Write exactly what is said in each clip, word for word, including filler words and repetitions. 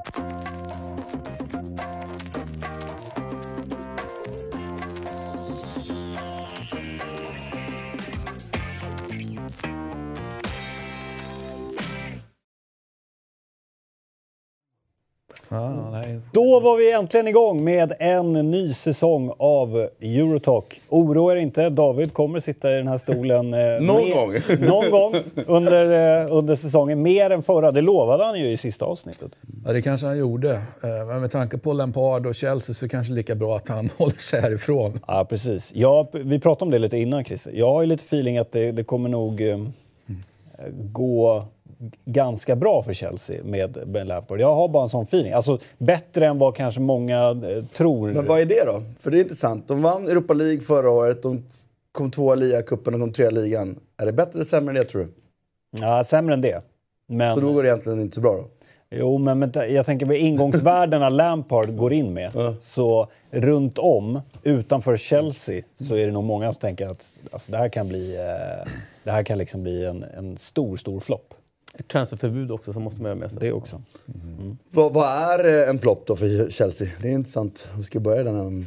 Ah, nej. Då var vi äntligen igång med en ny säsong av Eurotalk. Oroa er inte, David kommer sitta i den här stolen eh, någon, med, gång. någon gång under, eh, under säsongen. Mer än förra, det lovade han ju i sista avsnittet. Ja, det kanske han gjorde. Eh, men med tanke på Lampard och Chelsea så kanske lika bra att han håller sig härifrån. Ja, precis. Ja, vi pratade om det lite innan, Chris. Jag har ju lite feeling att det, det kommer nog eh, gå ganska bra för Chelsea med Ben Lampard. Jag har bara en sån feeling. Alltså bättre än vad kanske många eh, tror. Men vad är det då? För det är intressant. De vann Europa League förra året. De kom tvåa i Liga-cupen och kom trea i ligan. Är det bättre eller sämre än det, tror du? Ja, sämre än det. Men... Så då går det egentligen inte så bra då? Jo, men, men jag tänker på ingångsvärdena Lampard går in med. Ja. Så runt om, utanför Chelsea, så är det nog många som tänker att alltså, det här kan bli, eh, det här kan liksom bli en, en stor, stor flopp. Ett transferförbud också som måste man göra med sig. Det också. Mm. Mm. Vad, vad är en flopp då för Chelsea? Det är intressant. Hur ska jag börja den här?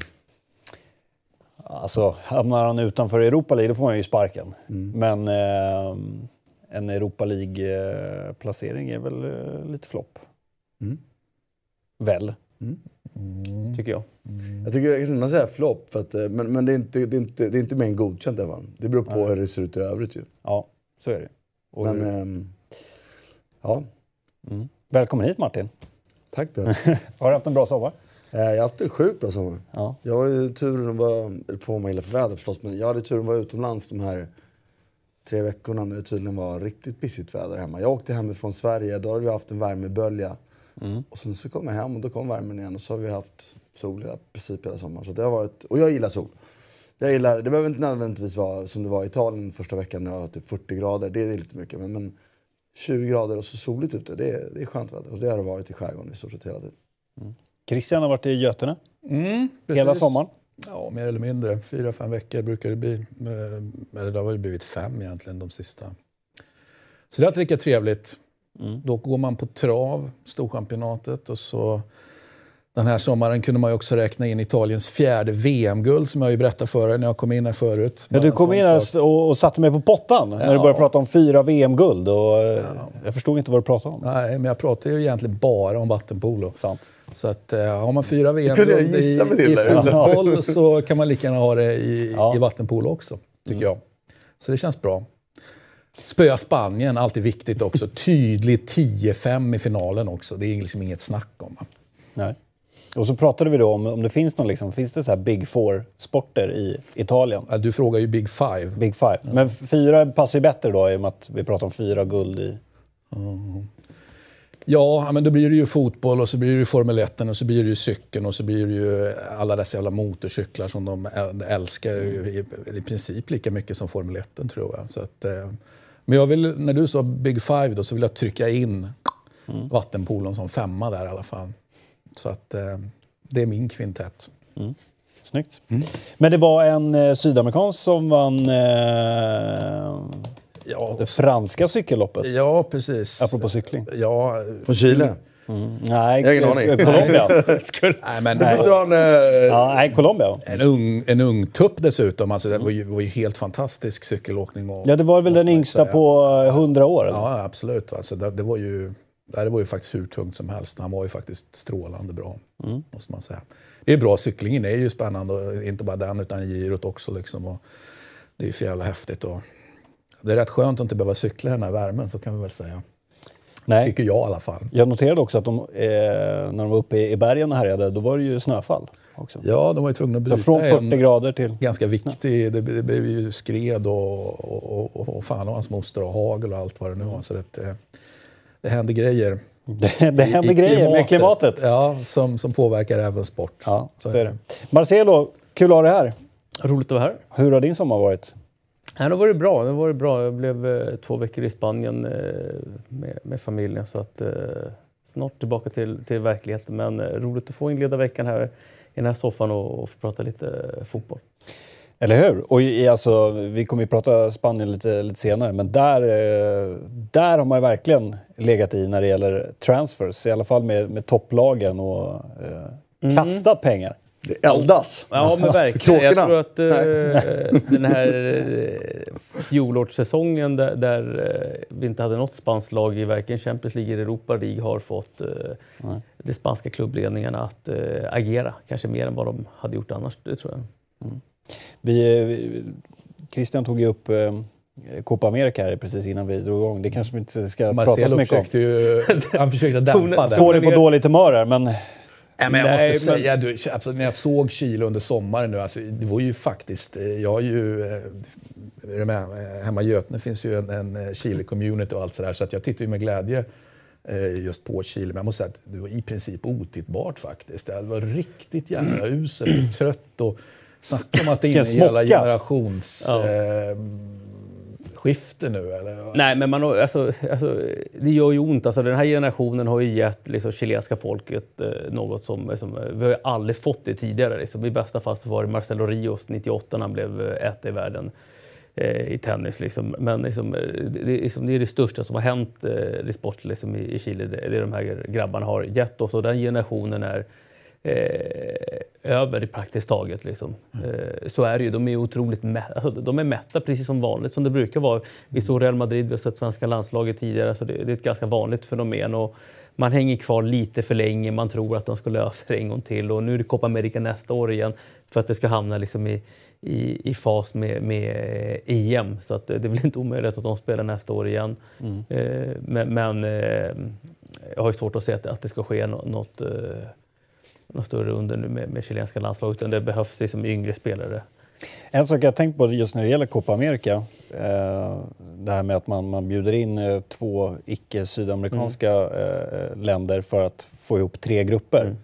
Alltså, hamnar han utanför Europa League, då får han ju sparken. Mm. Men eh, en Europa League-placering är väl eh, lite flopp. Mm. Väl? Mm. Mm. Tycker jag. Mm. Jag tycker att man säger flopp, för att, men, men det, är inte, det, är inte, det är inte mer än godkänt i alla fall. Det beror på Nej. hur det ser ut i övrigt ju. Ja, så är det. Och men, hur... ähm, ja. Mm. Välkommen hit, Martin. Tack, Björn. Har du haft en bra sommar? Jag har haft en sjukt bra sommar. Ja. Jag var ju turen att vara på mig för väder förstås, men jag hade turen att vara utomlands de här tre veckorna när det tydligen var riktigt pissigt väder hemma. Jag åkte hemifrån Sverige, då hade vi haft en värmebölja. Mm. Och sen så kom jag hem och då kom värmen igen och så har vi haft sol i princip hela sommaren. Så det har varit, och jag gillar sol. Jag gillar, det behöver inte nödvändigtvis vara som det var i Italien första veckan när det var typ fyrtio grader. Det är lite mycket, men, men tjugo grader och så soligt ute, det är, det är skönt väder. Och det har det varit i skärgården i stort sett hela tiden. Mm. Christian har varit i Götene mm, hela sommaren. Ja, mer eller mindre. Fyra, fem veckor brukar det bli. Eller det har väl blivit fem egentligen de sista. Så det är alltid lika trevligt. Mm. Då går man på trav, storchampionatet, och så den här sommaren kunde man ju också räkna in Italiens fjärde V M-guld som jag ju berättade för er när jag kom in här förut. Ja, du kom in här och, och satte mig på pottan ja. när du började prata om fyra V M-guld och ja. jag förstod inte vad du pratade om. Nej, men jag pratade ju egentligen bara om vattenpolo. Sant. Så att uh, har man fyra V M-guld i, i fotboll så kan man lika gärna ha det i, ja. i vattenpolo också, tycker mm. jag. Så det känns bra. Spöa Spanien, alltid viktigt också. Tydligt tio fem i finalen också. Det är liksom inget snack om. Nej. Och så pratade vi då om om det finns någon liksom, finns det så här Big Four-sporter i Italien? Ja, du frågar ju Big Five. Big Five. Ja. Men fyra passar ju bättre då i och med att vi pratar om fyra guld i... Mm. Ja, men då blir det ju fotboll och så blir det ju Formel ett och så blir det ju cykeln och så blir det ju alla dessa jävla motorcyklar som de älskar i, i princip lika mycket som Formel ett, tror jag. Så att, men jag vill, när du sa Big Five då, så vill jag trycka in mm. vattenpolon som femma där i alla fall. Så att det är min kvintett. Mm. Snyggt. Mm. Men det var en eh, sydamerikansk som vann eh, ja, det franska cykelloppet. Ja, precis. Apropå cykling. Ja, från Chile. Mm. Nej, jag har ingen aning. Colombia. nej, men nej. En, uh... ja, nej, Colombia. En ung, en ung tupp dessutom. Alltså, det var ju, var ju helt fantastisk cykelåkning. Och, ja, det var väl den yngsta säga. på hundra år? Eller? Ja, absolut. Alltså, det, det, var ju, det var ju faktiskt hur tungt som helst. Han var ju faktiskt strålande bra, mm. måste man säga. Det är bra, cyklingen är ju spännande. Och inte bara den, utan girot också. Liksom, och det är ju för jävla häftigt. Och det är rätt skönt att inte behöva cykla i den här värmen, så kan vi väl säga. Nej. Tycker jag i alla fall. Jag noterade också att de, eh, när de var uppe i, i bergen och härjade, då var det ju snöfall också. Ja, de var ju tvungna att bryta. Så från fyrtio grader till... Ganska viktig. Det, det blev ju skred och, och, och, och fan och hans moster och hagel och allt vad det nu var. Så det, det händer grejer. Det, det händer i, grejer klimatet. med klimatet. Ja, som, som påverkar även sport. Ja, så, så är det. Marcelo, kul att ha dig här. Roligt att vara här. Hur har din sommar varit? Ja, det var det bra. Det var det bra. Jag blev eh, två veckor i Spanien eh, med, med familjen, så att eh, snart tillbaka till, till verkligheten. Men eh, roligt att få inleda veckan här i den här soffan och, och få prata lite eh, fotboll. Eller hur? Och i, alltså, vi kommer ju prata Spanien lite, lite senare, men där, eh, där har man ju verkligen legat i när det gäller transfers, i alla fall med, med topplagen och eh, mm. kastat pengar. Det eldas. Ja, men verkligen. Jag tror att uh, den här uh, fjolårssäsongen där, där uh, vi inte hade något spanskt lag i varken Champions League eller Europa League har fått uh, de spanska klubbledningarna att uh, agera. Kanske mer än vad de hade gjort annars, det tror jag. Mm. Vi, vi, Christian tog ju upp uh, Copa America här precis innan vi drog igång. Det kanske vi inte ska Marcelo prata så mycket om. Ju, han försökte dämpa det. Får det på dåligt humör här, men... Nej, men jag Nej, måste men... säga, du, alltså, när jag såg Chile under sommaren nu, alltså, det var ju faktiskt, jag har ju, är du med, hemma i Götene finns ju en, en Chile-community och allt sådär, så att jag tittar ju med glädje just på Chile, men jag måste säga att det var i princip otittbart faktiskt. Det var riktigt jävla uselt, trött och snacka om att det är inne i hela generations... Ja. Eh, skifte nu eller? Nej, men man, alltså, alltså, det gör ju ont. Alltså, den här generationen har ju gett liksom, chilenska folket eh, något som liksom, vi har ju aldrig fått det tidigare. Liksom. I bästa fall så var det Marcelo Rios nittioåtta när han blev ett i världen eh, i tennis. Liksom. Men liksom, det, liksom, det är det största som har hänt eh, i sport liksom, i, i Chile. Det, det de här grabbarna har gett oss, och den generationen är Eh, över i praktiskt taget liksom. Mm. Eh, så är det ju, de är otroligt mä- alltså, de är mätta precis som vanligt som det brukar vara. Vi såg Real Madrid, vi har sett svenska landslaget tidigare, så det, det är ett ganska vanligt fenomen, och man hänger kvar lite för länge, man tror att de ska lösa det en gång till, och nu är det Copa America nästa år igen för att det ska hamna liksom i, i, i fas med, med E M, så att det är väl inte omöjligt att de spelar nästa år igen. Mm. Eh, men men eh, jag har ju svårt att se att, att det ska ske något, något eh, något större under nu med, med chilenska landslaget, utan det behövs liksom yngre spelare. En sak jag har tänkt på just när det gäller Copa America, eh, det här med att man, man bjuder in eh, två icke-sydamerikanska mm. eh, länder för att få ihop tre grupper. Mm.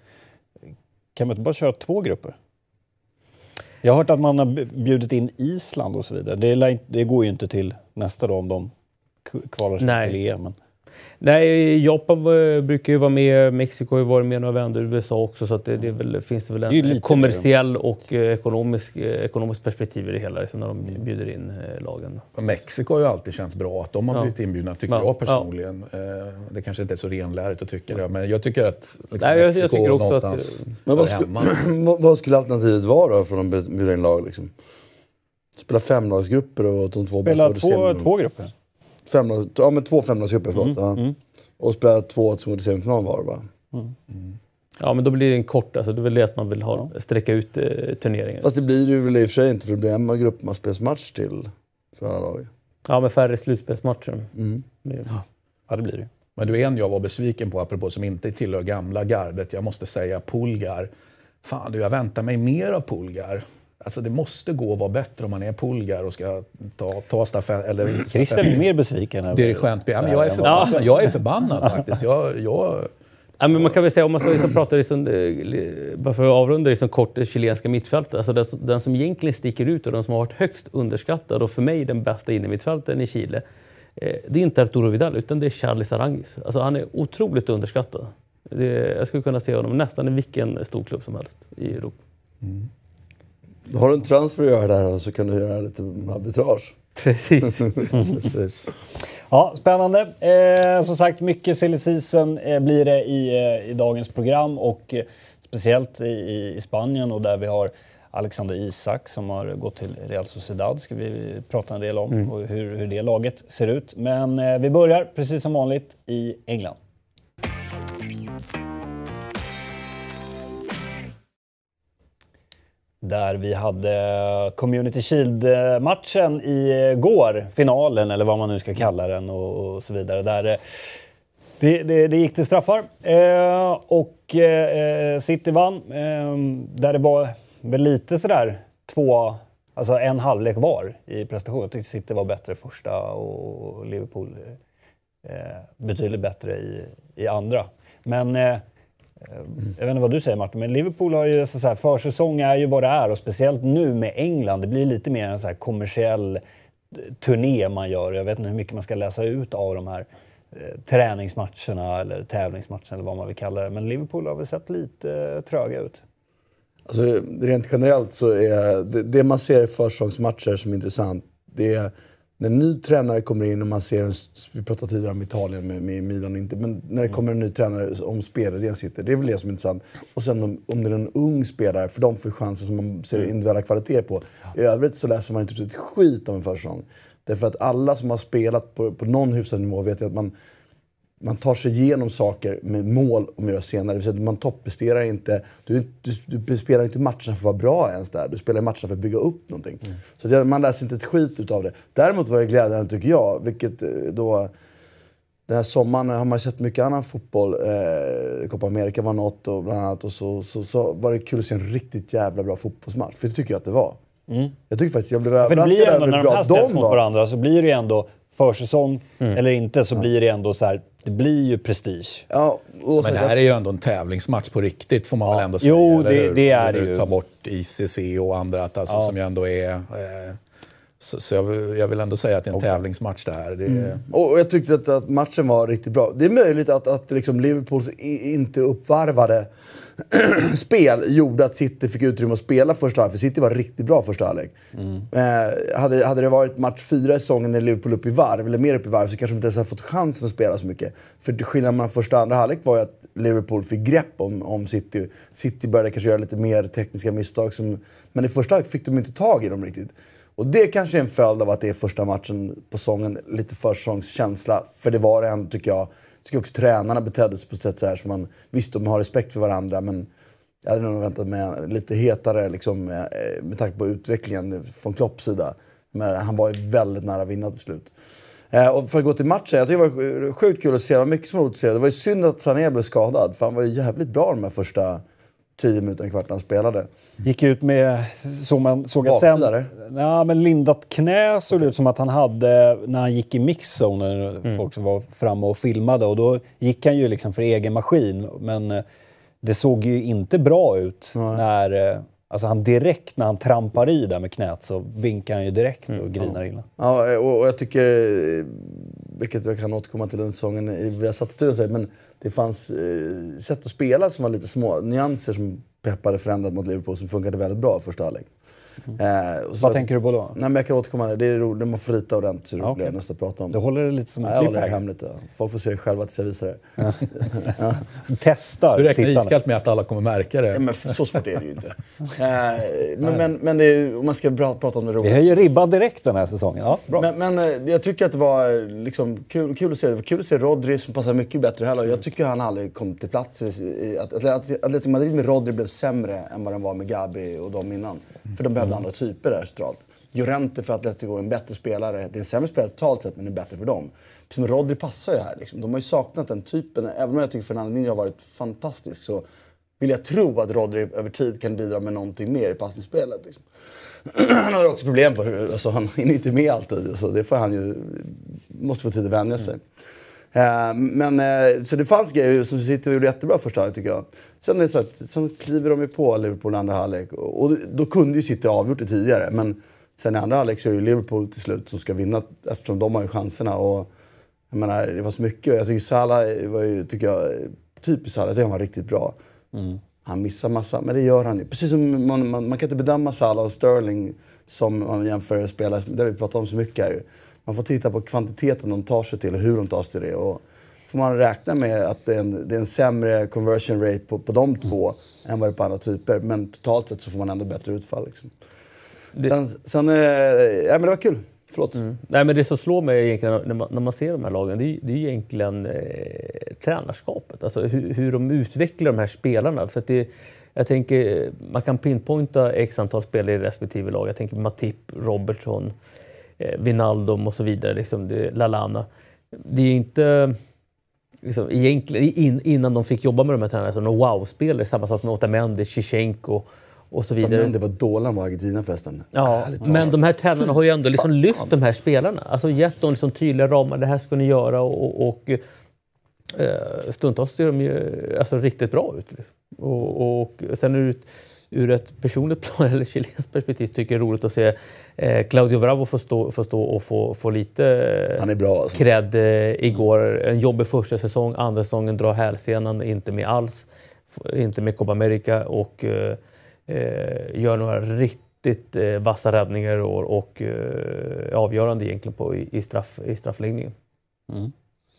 Kan man inte bara köra två grupper? Jag har hört att man har bjudit in Island och så vidare. Det, det går ju inte till nästa dag om de kvalar sig Nej. till E M. Men... Nej, Japan var, brukar ju vara med, Mexiko har ju varit med några vändor, U S A också, så att det, det är väl, finns det väl en det kommersiell och ekonomisk, ekonomisk perspektiv i det hela liksom, när de bjuder in eh, lagen. Mexiko har ju alltid känts bra att de har blivit ja. inbjudna, tycker ja. jag personligen. Ja. Det kanske inte är så renlärigt att tycka det, men jag tycker att liksom, Nej, jag, Mexiko jag tycker någonstans att, men vad, sku, vad skulle alternativet vara då för att de bjuder in lag? Liksom? Spela femlagsgrupper och de två Spela två, två grupper? Femlags, ja, men två femlagsgrupper, förlåt. Mm, ja. mm. Och spela två som går till semifinal var bara. Mm. Mm. Ja, men då blir det en kort, alltså det är väl det att man vill ha, ja. sträcka ut eh, turneringen. Fast det blir ju väl i och för sig inte, för det blir en grupp man spelar match till för alla lag. Ja, med färre slutspelsmatcher. Mm. Ja. ja, det blir det. Men du är en jag var besviken på, apropå som inte tillhör gamla gardet. Jag måste säga Pulgar. Fan du, jag väntar mig mer av Pulgar. Alltså det måste gå att vara bättre om man är Pulgar och ska ta, ta stafett. Eller Christian är mer besviken. Över dirigent. Ja, men jag är förbannad, ja. jag är förbannad faktiskt. Jag, jag... Ja, men man kan väl säga, om man så, så pratar liksom, bara för att avrunda liksom kort det chilenska mittfältet. Alltså den, den som egentligen sticker ut och den som har varit högst underskattad och för mig den bästa innermittfältaren i Chile. Eh, det är inte Arturo Vidal utan det är Charles Aránguiz. Alltså han är otroligt underskattad. Det, jag skulle kunna se honom nästan i vilken stor klubb som helst i Europa. Mm. Har du en transfer att göra där så kan du göra lite arbitrage. Precis. Precis. Ja, spännande. Eh, som sagt, mycket silly season eh, blir det i, eh, i dagens program och eh, speciellt i, i Spanien och där vi har Alexander Isak som har gått till Real Sociedad ska vi prata en del om mm. och hur, hur det laget ser ut. Men eh, vi börjar precis som vanligt i England. Där vi hade Community Shield-matchen igår, finalen eller vad man nu ska kalla den och, och så vidare. Där det, det, det gick till straffar eh, och eh, City vann. Eh, där det var väl lite sådär två, alltså en halvlek var i prestation. Jag tyckte City var bättre första och Liverpool eh, betydligt bättre i, i andra. Men eh, jag vet inte vad du säger Martin, men Liverpool har ju så här, försäsong är ju vad det är och speciellt nu med England, det blir lite mer en så här kommersiell turné man gör. Jag vet inte hur mycket man ska läsa ut av de här eh, träningsmatcherna eller tävlingsmatcherna eller vad man vill kalla det, men Liverpool har väl sett lite eh, tröga ut. Alltså, rent generellt så är det, det man ser i försäsongsmatcher som är intressant, det är när en ny tränare kommer in och man ser en, vi pratade tidigare om Italien med, med Milan inte, men när det kommer en ny tränare om spelidén sitter, det är väl det som är intressant. Och sen om, om det är en ung spelare, för de får chanser som man ser individuella kvaliteter på. I övrigt så läser man inte ett skit av en försäsong. Därför att alla som har spelat på, på någon hyfsad nivå vet att man Man tar sig igenom saker med mål om att göra senare. Det vill säga, man topppresterar inte. Du, du, du spelar inte matcherna för att vara bra ens där. Du spelar matcherna för att bygga upp någonting. Mm. Så det, man läser inte ett skit utav det. Däremot var det glädjande tycker jag. Vilket då... Den här sommaren har man sett mycket annan fotboll. Eh, Copa America var något och bland annat. Och så, så, så var det kul att se en riktigt jävla bra fotbollsmatch. För det tycker jag att det var. Mm. Jag tycker faktiskt jag blev överraskad över hur bra de var. Mot varandra, så blir det ju ändå... försäsong mm. eller inte så ja. blir det ändå så här, det blir ju prestige. Ja, men det här är ju ändå en tävlingsmatch på riktigt får man ja. väl ändå säga. Jo, det, det är det ju. Ta bort I C C och andra alltså, ja. som ju ändå är... Eh, så så jag, vill, jag vill ändå säga att det är en okay. tävlingsmatch det här. Det är... mm. Och jag tyckte att, att matchen var riktigt bra. Det är möjligt att, att liksom Liverpools inte uppvarvade spel gjorde att City fick utrymme att spela första halvlek. För City var riktigt bra första halvlek. Mm. Eh, hade, hade det varit match fyra i säsongen när Liverpool upp i varv, eller mer upp i varv, så kanske de inte ens hade fått chansen att spela så mycket. För skillnaden mellan första och andra halvlek var ju att Liverpool fick grepp om, om City. City började kanske göra lite mer tekniska misstag. Som, men i första halvlek fick de inte tag i dem riktigt. Och det kanske är en följd av att det är första matchen på säsongen, lite försäsongskänsla. För det var det ändå, tycker jag. Jag tycker också tränarna betedde sig på ett sätt så här som man visst de har respekt för varandra, men jag hade nog väntat mig lite hetare liksom, med, med tanke på utvecklingen från Klopps sida. Men han var ju väldigt nära att vinna till slut. Eh, och för att gå till matchen, jag tycker det var sjukt kul att se, det var mycket som var roligt att se. Det var ju synd att Sané blev skadad, för han var ju jävligt bra de här första tio minuter kvart han spelade. Gick ut med, som man såg jag sen, ja, men lindat knä såg det ut som att han hade när han gick i mixzone, mm. folk som var framme och filmade, och då gick han ju liksom för egen maskin, men det såg ju inte bra ut mm. när, alltså han direkt när han trampar i där med knät så vinkar han ju direkt mm. och grinar illa. Ja, och, och jag tycker, vilket jag kan återkomma till under säsongen, vi har satt studion, men det fanns eh, sätt att spela som var lite små nyanser som Pep hade förändrat mot Liverpool som funkade väldigt bra första halvlek. Mm. Eh, Vad tänker du på då? Nej, men jag kan återkomma det. Det är roligt, man får lita ordentligt så det okay. blir nästa prata om. Du håller det lite som en ja, cliffhanger. Jag hemligt, ja. Folk får se själva tills jag visar det. Ja. ja. Testar. Du räknar iskallt med att alla kommer märka det. Ja, men så svårt är det ju inte. eh, men men, men det är, om man ska prata om det roligt. Vi höjer ribban direkt den här säsongen. Ja, bra. Men, men jag tycker att det var liksom kul, kul att se. Det var kul att se Rodri som passar mycket bättre här. Jag tycker han aldrig kom till plats. Att Atletico Madrid med Rodri blev sämre än vad den var med Gabi och de innan. För de behövde mm. andra typer där centralt. Llorente för Atletico är en bättre spelare. Det är en sämre spelare totalt sett, men det är bättre för dem. Som Rodri passar ju här. Liksom. De har ju saknat den typen. Även om jag tycker Fernandinho har varit fantastisk, så vill jag tro att Rodri över tid kan bidra med någonting mer i passningsspelet. Liksom. Han har också problem för, alltså, han är inte med alltid. Så det får han ju, måste få tid att vänja sig. Mm. Uh, men, uh, så det fanns grejer som sitter och gjorde jättebra första halvlek, tycker jag. Sen, är det så att, sen kliver de ju på Liverpool andra halvlek. Och, och då kunde ju City avgjort det tidigare. Men sen i andra halvlek så är ju Liverpool till slut som ska vinna, eftersom de har ju chanserna. Och, jag menar, det var så mycket. Jag tycker Salah var ju, tycker jag, typiskt Salah. Jag tycker han var riktigt bra. Mm. Han missar massa, men det gör han ju. Precis som man, man, man kan inte bedöma Salah och Sterling som man jämför spelare. Det vi pratar om så mycket här ju. Man får titta på kvantiteten de tar sig till och hur de tar sig till det. Och får man räkna med att det är en, det är en sämre conversion rate på, på de två mm. än vad det är på andra typer. Men totalt sett så får man ändå bättre utfall. Liksom. Det... Sen, sen eh, ja, men det var kul. Förlåt. Mm. Nej, men det som slår mig egentligen när man, när man ser de här lagen, det är, det är egentligen eh, tränarskapet. Alltså hur, hur de utvecklar de här spelarna. För att det, jag tänker, man kan pinpointa x antal spelare i respektive lag. Jag tänker Matip, Robertson, eh, Wijnaldum och så vidare. Liksom det, Lallana. Det är inte... Liksom, egentligen, in, innan de fick jobba med de här tränarna som wow-spelare, samma sak med Otamendi, Shevchenko och så vidare. Men det var dåligt med Argentina förresten. Ja, men de här tränarna har ju ändå liksom lyft de här spelarna. Alltså gett dem liksom tydliga ramar, det här ska ni göra, och, och, och eh, stundtals ser de ju alltså, riktigt bra ut. Liksom. Och, och sen ur, ur ett personligt plan eller chilenskt perspektiv tycker jag det är roligt att se eh, Claudio Bravo få stå, få stå och få, få lite Han är bra, alltså. cred eh, igår. En jobbig första säsong, andra säsongen drar hälsenan, inte med alls. Inte med Copa America och... Eh, eh, gör några riktigt eh, vassa räddningar och, och eh, avgörande egentligen på, i, i, straff, i straffläggningen. Mm.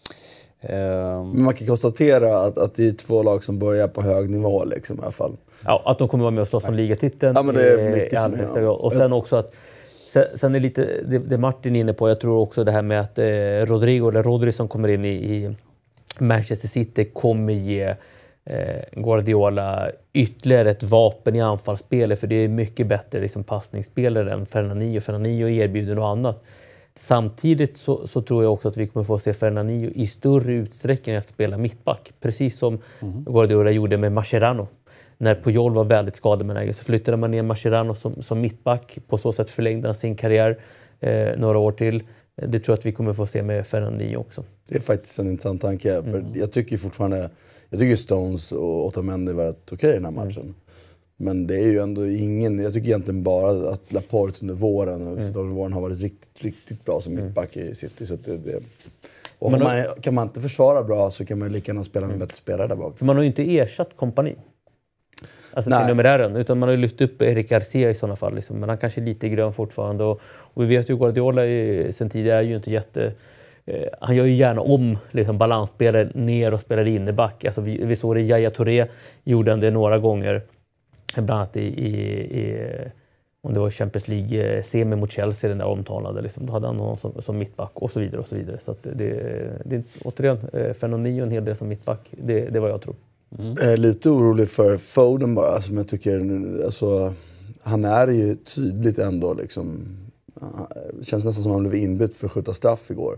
Men man kan konstatera att, att det är två lag som börjar på hög nivå liksom, i alla fall. Ja, att de kommer vara med och slåss om ligatiteln. Ja, men det är mycket som är, ja. Och sen också att sen, sen är lite det, det Martin är inne på, jag tror också det här med att eh, Rodrigo eller Rodri som kommer in i, i Manchester City kommer ge eh, Guardiola ytterligare ett vapen i anfallsspelet, för det är mycket bättre liksom, passningsspelare än Fernandinho. Fernandinho erbjuder något annat. Samtidigt så, så tror jag också att vi kommer få se Fernandinho i större utsträckning att spela mittback. Precis som mm. Guardiola gjorde med Mascherano. När Puyol var väldigt skadebenägen så flyttade man ner Mascherano som, som mittback. På så sätt förlängde han sin karriär eh, några år till. Det tror jag att vi kommer få se med Fernandinho också. Det är faktiskt en intressant tanke. För mm. jag tycker fortfarande, jag tycker Stones och Otamendi var rätt okej i den här matchen. Mm. Men det är ju ändå ingen, jag tycker egentligen bara att Laporte under våren och mm. våren har varit riktigt, riktigt bra som mittback i City. Så det, det, och man, man, kan man inte försvara bra så kan man lika gärna spela en mm. bättre spelare där bak. För man har ju inte ersatt kompani. Alltså till numerären, utan man har ju lyft upp Eric Garcia i sådana fall. Liksom. Men han kanske är lite grön fortfarande. Och, och vi vet ju Guardiola är, sen tidigare är ju inte jätte... Eh, han gör ju gärna om liksom, balansspelare ner och spelar inneback. Alltså, vi, vi såg det, Yaya Touré gjorde han det några gånger. Bland annat i, i, i om det var Champions League-semi mot Chelsea, den där omtalade. Liksom. Då hade han någon som, som mittback och så vidare. Och så vidare. Så att det, det är återigen, eh, Fernandinho en hel del som mittback. Det, det är vad jag tror. Mm. Jag är lite orolig för Foden bara, som jag tycker, alltså, han är ju tydligt ändå liksom, det känns nästan som att han blev inbytt för att skjuta straff igår.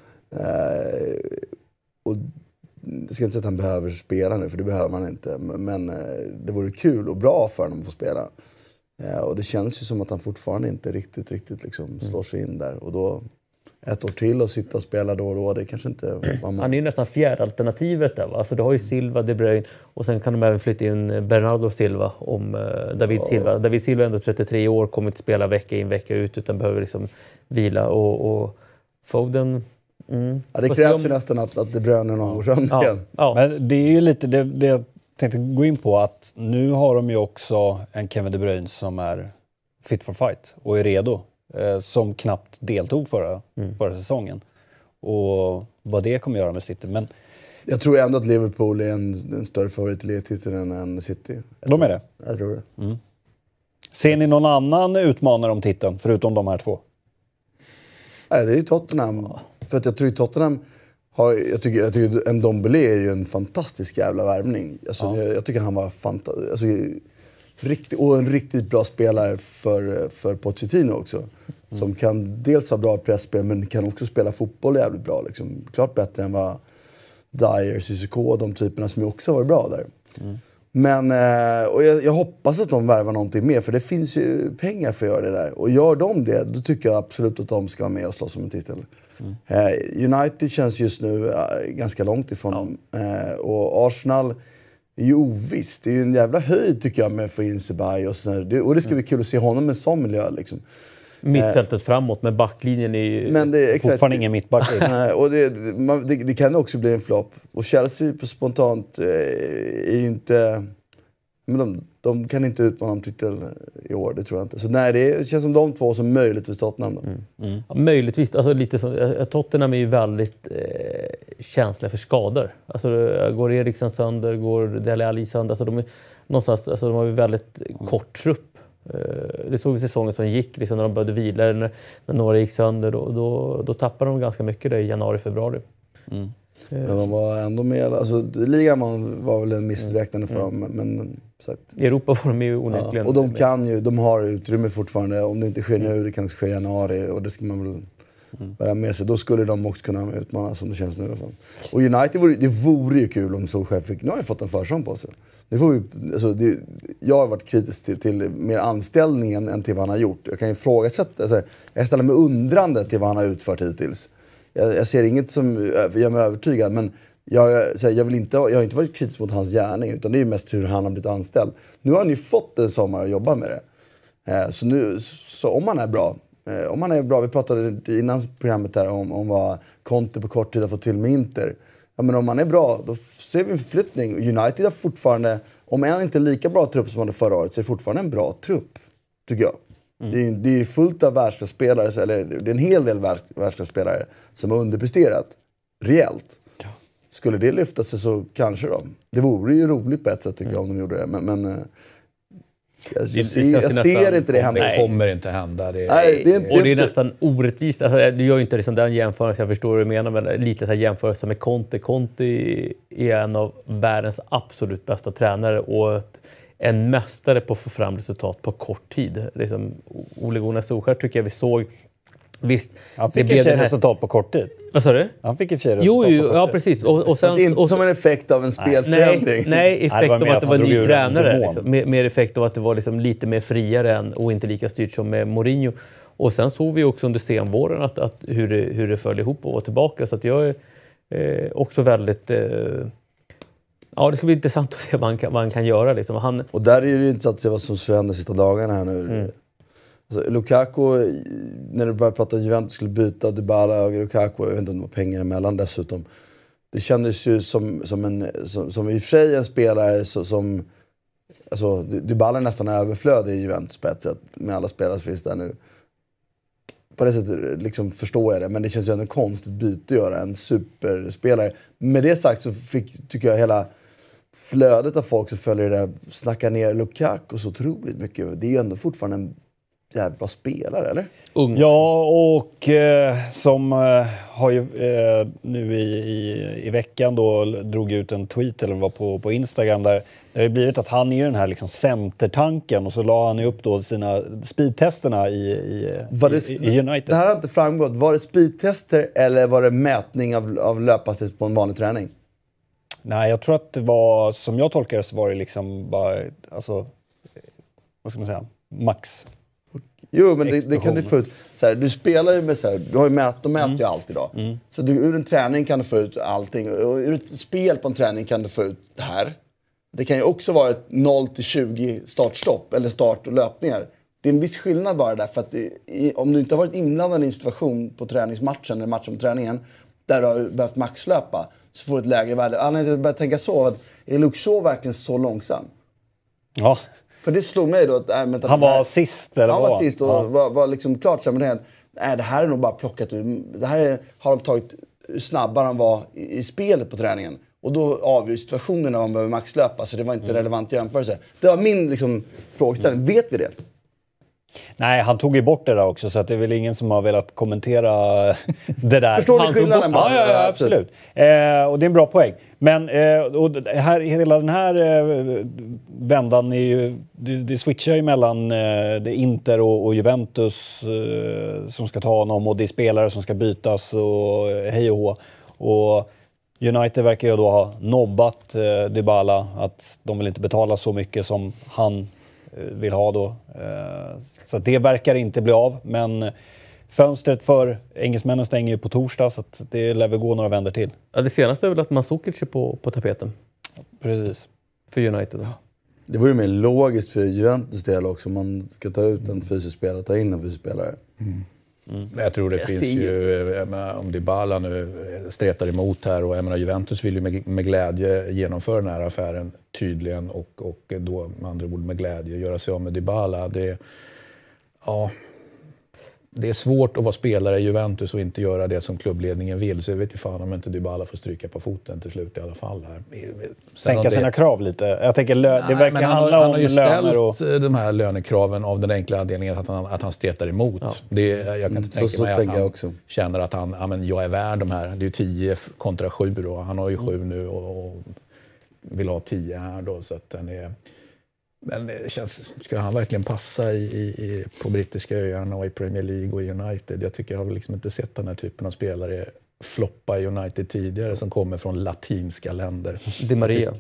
Eh, och det ska inte säga att han behöver spela nu, för det behöver man inte, men eh, det vore kul och bra för honom att få spela. Eh, och det känns ju som att han fortfarande inte riktigt, riktigt liksom slår sig in där, och då ett år till och sitta och spela då och då, det kanske inte... Man... Han är ju nästan fjärde alternativet där, va? Alltså du har ju Silva, De Bruyne, och sen kan de även flytta in Bernardo Silva om uh, David ja. Silva. David Silva är ändå trettiotre år, kommer inte spela vecka in, vecka ut, utan behöver liksom vila. Och, och Foden... Mm. Ja, det krävs om... ju nästan att, att De Bruyne någon går sönder ja. igen. Ja. Men det är ju lite det, det jag tänkte gå in på, att nu har de ju också en Kevin De Bruyne som är fit for fight och är redo. Som knappt deltog förra, mm. förra säsongen. Och vad det kommer göra med City. Men jag tror ändå att Liverpool är en, en större favorit i ligatiteln än, än City. Jag de är det? Jag tror det. Mm. Ser ni någon annan utmanare om titeln, förutom de här två? Nej, det är ju Tottenham. Ja. För att jag tror att Tottenham har... Jag tycker, jag tycker en Ndombele är ju en fantastisk jävla värvning. Alltså, ja. jag, jag tycker han var fantastisk. Alltså, Rikt, och en riktigt bra spelare för, för Pochettino också. Mm. Som kan dels ha bra pressspel, men kan också spela fotboll jävligt bra. Liksom. Klart bättre än vad Dyer, Cissoko och de typerna som också var bra där. Mm. Men eh, och jag, jag hoppas att de värvar någonting mer, för det finns ju pengar för att göra det där. Och gör de det, då tycker jag absolut att de ska vara med och slåss om en titel. Mm. Eh, United känns just nu eh, ganska långt ifrån. Ja. Eh, och Arsenal... Jo visst, det är ju en jävla höjd tycker jag med att få in Sebay och sådär. Det, och det ska bli kul att se honom med sån miljö liksom. Mittfältet eh, framåt, med backlinjen är ju men det är exakt, fortfarande ingen mittback. Nej, och det, man, det, det kan också bli en flopp. Och Chelsea på spontant eh, är ju inte... Men de, de kan inte utmana om titel i år, det tror jag inte. Så nej, det känns som de två som möjligtvis Tottenham. Då. Mm. Mm. Ja, möjligtvis, alltså lite som, Tottenham är ju väldigt eh, känsliga för skador. Alltså går Eriksen sönder, går Dele Alli sönder, alltså de är någonstans, alltså de har ju väldigt mm. kort trupp. Eh, det såg vi säsongen som gick, liksom när de började vila, när, när några gick sönder, då, då, då tappade de ganska mycket där i januari, februari. Mm. Men de var ändå mer, alltså ligan var väl en missräknande för dem, mm. men så att, i Europa får de ju onekligen. Ja, och de kan ju, de har utrymme fortfarande, om det inte sker mm. nu, det kan också ske i januari, och det ska man väl mm. bära med sig. Då skulle de också kunna utmana som det känns nu i alla fall. Och United, vore, det vore ju kul om Solskjaer fick, nu har jag fått en försång på sig. Det får vi, alltså det, jag har varit kritisk till, till mer anställningen än till vad han har gjort. Jag kan ju ifrågasätta, alltså, jag ställer mig undrande till vad han har utfört hittills. Jag, jag ser inget som gör mig övertygad, men jag, jag, jag, vill inte, jag har inte varit kritisk mot hans gärning, utan det är ju mest hur han har blivit anställd. Nu har han ju fått en sommar att jobba med det. Eh, så, nu, så om han är bra, eh, om han är bra, vi pratade innan programmet här om, om vad Conte på kort tid har fått till med Inter. Ja, men om han är bra, då ser vi en förflyttning. United har fortfarande, om än inte lika bra trupp som hade förra året så är det fortfarande en bra trupp, tycker jag. Mm. Det, är, det är fullt av världsklasspelare, eller det är en hel del världsklasspelare som har underpresterat rejält. Ja. Skulle det lyfta sig så kanske då. Det vore ju roligt på ett sätt tycker mm. jag om de gjorde det. Men, men jag, det, jag, ser, jag ser inte det hända. Det kommer inte hända. Det är, Nej, det är inte, och det är nästan orättvist. Alltså, du gör ju inte liksom den jämförelse, jag förstår vad du menar, men lite så här jämförelse med Conte. Conte är en av världens absolut bästa tränare och ett, en mästare på att få fram resultat på kort tid. Liksom, Ole Gunnar Solskjær tycker jag vi såg. Visst, han fick ju här... resultat på kort tid. Vad sa du? Han fick ju resultat jo, jo, på kort ja, tid. precis. Och, och sen, inte och, som en effekt av en spelförändring. Nej, nej effekt nej, av att det var en ny tränare. Liksom. Mer, mer effekt av att det var liksom lite mer friare än, och inte lika styrt som med Mourinho. Och sen såg vi också under senvåren att, att hur, det, hur det föll ihop och var tillbaka. Så att jag är eh, också väldigt... Eh, ja, det ska bli intressant att se vad han kan, vad han kan göra. Liksom. Han... Och där är det ju intressant att se vad som händer sista dagarna här nu. Mm. Alltså, Lukaku, när du började prata att Juventus skulle byta Dybala och Lukaku, jag vet inte om det var pengar emellan dessutom. Det kändes ju som, som, en, som, som i och för sig en spelare så, som... Alltså, Dybala är nästan överflödig i Juventus på ett sätt, med alla spelare som finns där nu. På det sättet liksom förstår jag det, men det känns ju ändå konstigt byte att göra en superspelare. Med det sagt så fick, tycker jag, hela flödet av folk som följer det där snackar ner Lukaku så otroligt mycket. Det är ju ändå fortfarande en jävla bra spelare, eller? Ung. Ja, och eh, som eh, har ju eh, nu i, i, i veckan då drog ut en tweet eller var på, på Instagram där det har ju blivit att han är ju den här liksom centertanken och så la han ju upp då sina speedtesterna i, i, var det, i, i United. Det här har inte framgått. Var det speedtester eller var det mätning av, av löphastighet på en vanlig träning? Nej, jag tror att det var, som jag tolkar det så var det liksom bara, alltså, vad ska man säga, max. Jo, men det, det kan du få ut. Så här, du spelar ju med så här, du har ju mät, de mäter mm. ju allt idag. Mm. Så du, ur en träning kan du få ut allting. Och ur ett spel på en träning kan du få ut det här. Det kan ju också vara ett noll till tjugo startstopp eller start och löpningar. Det är en viss skillnad bara där. För att det, i, om du inte har varit inblandad i en situation på träningsmatchen eller matchen på träningen där du har behövt maxlöpa, så får du ett lägre värde. Anledningen till att jag börjar tänka så, att är Luke Shaw verkligen så långsam? Ja. För det slog mig då att... Äh, att han var här, sist eller Han vad? var sist och ja. var, var liksom klart sammanhängande. Nej, det här är nog bara plockat ur... Det här är, har de tagit snabbare än var i, i spelet på träningen. Och då avgör situationen när man behöver maxlöpa. Så det var inte mm. relevant jämförelse. Det var min liksom, frågeställning. Mm. Vet vi det? Nej, han tog ju bort det där också. Så att det är väl ingen som har velat kommentera det där. Förstår du skillnaden? Ja, ja, ja, absolut. Eh, och det är en bra poäng. Men eh, och här, hela den här eh, vändan är ju... Det, det switchar ju mellan eh, det Inter och, och Juventus eh, som ska ta honom. Och det är spelare som ska bytas och eh, hej och hå. Och United verkar ju då ha nobbat eh, Dybala. Att de vill inte betala så mycket som han vill ha då. Så det verkar inte bli av. Men fönstret för engelsmännen stänger ju på torsdag, så att det lär väl gå några vändor till. Ja, det senaste är väl att Mandzukic är på, på tapeten. Precis. För United då. Det vore ju mer logiskt för Juventus del också. Man ska ta ut en fysisk spelare och ta in en fysisk spelare. Mm. Mm. Jag tror det jag finns ju, menar, om Dybala nu stretar emot här, och jag menar, Juventus vill ju med, med glädje genomföra den här affären tydligen, och, och då med andra ord med glädje göra sig av med Dybala. Det, ja, det är svårt att vara spelare i Juventus och inte göra det som klubbledningen vill, så jag vet ju fan om inte Dybala får stryka på foten till slut i alla fall här. Sänka det... sina krav lite. Jag tänker lö... det verkar han handla har, om han har ju löner och... ställt de här lönekraven av den enkla anledningen att han, att han stretar emot. Ja. Det, jag kan inte mm, tänka så, mig så att han också. känner att han, ja, men jag är värd de här. Det är ju tio kontra sju då. Han har ju sju mm. nu och, och vill ha tio här då, så att den är... Men det känns, ska han verkligen passa i, i, på brittiska öarna och i Premier League och i United? Jag tycker jag har liksom inte sett den här typen av spelare floppa i United tidigare som kommer från latinska länder. Di Maria.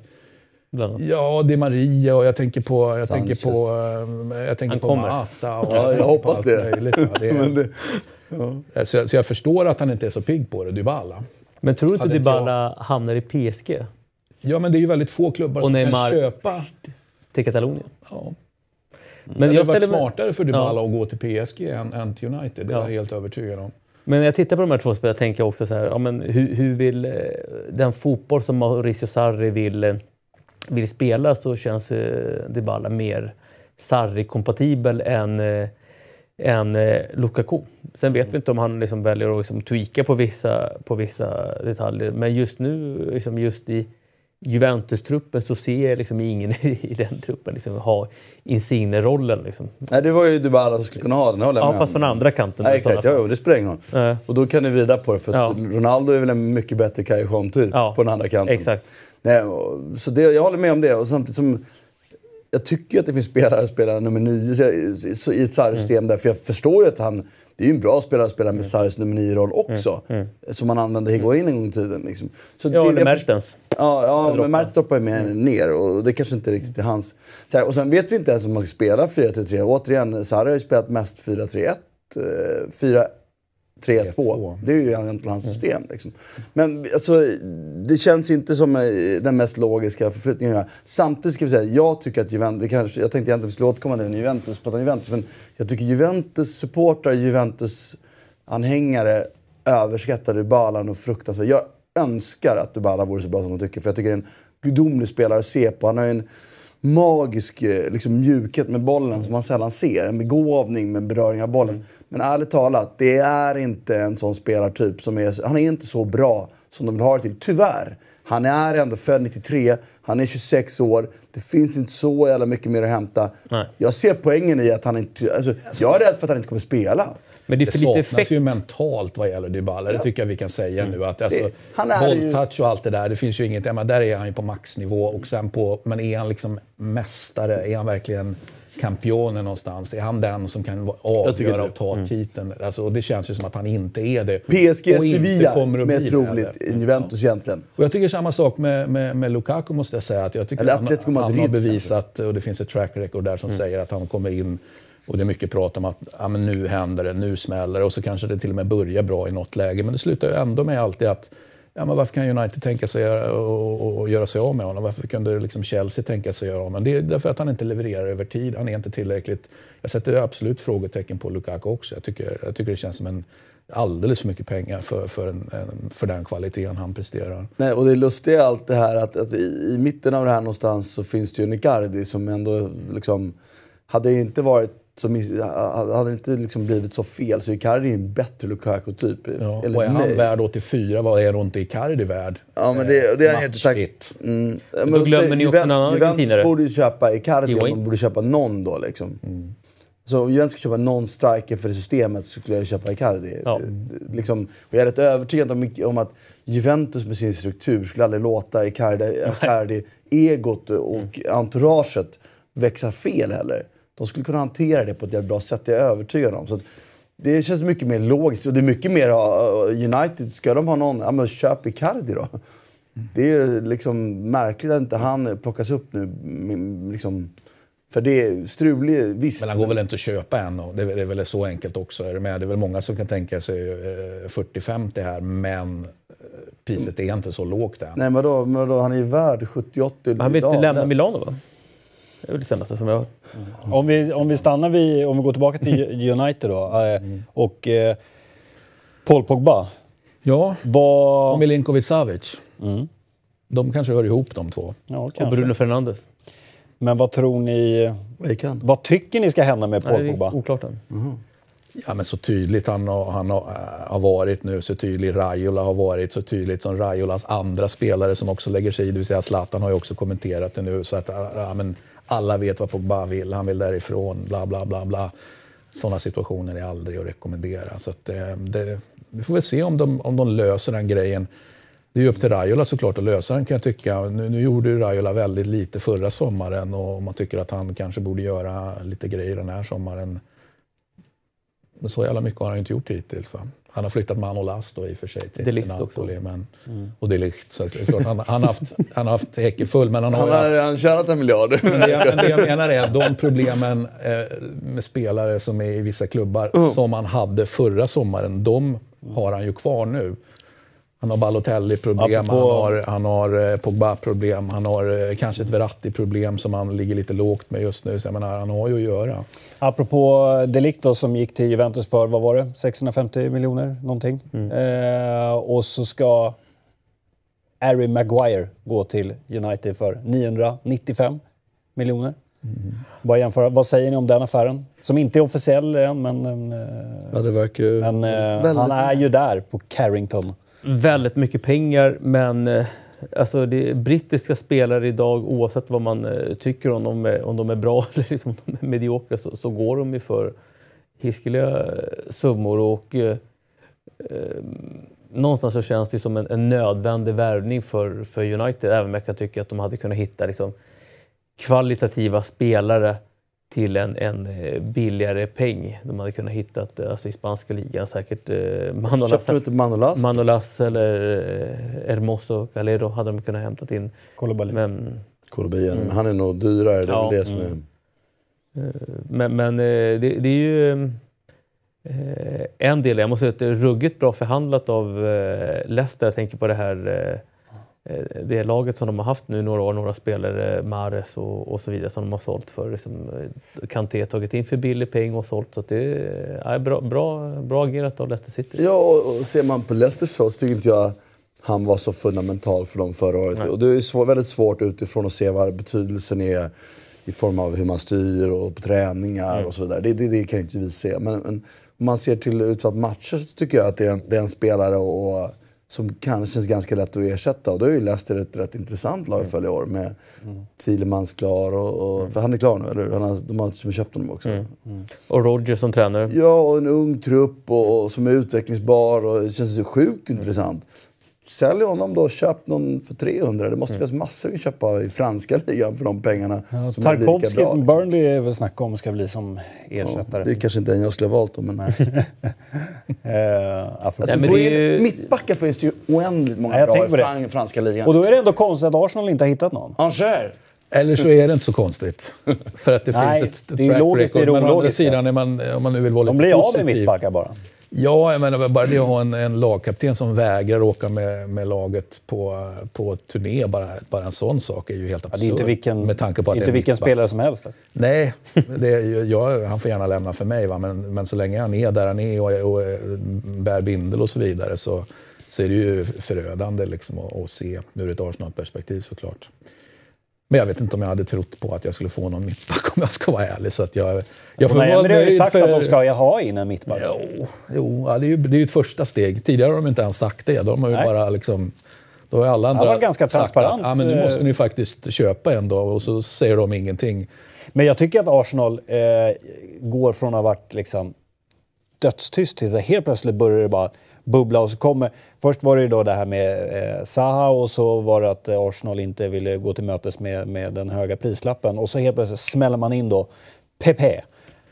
Ja, Di Maria, och jag tänker på jag tänker på jag tänker på Mata och ja, jag hoppas det. Möjligt, ja, det, är, det ja. så, så jag förstår att han inte är så pigg på det, Dybala. Men tror du inte Dybala jag... hamnar i P S G? Ja, men det är ju väldigt få klubbar och som Neymar... kan köpa till Katalonien. Ja. Men det hade varit smartare för Dybala ja. att gå till P S G än, än till United. Det är ja. jag helt övertygad om. Men när jag tittar på de här två spelarna tänker jag också så här, ja, men hur, hur vill den fotboll som Mauricio Sarri vill vill spela så känns eh, Dybala mer Sarri-kompatibel än, eh, än eh, Lukaku. Sen vet vi inte om han liksom väljer att liksom tweaka på vissa, på vissa detaljer. Men just nu, liksom just i Juventus-truppen så ser jag liksom ingen i den truppen liksom ha Insigne-rollen. Liksom. Nej, det var ju Dybala som skulle kunna ha den. Ja, fast från andra kanten. Nej, exakt, ja, det spelar ingen roll. Äh. Och då kan du vrida på det, för ja. Ronaldo är väl en mycket bättre Cajon-typ ja, på den andra kanten. Exakt. Nej, så det, jag håller med om det. Och samtidigt som jag tycker att det finns spelare spelare nummer nio så jag, så i ett Sarri-system mm. där, för jag förstår ju att han, det är ju en bra spelare att spela med Sarris nummer nio-roll också. Mm. Mm. Som man använde Higuain en gång i tiden. Liksom. Så ja, det, eller Mertens. Ja, ja men Mertens droppar ju med mm. ner och det kanske inte riktigt är hans. Så här, och sen vet vi inte ens om man ska spela fyra tre tre. Återigen, Sarri har ju spelat mest fyra tre ett. fyra tre två. Det är ju egentligen hans system. Mm. Liksom. Men alltså, det känns inte som den mest logiska förflyttningen. Samtidigt ska vi säga, jag tycker att Juventus, vi kanske, jag tänkte egentligen att vi skulle återkomma till Juventus, prata om Juventus, men jag tycker Juventus-supportrar, Juventus-anhängare överskattar Dybala och fruktansvärt. Jag önskar att Dybala vore så bra som de tycker, för jag tycker det är en gudomlig spelare att se på. Han har ju en magisk liksom, mjukhet med bollen som man sällan ser. En begåvning med beröring av bollen. Mm. Men ärligt talat, det är inte en sån spelartyp som är... Han är inte så bra som de vill ha det till. Tyvärr. Han är ändå född nittiotre. Han är tjugosex år. Det finns inte så jävla mycket mer att hämta. Nej. Jag ser poängen i att han inte... Alltså, jag är rädd för att han inte kommer spela. Men det, är för det lite saknas effekt. Ju mentalt vad gäller Dybala. Ja. Det tycker jag vi kan säga mm. nu. Att alltså, det, han är bolltouch ju... och allt det där. Det finns ju inget... Ja, men där är han ju på maxnivå. Och sen på... Men är han liksom mästare? Är han verkligen... kampionen någonstans? Är han den som kan avgöra och ta mm. titeln? Alltså, och det känns ju som att han inte är det. P S G Sevilla med troligt Juventus egentligen. Och jag tycker samma sak med, med, med Lukaku måste jag säga. Att jag tycker han, han har bevisat, och det finns ett track record där som mm. säger att han kommer in, och det är mycket prat om att ja, men nu händer det, nu smäller det, och så kanske det till och med börjar bra i något läge. Men det slutar ju ändå med alltid att ja, men varför kan United tänka sig att och, och, och göra sig av med honom? Varför kunde liksom Chelsea tänka sig att göra av med honom? Det är därför att han inte levererar över tid. Han är inte tillräckligt... Jag sätter absolut frågetecken på Lukaku också. Jag tycker, jag tycker det känns som en alldeles för mycket pengar för, för, en, en, för den kvaliteten han presterar. Nej, och det är lustigt allt det här att, att i, i mitten av det här någonstans så finns det ju Icardi som ändå liksom... Hade inte varit... Som hade inte liksom blivit så fel, så Icardi är en bättre Lukaku-typ. Ja, och är han mig. värd åttiofyra, vad är inte Icardi värd? Ja, men det, det är helt sagt. Mm. Men då glömmer ni upp en annan argentinare. Juventus borde ju köpa Icardi, och man borde köpa någon då liksom. Mm. Så om Juventus skulle köpa någon striker för det systemet så skulle jag köpa Icardi. Ja. Liksom, och jag är rätt övertygad om, om att Juventus med sin struktur skulle aldrig låta Icardi, Icardi egot och entouraget växa fel heller. De skulle kunna hantera det på ett bra sätt, jag är övertygad om. Så det känns mycket mer logiskt. Och det är mycket mer uh, United. Ska de ha någon, ja men köp Icardi då. Mm. Det är liksom märkligt att inte han plockas upp nu. Liksom, för det är struligt, visst. Men han går väl inte att köpa än. Och det är väl så enkelt också. Är det, med? Det är väl många som kan tänka sig uh, fyrtio femtio här, men... Uh, priset är inte så lågt än. Nej, men då, men då han är ju värd sjuttio åttio. Han vill inte lämna Milano, va? Det är väl det senaste som jag har. Mm. Om vi, om vi stannar vid, om vi går tillbaka till United då, mm. och eh, Paul Pogba. Ja, var... och Milinkovic-Savic. Mm. De kanske hör ihop de två. Ja, och Bruno Fernandes. Men vad tror ni, vad tycker ni ska hända med Paul Nej, Pogba? Oklart än. Mm. Ja, men så tydligt han har, han har, har varit nu, så tydligt Raiola har varit, så tydligt som Raiolas andra spelare som också lägger sig i, det vill säga Zlatan har ju också kommenterat det nu, så att ja, men alla vet vad Pogba vill, han vill därifrån, bla bla bla bla. Sådana situationer är aldrig att rekommendera, så att det, det, vi får väl se om de, om de löser den grejen. Det är ju upp till Raiola såklart att lösa den, kan jag tycka. Nu, nu gjorde ju Raiola väldigt lite förra sommaren, och man tycker att han kanske borde göra lite grejer den här sommaren. Men så jävla mycket har han inte gjort hittills, va? Han har flyttat Manolas då i och för sig till Delikt Napoli, men mm. och Delikt, så det är klart, han, han har haft han har haft häcken full, men han har han har han tjänat en miljard. Men det, men det jag menar är att de problemen eh, med spelare som är i vissa klubbar mm. som han hade förra sommaren, de har han ju kvar nu. Han har Balotelli-problem, Apropå... han har, han har eh, Pogba-problem, han har eh, kanske ett Verratti-problem som han ligger lite lågt med just nu. Så jag menar, han har ju att göra. Apropå Delikt då, som gick till Juventus för, vad var det? sexhundrafemtio miljoner någonting. Mm. Eh, och så ska Harry Maguire gå till United för niohundranittiofem miljoner. Mm. Bara jämföra. Vad säger ni om den affären? Som inte är officiell än, men, ja, det verkar ju men väldigt... han är ju där på Carrington. Väldigt mycket pengar, men alltså det är brittiska spelare idag, oavsett vad man tycker om dem, om de är bra eller liksom mediokra, så, så går de ju för hiskeliga summor. Och eh, någonstans så känns det som en, en nödvändig värvning för, för United, även om jag kan tycka att de hade kunnat hitta liksom kvalitativa spelare till en, en billigare peng. De hade kunnat hitta alltså i spanska ligan säkert eh, Manolas, köpte inte Manolas? Manolas eller eh, Hermoso Calero hade de kunnat hämtat in. Koulibaly. Men, Koulibaly, mm. men han är nog dyrare, det är ja, väl det som mm. är... Men, men det, det är ju eh, en del, jag måste säga att det är ruggigt bra förhandlat av eh, Leicester. Jag tänker på det här eh, det laget som de har haft nu några år, några spelare, Mahrez och, och så vidare, som de har sålt för. Liksom, Kanté tagit in för billig peng och sålt, så att det är bra, bra, bra agerat av Leicester City. Ja, och ser man på Leicester så tycker inte jag han var så fundamental för dem förra året. Nej. Och det är svår, väldigt svårt utifrån att se vad betydelsen är i form av hur man styr och på träningar mm. och så vidare. Det, det, det kan inte vi se. Men, men om man ser till utsatt matcher så tycker jag att det är en, det är en spelare och, och som kanske känns ganska lätt att ersätta. Och då är ju Leicester ett rätt intressant lag för i år med mm. Thielemans klar. Och, och, mm. För han är klar nu, eller han har, de har köpt honom också. Mm. Mm. Och Rodgers som tränare. Ja, och en ung trupp och, och som är utvecklingsbar. Och det känns så sjukt mm. intressant. Sälj honom då, köp någon för trehundra. Det måste mm. finnas massor att köpa i franska ligan för de pengarna. Ja, Tarkovsky från Burnley är väl snacka om ska bli som ersättare. Ja, det är kanske inte den jag skulle ha valt då, men... uh, alltså, Nej, men det är ju... Mittbackar finns det ju oändligt många ja, bra i fran- franska ligan. Och då är det ändå konstigt att Arsenal inte har hittat någon. Angers. Eller så är det inte så konstigt. För att det Nej, finns ett det är logiskt, det är men å andra sidan är man, om man nu vill vara de lite blir positiv. av med mittbackar bara. Ja, jag menar bara det att ha en, en lagkapten som vägrar åka med, med laget på, på turné. Bara, bara en sån sak är ju helt absurd. Ja, det är inte vilken, med tanke på att inte det är vilken mittback. spelare som helst. Nej, det är ju, jag, han får gärna lämna för mig. Va? Men, men så länge han är där han är och, och, och bär bindel och så vidare så, så är det ju förödande liksom, att, att se ur ett Arsenal-perspektiv såklart. Men jag vet inte om jag hade trott på att jag skulle få någon mittback om jag ska vara ärlig. Så att jag, jag får Nej, vara men det har ju sagt för... att de ska ha in en mittback. Jo, jo ja, det är ju det är ju ett första steg. Tidigare har de inte ens sagt det. De har ju Nej. bara liksom... Då har alla andra Han var ganska transparent. Att, ja, men nu måste ni faktiskt köpa en dag och så säger de ingenting. Men jag tycker att Arsenal eh, går från att ha varit liksom dödstyst till att helt plötsligt börjar det bara bubbla och så kommer... Först var det ju då det här med eh, Zaha och så var det att eh, Arsenal inte ville gå till mötes med, med den höga prislappen. Och så helt plötsligt smäller man in då Pepe.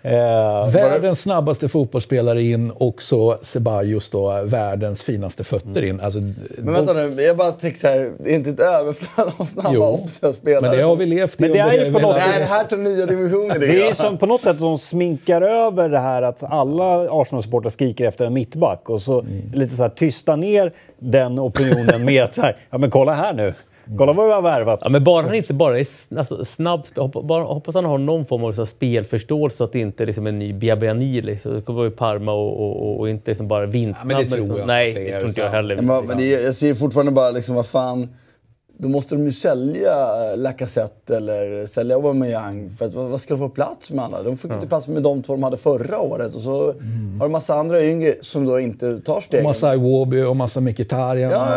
Eh, världens snabbaste fotbollsspelare in och så Ceballos då världens finaste fötter in. Alltså, men vänta nu, jag bara tänker så här, det är inte ett överflöd av snabba offensiva spelare. Men det har vi levt i. Men det är ju på något sätt... Det här tar nya dimensioner. Det, det är som på något sätt att de sminkar över det här att alla Arsenal-supportrar skriker efter en mittback och så mm. lite så här tysta ner den opinionen med att så här, ja men kolla här nu. Kolla vad vi har värvat. Ja, men bara han inte bara är alltså, snabb, bara, hoppas han har någon form av liksom, spelförståelse så att det inte är liksom, en ny Biabiani. Liksom. Det kommer vara i Parma och, och, och inte liksom, bara vinstsnabb. Ja, men det tror liksom. jag. Nej, det, det tror inte jag heller. Ja, men, men det, jag ser fortfarande bara liksom, vad fan... Då måste de ju sälja Lacazette eller sälja Aubameyang för att vad ska de få plats med alla? De fick ja. inte plats med de två de hade förra året och så mm. har de massa andra yngre som då inte tar stegen. Och massa Iwobi och massa Mkhitaryan ja, och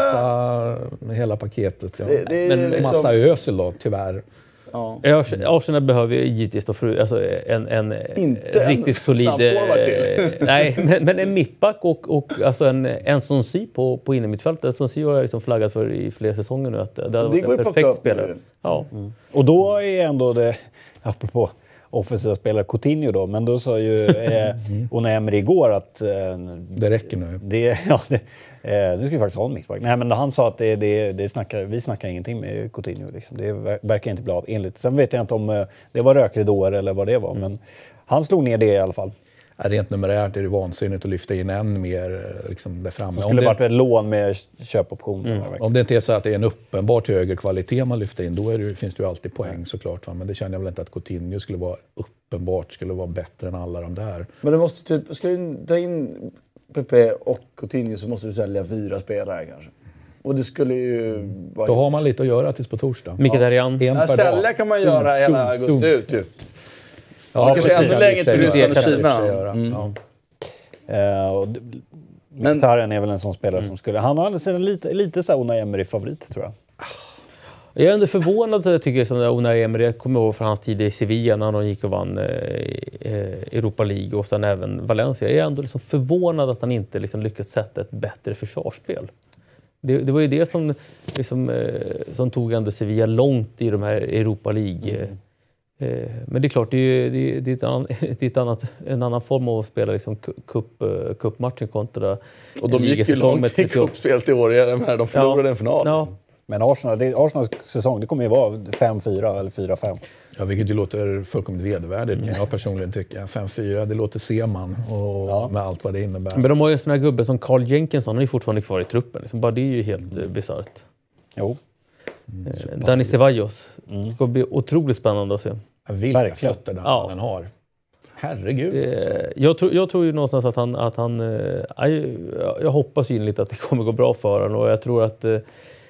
massa hela paketet. Ja. Det, det men liksom... massa Özil då, tyvär. Ja. Arsenal behöver ju givetvis då för, alltså en, en inte riktigt en solid... till. nej, men, men en mittback och, och alltså en, en Sonsi på, på innermittfältet. En Sonsi har jag liksom flaggat för i flera säsonger nu. Att det, det går ju perfekt spelare. Ja. Mm. Och då är ändå det, apropå offensiva spelare Coutinho då, men då sa ju eh, Unai Emery igår att... Eh, det räcker nu. Det, ja, det, eh, nu ska vi faktiskt ha en mittback. Nej, men han sa att det, det, det snackar, vi snackar ingenting med Coutinho. Liksom. Det verkar inte bli av enligt. Sen vet jag inte om eh, det var rökridåer eller vad det var, mm. men han slog ner det i alla fall. Ja, rent numerärt är det vansinnigt att lyfta in än mer liksom, där framme. Det skulle det varit ett lån med köpoption. Mm. Om det inte är så att det är en uppenbart högre kvalitet man lyfter in, då är det, finns det ju alltid poäng såklart. Va? Men det känner jag väl inte att Coutinho skulle vara uppenbart skulle vara bättre än alla de där. Men du måste typ, ska du ta in Pepe och Coutinho så måste du sälja fyra spelare kanske. Och det skulle ju vara... Då har man lite att göra tills på torsdag. Mkhitaryan. En Ja, per sälja dag. kan man göra hela augusti ut ju. Ja, kanske precis. ännu längre till Det kan Ryssland och det Kina. göra. Mm. Ja. Eh, och d- Mkhitaryan är väl en sån spelare som skulle... Han har en lite, lite så här Unai Emery-favorit, tror jag. Jag är ändå förvånad, jag tycker, som Unai Emery. Jag kommer ihåg från hans tid i Sevilla när han gick och vann eh, Europa League och sen även Valencia. Jag är ändå liksom förvånad att han inte liksom lyckats sätta ett bättre försvarsspel. Det, det var ju det som, liksom, eh, som tog ändå Sevilla långt i de här Europa League. Mm. Eh, men det är klart, det är, det är, det är, ett annan, det är ett annat, en annan form av att spela liksom, cup, cupmatchen kontra Och de gick ju långt i cupspel till år. De förlorade ja. en final. Ja. Men Arsenal, det, Arsenals säsong, det kommer ju vara fem fyra eller fyra fem. Ja, vilket ju låter fullkomligt vedervärdigt, kan jag personligen tycka. fem fyra, det låter Seman och ja. med allt vad det innebär. Men de har ju en sån här gubbe som Carl Jenkinson, han är ju fortfarande kvar i truppen. Liksom. Bara det är ju helt mm. bisarrt. Jo. Mm. Eh, Dani Ceballos. Mm. Det ska bli otroligt spännande att se. Vilka fötter den ja. han har. Herregud. Eh, jag, tror, jag tror ju någonstans att han... Att han eh, jag, jag hoppas ju inligt att det kommer gå bra för honom. Och jag tror att... Eh,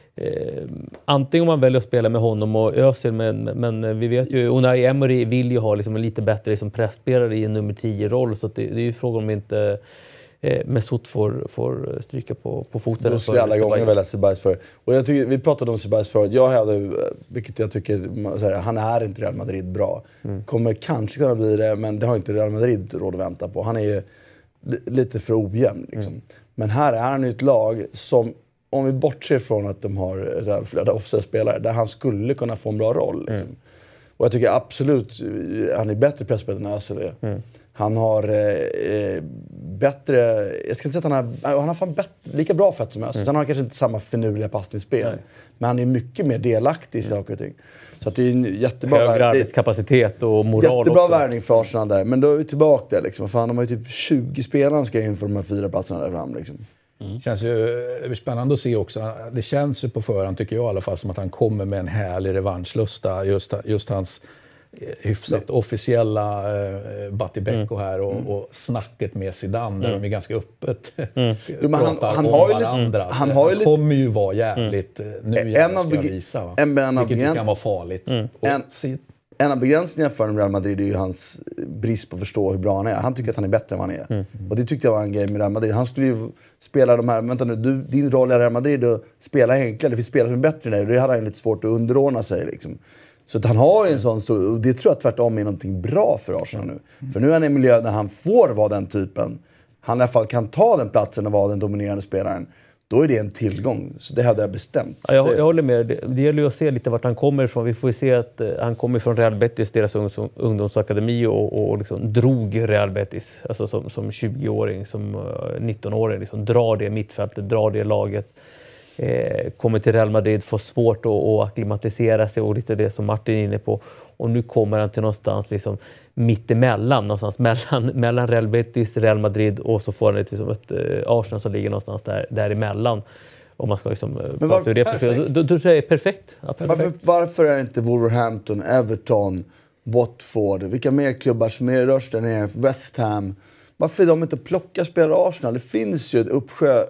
Eh, antingen om man väljer att spela med honom och Özil, men, men vi vet ju Unai Emery vill ju ha liksom en lite bättre liksom pressspelare i en nummer tio-roll, så det, det är ju frågan om inte eh, Mesut får, får stryka på, på foten. Då skulle jag alla gånger välja Ceballos för. Och jag tycker, vi pratade om Ceballos förut. Jag hade, vilket jag tycker, här, han är inte Real Madrid bra. Mm. Kommer kanske kunna bli det, men det har inte Real Madrid råd att vänta på. Han är ju lite för ojämn liksom. Mm. Men här är han ju ett lag som, om vi bortser från att de har så här, flera offside-spelare, där han skulle kunna få en bra roll. Liksom. Mm. Och jag tycker absolut han är bättre pressspelare än Özil är. Mm. Han har eh, bättre... Jag ska inte säga att han har... Han har fan bättre, lika bra fötter som Özil. Mm. Han har kanske inte samma finurliga passningsspel. Nej. Men han är mycket mer delaktig i saker och ting. Så att det är en jättebra... Högre arbetskapacitet och moral jättebra också. värvning för Arsenal där. Men då är vi tillbaka där liksom. Fan, de har ju typ tjugo spelare som ska in för de här fyra platserna där fram liksom. Mm. Det känns ju spännande att se också. Det känns ju på förhand, tycker jag i alla fall, som att han kommer med en härlig revanschlusta. Just, just hans hyfsat det. officiella eh, Batti Becco mm. här och, mm. och snacket med Zidane där mm. de är ganska öppet mm. pratar han, han om har varandra. Lite, han har ju lite, kommer ju vara jävligt... Mm. Nu jävlar ska jag visa, va? En, en vilket ju kan vara farligt. Mm. En, en av begränsningarna för Real Madrid är ju hans brist på att förstå hur bra han är. Han tycker att han är bättre än vad han är. Mm. Och det tyckte jag var en grej med Real Madrid. Han skulle ju spela de här... Vänta nu, du, din roll i Real Madrid är att spela enklare. Det finns spelare som är bättre än dig. Det hade han lite svårt att underordna sig liksom. Så att han har ju en sån stor... Och det tror jag tvärtom är någonting bra för Arsenal nu. Mm. För nu är han i en miljö där han får vara den typen. Han i alla fall kan ta den platsen och vara den dominerande spelaren. Då är det en tillgång. Så det hade jag bestämt. Ja, jag, jag håller med. Det, det gäller ju att se lite vart han kommer ifrån. Vi får ju se att eh, han kommer från Real Betis, deras ungdoms, ungdomsakademi, och, och liksom drog Real Betis. Alltså som, som tjugo-åring, som uh, nitton-åring. Liksom, drar det mittfältet, drar det laget. Eh, kommer till Real Madrid, får svårt att, att akklimatisera sig, och lite det som Martin är inne på. Och nu kommer han till någonstans liksom mittemellan, någonstans mellan, mellan Real Betis, Real Madrid, och så får han ett, liksom ett eh, Arsenal som ligger någonstans där, däremellan. Om man ska liksom... Men var, det perfekt. Då, då tror jag det är perfekt. Ja, perfekt. Varför, varför är inte Wolverhampton, Everton, Watford, vilka mer klubbar som är rörs där nere, West Ham, varför är de inte plockar spelare Arsenal? Det finns ju ett uppsjö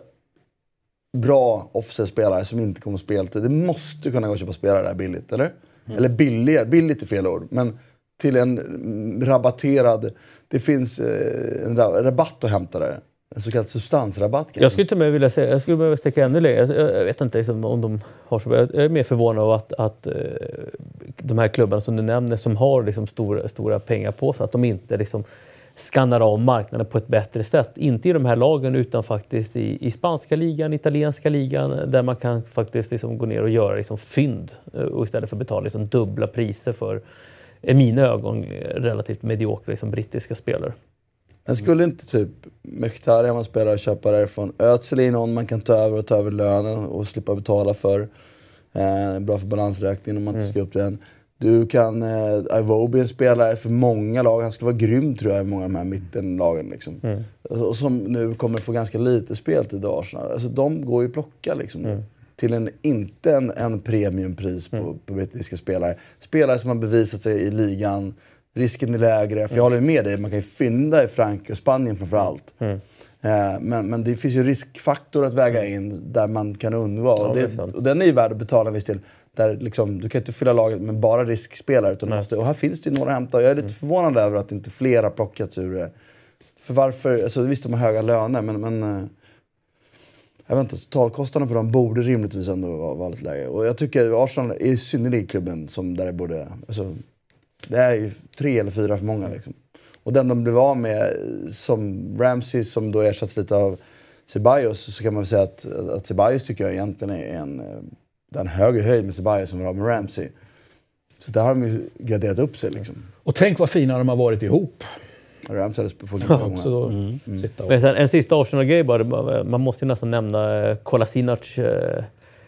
bra offset-spelare som inte kommer att spela till. Det måste kunna gå att köpa spelare där billigt, eller? Mm. Eller billigare, billigt är fel ord, men till en rabatterad, det finns en rabatt att hämta där. En så kallad substansrabatt. Kanske. Jag skulle inte vilja säga, jag skulle behöva sticka ännu längre. Jag vet inte liksom, om de har så. Jag är mer förvånad av att, att de här klubbarna som du nämner, som har liksom stora, stora pengar på sig, att de inte liksom skannar av marknaden på ett bättre sätt. Inte i de här lagen, utan faktiskt i, i spanska ligan, italienska ligan, där man kan faktiskt liksom gå ner och göra liksom fynd, och istället för att betala liksom dubbla priser för, i mina ögon, relativt mediokra liksom brittiska spelare. Men skulle inte typ Mkhitaryan man spelar och köpa därifrån, Özil är någon man kan ta över och ta över lönen och slippa betala för. Eh, bra för balansräkningen om man inte ska upp den. Du kan, eh, Iwobi en spelare för många lag, han skulle vara grym tror jag i många av de här mittenlagen liksom. Mm. Alltså, och som nu kommer få ganska lite speltid i Arsenal. Alltså de går ju att plocka liksom. Mm. Till en, inte en, en premiumpris på, mm. på brittiska spelare. Spelare som har bevisat sig i ligan. Risken är lägre. För jag håller med dig, man kan ju fynda i Frankrike och Spanien framförallt. Mm. Eh, men, men det finns ju riskfaktor att väga in där man kan undgå. Ja, och, det är det, sant. och den är ju värd att betala en viss del. Där liksom, du kan inte fylla laget med bara riskspelare. Utan du måste, och här finns det ju några att hämta. Och jag är lite Mm. förvånad över att inte flera plockats ur det. För varför? Alltså, visst, de har höga löner, men... men eh, jag vet inte, totalkostnaden för dem borde rimligtvis ändå vara, vara lite lägre. Och jag tycker Arsenal är synnerligen klubben som där det borde... Alltså, det är ju tre eller fyra för många liksom. Och den de blev av med, som Ramsey, som då ersatts lite av Ceballos, så kan man väl säga att, att Ceballos tycker jag egentligen är en, den högre höjd med Ceballos som var av med Ramsey. Så där har de ju graderat upp sig liksom. Och tänk vad fina de har varit ihop. Ramsey hade fått Ja, så mm. sitta och... Men sen, en sista Arsenal-grej bara. Man måste ju nästan nämna eh, Kolasinac eh,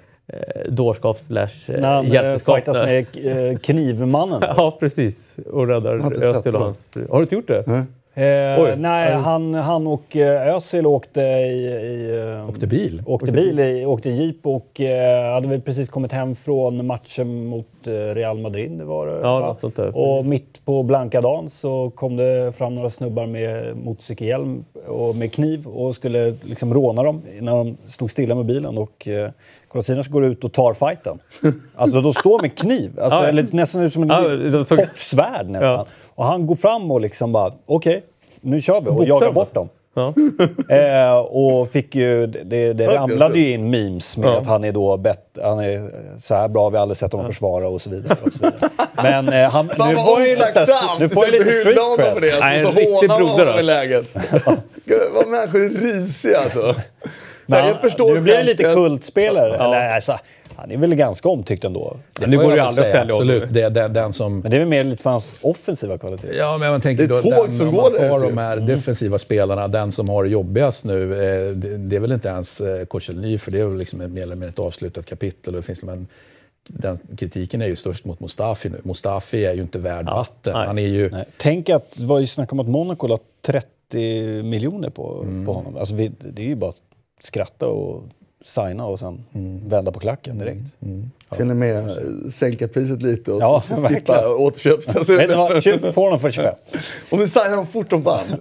eh, dårskap slash eh, När han hjälteskap. fightas med eh, knivmannen. Ja, precis. Och räddar har inte sett Özil och det. hans fru. Har du inte gjort det? Mm. Eh, Oj. nej, han, han och eh, Özil åkte i... i eh, Åkte bil. Åkte bil, i, åkte jeep och eh, hade väl precis kommit hem från matchen mot eh, Real Madrid. Det var det, Ja, va? något sånt där. Och mitt på blanka dagen så kom det fram några snubbar med motorcykelhjälm och med kniv och skulle liksom råna dem när de stod stilla med bilen. Och eh, Kolasinac går ut och tar fighten. Alltså de står med kniv. Alltså, Ja. eller nästan ut som en Ja, de såg- svärd nästan. Ja. Och han går fram och liksom bara, okej, nu kör vi. Och Boxar jagar de bort alltså? dem. Ja. Eh, och fick ju, det, det ramlade ju in memes med Ja. att han är då bet, han är så här bra, vi har aldrig sett honom försvara och så vidare. Och så vidare. Men eh, han, nu Fan, vad får ju lite, otacksamt. nu får ju lite Istället för street hylla honom för cred. det, så Nej, en så riktig hånar broder, honom då. i läget. Gud, vad människor är risiga alltså. Så här, Men jag förstår nu blir det lite skämtet. kultspelare. Eller, alltså, han är väl ganska omtyckt ändå. Det nu får går jag det ju väl aldrig att säga, sälja honom. absolut. Det är den, den som... Men det är väl mer lite för hans offensiva kvalitet. Ja, men man tänker Det är då, tåg den, som om går man där tar ute. de här defensiva spelarna, den som har jobbigast nu, eh, det, det är väl inte ens eh, Koscielny, för det är väl liksom ett, mer eller mindre ett avslutat kapitel. Och det finns en, den kritiken är ju störst mot Mustafi nu. Mustafi är ju inte värd vatten. nej. Han är ju... Nej. Tänk att det var ju snack om att Monaco la trettio miljoner på, på honom. Alltså vi, det är ju bara att skratta och signa och sen vända på klacken direkt. Till och med eh, sänka priset lite och Ja, så verkligen. skippa återköpsklausulen. Vet du vad? tjugo får honom för tjugofem. Om vi signar dem fort som fan.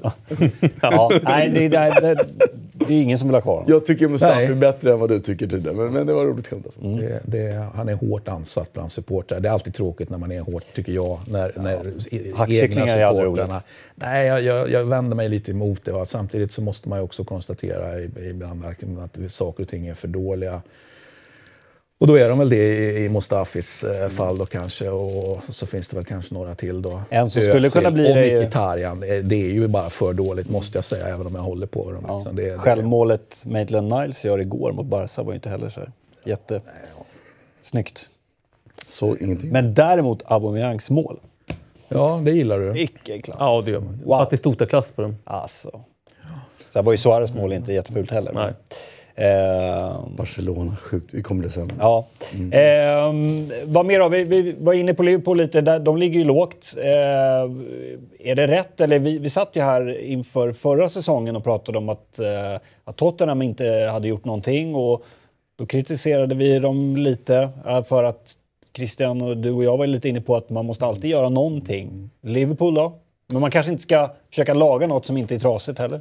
Ja, nej, det, det, det, det är ingen som vill ha kvar honom. Jag tycker Mustafi Nej. är bättre än vad du tycker tidigare. Men, men det var roligt skämt. Mm. Det, det, han är hårt ansatt bland supportrar. Det är alltid tråkigt när man är hårt, tycker jag. När, när i- Hackkycklingar egna är aldrig supportrarna... Nej, jag, jag, jag vänder mig lite emot det. Va? Samtidigt så måste man ju också konstatera i- ibland att saker och ting är för dåliga. Och då är de väl det i, i Mustafis eh, fall då kanske. Och så finns det väl kanske några till då. En som skulle kunna bli och det är- Mkhitaryan. Eh, Det är ju bara för dåligt, måste jag säga, även om jag håller på dem. Ja. Liksom. Det, det, Självmålet Maitland-Niles gör igår mot Barca var ju inte heller så här jätte snyggt. Så ingenting. Men däremot Aubameyangs mål. ja, det gillar du. Vilken klass. Ja, det gör man. Wow. Batistuta-klass på dem. Alltså. Så här var ju Suarez mål inte jättefult heller. Nej. Eh, Barcelona, sjukt. Vi kommer det sen. ja. Eh, vad mer då? Vi, vi var inne på Liverpool lite. Där, de ligger ju lågt. Eh, är det rätt? Eller vi, vi satt ju här inför förra säsongen och pratade om att, eh, att Tottenham inte hade gjort någonting. Och då kritiserade vi dem lite eh, för att Christian och du och jag var lite inne på att man måste alltid göra någonting. Liverpool då? Men man kanske inte ska försöka laga något som inte är trasigt heller.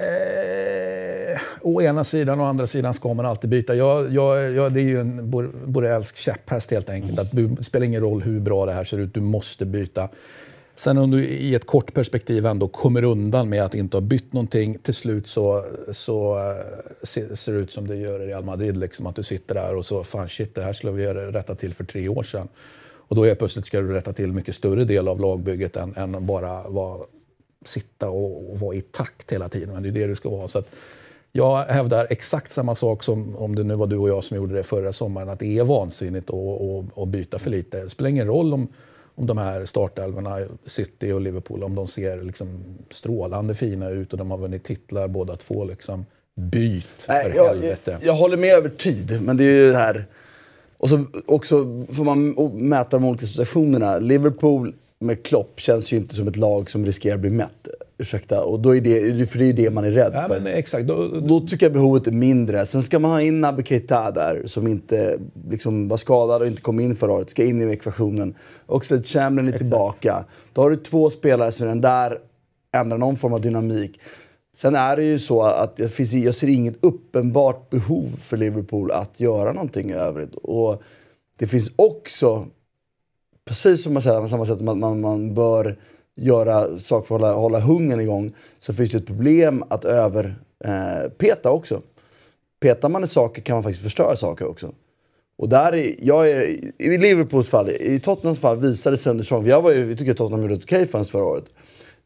Eh, å ena sidan och å andra sidan ska man alltid byta. Jag, jag, jag, det är ju en Bor- Borrellsk käpphäst helt enkelt. Att du, det spelar ingen roll hur bra det här ser ut, du måste byta. Sen om du i ett kort perspektiv ändå kommer undan med att inte ha bytt någonting, till slut så, så eh, ser, ser det ut som det gör i Real Madrid. Liksom, att du sitter där och så, fan shit, det här skulle vi göra, rätta till för tre år sedan. Och då är plötsligt ska du rätta till mycket större del av lagbygget än, än bara vara, sitta och, och vara i takt hela tiden. Men det är det du ska vara. Så att jag hävdar exakt samma sak som om det nu var du och jag som gjorde det förra sommaren. Att det är vansinnigt att, att, att byta för lite. Det spelar ingen roll om, om de här startelvorna, City och Liverpool, om de ser liksom strålande fina ut och de har vunnit titlar båda två. Liksom, byt Nej, för jag, helvete. jag, jag håller med över tid, men det är ju det här... Och så också får man mäta de olika situationerna. Liverpool med Klopp känns ju inte som ett lag som riskerar att bli mätt. Ursäkta. Och då är det, för det är det man är rädd Ja, för. men exakt. Då, Då tycker jag behovet är mindre. Sen ska man ha in Naby Keita där, som inte liksom var skadad och inte kom in förra året. Ska in i ekvationen. Oxlade Chamberlain är tillbaka. Då har du två spelare som den där ändrar någon form av dynamik. Sen är det ju så att jag, finns, jag ser inget uppenbart behov för Liverpool att göra någonting i övrigt. Och det finns också, precis som man säger, på samma sätt att man, man, man bör göra saker för att hålla, hålla hungern igång, så finns det ett problem att över eh, peta också. Petar man i saker kan man faktiskt förstöra saker också. Och där är, jag är, i Liverpools fall, i Tottenhams fall visade sig under säsongen, jag var ju, vi tycker att Tottenham gjorde ett okej fönster förra året.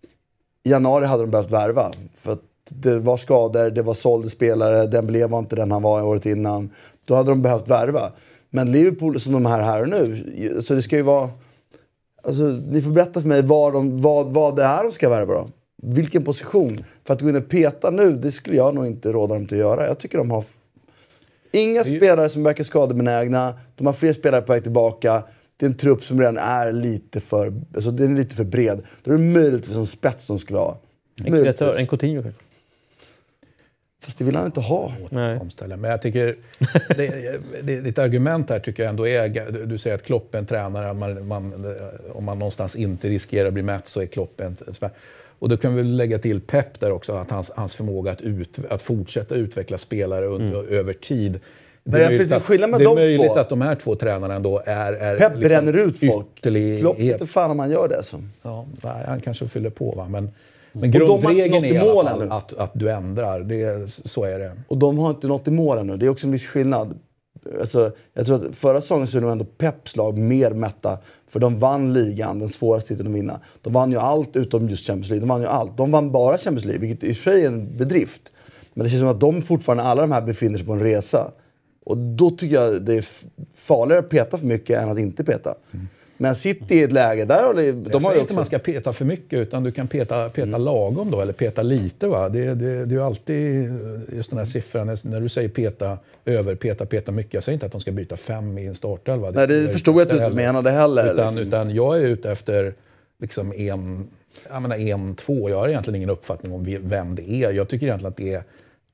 I januari hade de behövt värva, för att det var skador, det var sålda spelare, den blev inte den han var året innan. Då hade de behövt värva. Men Liverpool som de här här och nu, så det ska ju vara, alltså, ni får berätta för mig vad, de, vad, vad det är de ska värva då. Vilken position. För att gå in och peta nu, det skulle jag nog inte råda dem till att göra. Jag tycker de har inga spelare som verkar skadebenägna. De har fler spelare på väg tillbaka. Det är en trupp som redan är lite för, alltså den är lite för bred. Då är det möjligtvis en spets som skulle ha. En kreatör, en Coutinho kanske. Fast det vill han inte ha. Nej. Men jag tycker, det, det, ditt argument här tycker jag ändå är, du, du säger att Klopp är en tränare, man, man, om man någonstans inte riskerar att bli mätt så är Klopp en. Och då kan vi lägga till Pep där också, att hans, hans förmåga att, ut, att fortsätta utveckla spelare under, mm. över tid. Det är möjligt, att, det är de möjligt att de här två tränarna ändå är, är Pep liksom bränner ut folk. Klopp, helt... inte fan om man gör det. Så. Ja, han kanske fyller på, va? Men, men grundregeln är i alla fall att, att du ändrar. Det, så är det. Och de har inte nått i mål ännu. Det är också en viss skillnad. Alltså, jag tror att förra säsongen så är nog ändå Peps lag mer mätta. För de vann ligan, den svåraste titeln att vinna. De vann ju allt utom just Champions League. De vann ju allt. De vann bara Champions League, vilket i sig är en bedrift. Men det känns som att de fortfarande, alla de här befinner sig på en resa. Och då tycker jag det är farligare att peta för mycket än att inte peta. Mm. Men City i ett läge där har de, de jag har ju också... inte man ska peta för mycket, utan du kan peta, peta mm. lagom då, eller peta lite, va? Det, det, det är ju alltid just den här siffran, när du säger peta över, peta, peta mycket. Jag säger inte att de ska byta fem i en startelva. Nej, det förstod jag att du inte menade heller. Utan, liksom. utan jag är ute efter liksom en, jag menar en, två. Jag har egentligen ingen uppfattning om vem det är. Jag tycker egentligen att det är,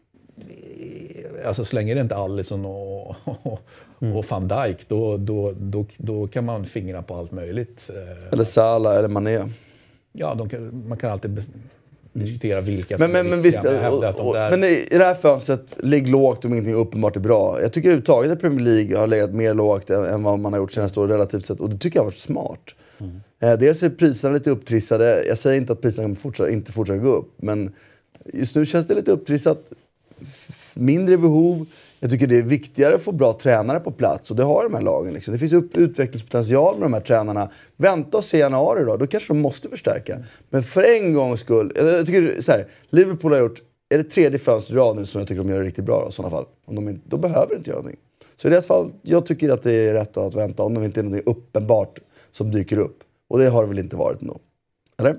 alltså slänger det inte Alisson och, och, mm. och Van Dijk, då, då, då, då kan man fingra på allt möjligt. Eller Salah eller Mané. Ja, de kan, man kan alltid diskutera vilka men, som men, är men, viktiga. visst, Men, och, och, där... men i det här fönstret, ligg lågt om ingenting uppenbart är bra. Jag tycker överhuvudtaget att Premier League har legat mer lågt än, än vad man har gjort senaste år relativt sett. Och det tycker jag har varit smart. Mm. Eh, dels är priserna lite upptrissade. Jag säger inte att priserna kommer fortsätta, inte fortsätta gå upp. Men just nu känns det lite upptrissat. Mindre behov. Jag tycker det är viktigare att få bra tränare på plats. Och det har de här lagen. Liksom. Det finns upp utvecklingspotential med de här tränarna. Vänta och se januari då. Då kanske de måste förstärka. Men för en gångs skull. Jag tycker så här. Liverpool har gjort. Är det tredje fönster rad nu som jag tycker de gör det riktigt bra då, i sådana fall. Om de inte, då behöver de inte göra någonting. Så i deras fall. Jag tycker att det är rätt att vänta. Om det inte är något uppenbart som dyker upp. Och det har det väl inte varit ändå. Eller?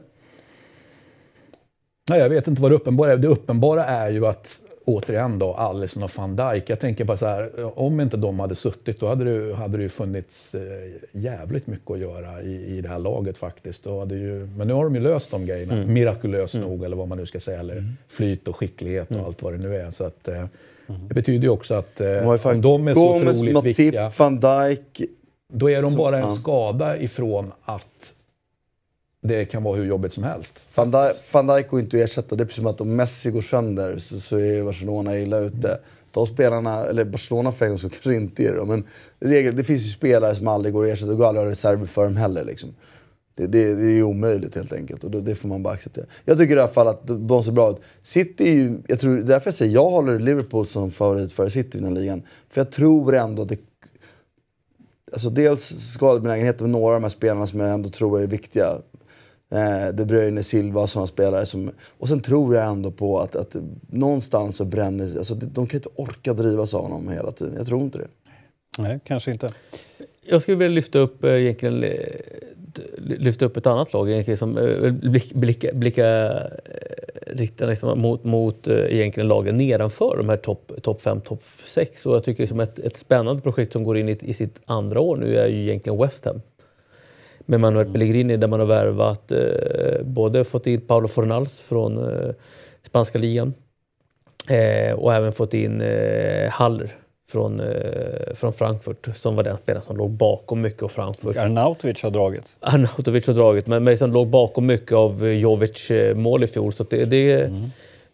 Nej, jag vet inte vad det uppenbara är. Det uppenbara är ju att återigen då, Alisson och Van Dijk. Jag tänker bara så här, om inte de hade suttit, då hade det, hade det ju funnits eh, jävligt mycket att göra i, i det här laget faktiskt. Då hade ju, men nu har de ju löst de grejerna, mm. mirakulöst mm. nog, eller vad man nu ska säga, eller mm. flyt och skicklighet och mm. allt vad det nu är. Så att, eh, mm. det betyder ju också att eh, de, om de är så Gomes, otroligt Matip, viktiga, Van Dijk, då är de så, bara en ja. skada ifrån att det kan vara hur jobbigt som helst. Van Dijk, Van Dijk går inte att ersätta. Det är precis som att om Messi går sönder så, så är Barcelona illa ute. Mm. De spelarna, eller Barcelona för en gång så kanske inte är det. Men regel, det finns ju spelare som aldrig går att ersätta. Det går aldrig att ha reserver för dem heller. Liksom. Det, det, det är ju omöjligt helt enkelt. Och det, det får man bara acceptera. Jag tycker i alla fall att de ser bra ut. City är ju, jag tror, därför jag säger jag håller Liverpool som favorit för City i den här ligan. För jag tror ändå att det... Alltså dels skadebenägenheten med några av de här spelarna som jag ändå tror är viktiga. Eh, De Bruyne, Silva och sådana spelare som, och sen tror jag ändå på att, att någonstans så bränner, alltså de kan inte orka drivas av honom hela tiden. Jag tror inte det. Nej, kanske inte. Jag skulle vilja lyfta upp egentligen lyfta upp ett annat lag egentligen som blicka, blicka, blicka rikta liksom mot, mot egentligen lagen nedanför de här topp top fem, topp sex, och jag tycker liksom ett, ett spännande projekt som går in i, i sitt andra år nu är ju egentligen West Ham. Med Manuel Pellegrini, där man har värvat eh, både fått in Paulo Fornals från eh, spanska ligan eh, och även fått in eh, Haller från, eh, från Frankfurt, som var den spelaren som låg bakom mycket av Frankfurt. Arnautovic har dragit. Arnautovic har dragit, men, men som låg bakom mycket av Jovic mål i fjol. Så det, det, mm.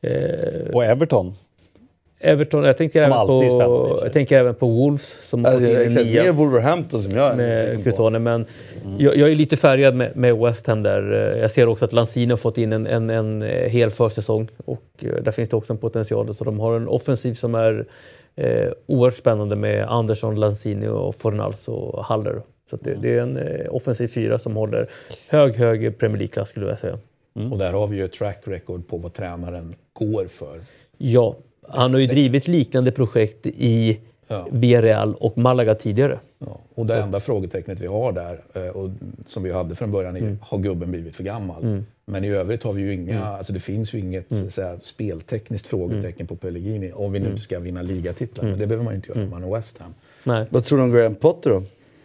Eh, Och Everton. Everton, jag tänker, även alltid är på, spännande. jag tänker även på Wolves som har Alltså, fått in exakt, nya mer Wolverhampton som jag är med Crotone. Men jag, jag är lite färgad med, med West Ham där. Jag ser också att Lanzini har fått in en, en, en hel försäsong och där finns det också en potential. Så de har en offensiv som är eh, oerhört spännande med Andersson, Lanzini och Fornals och Haller. Så att det, det är en eh, offensiv fyra som håller hög, hög Premier League-klass skulle jag säga. Mm. Och där har vi ju ett track record på vad tränaren går för. Ja, han har ju drivit liknande projekt i ja. Villarreal och Malaga tidigare. Ja. Och det så. enda frågetecknet vi har där, och som vi hade från början, är mm. har gubben blivit för gammal? Mm. Men i övrigt har vi ju inga, mm. alltså det finns ju inget mm. så här, speltekniskt frågetecken mm. på Pellegrini om vi nu ska vinna ligatitlar. Mm. Men det behöver man ju inte göra om man är West Ham. Nej. Vad tror du om Graham Potter då?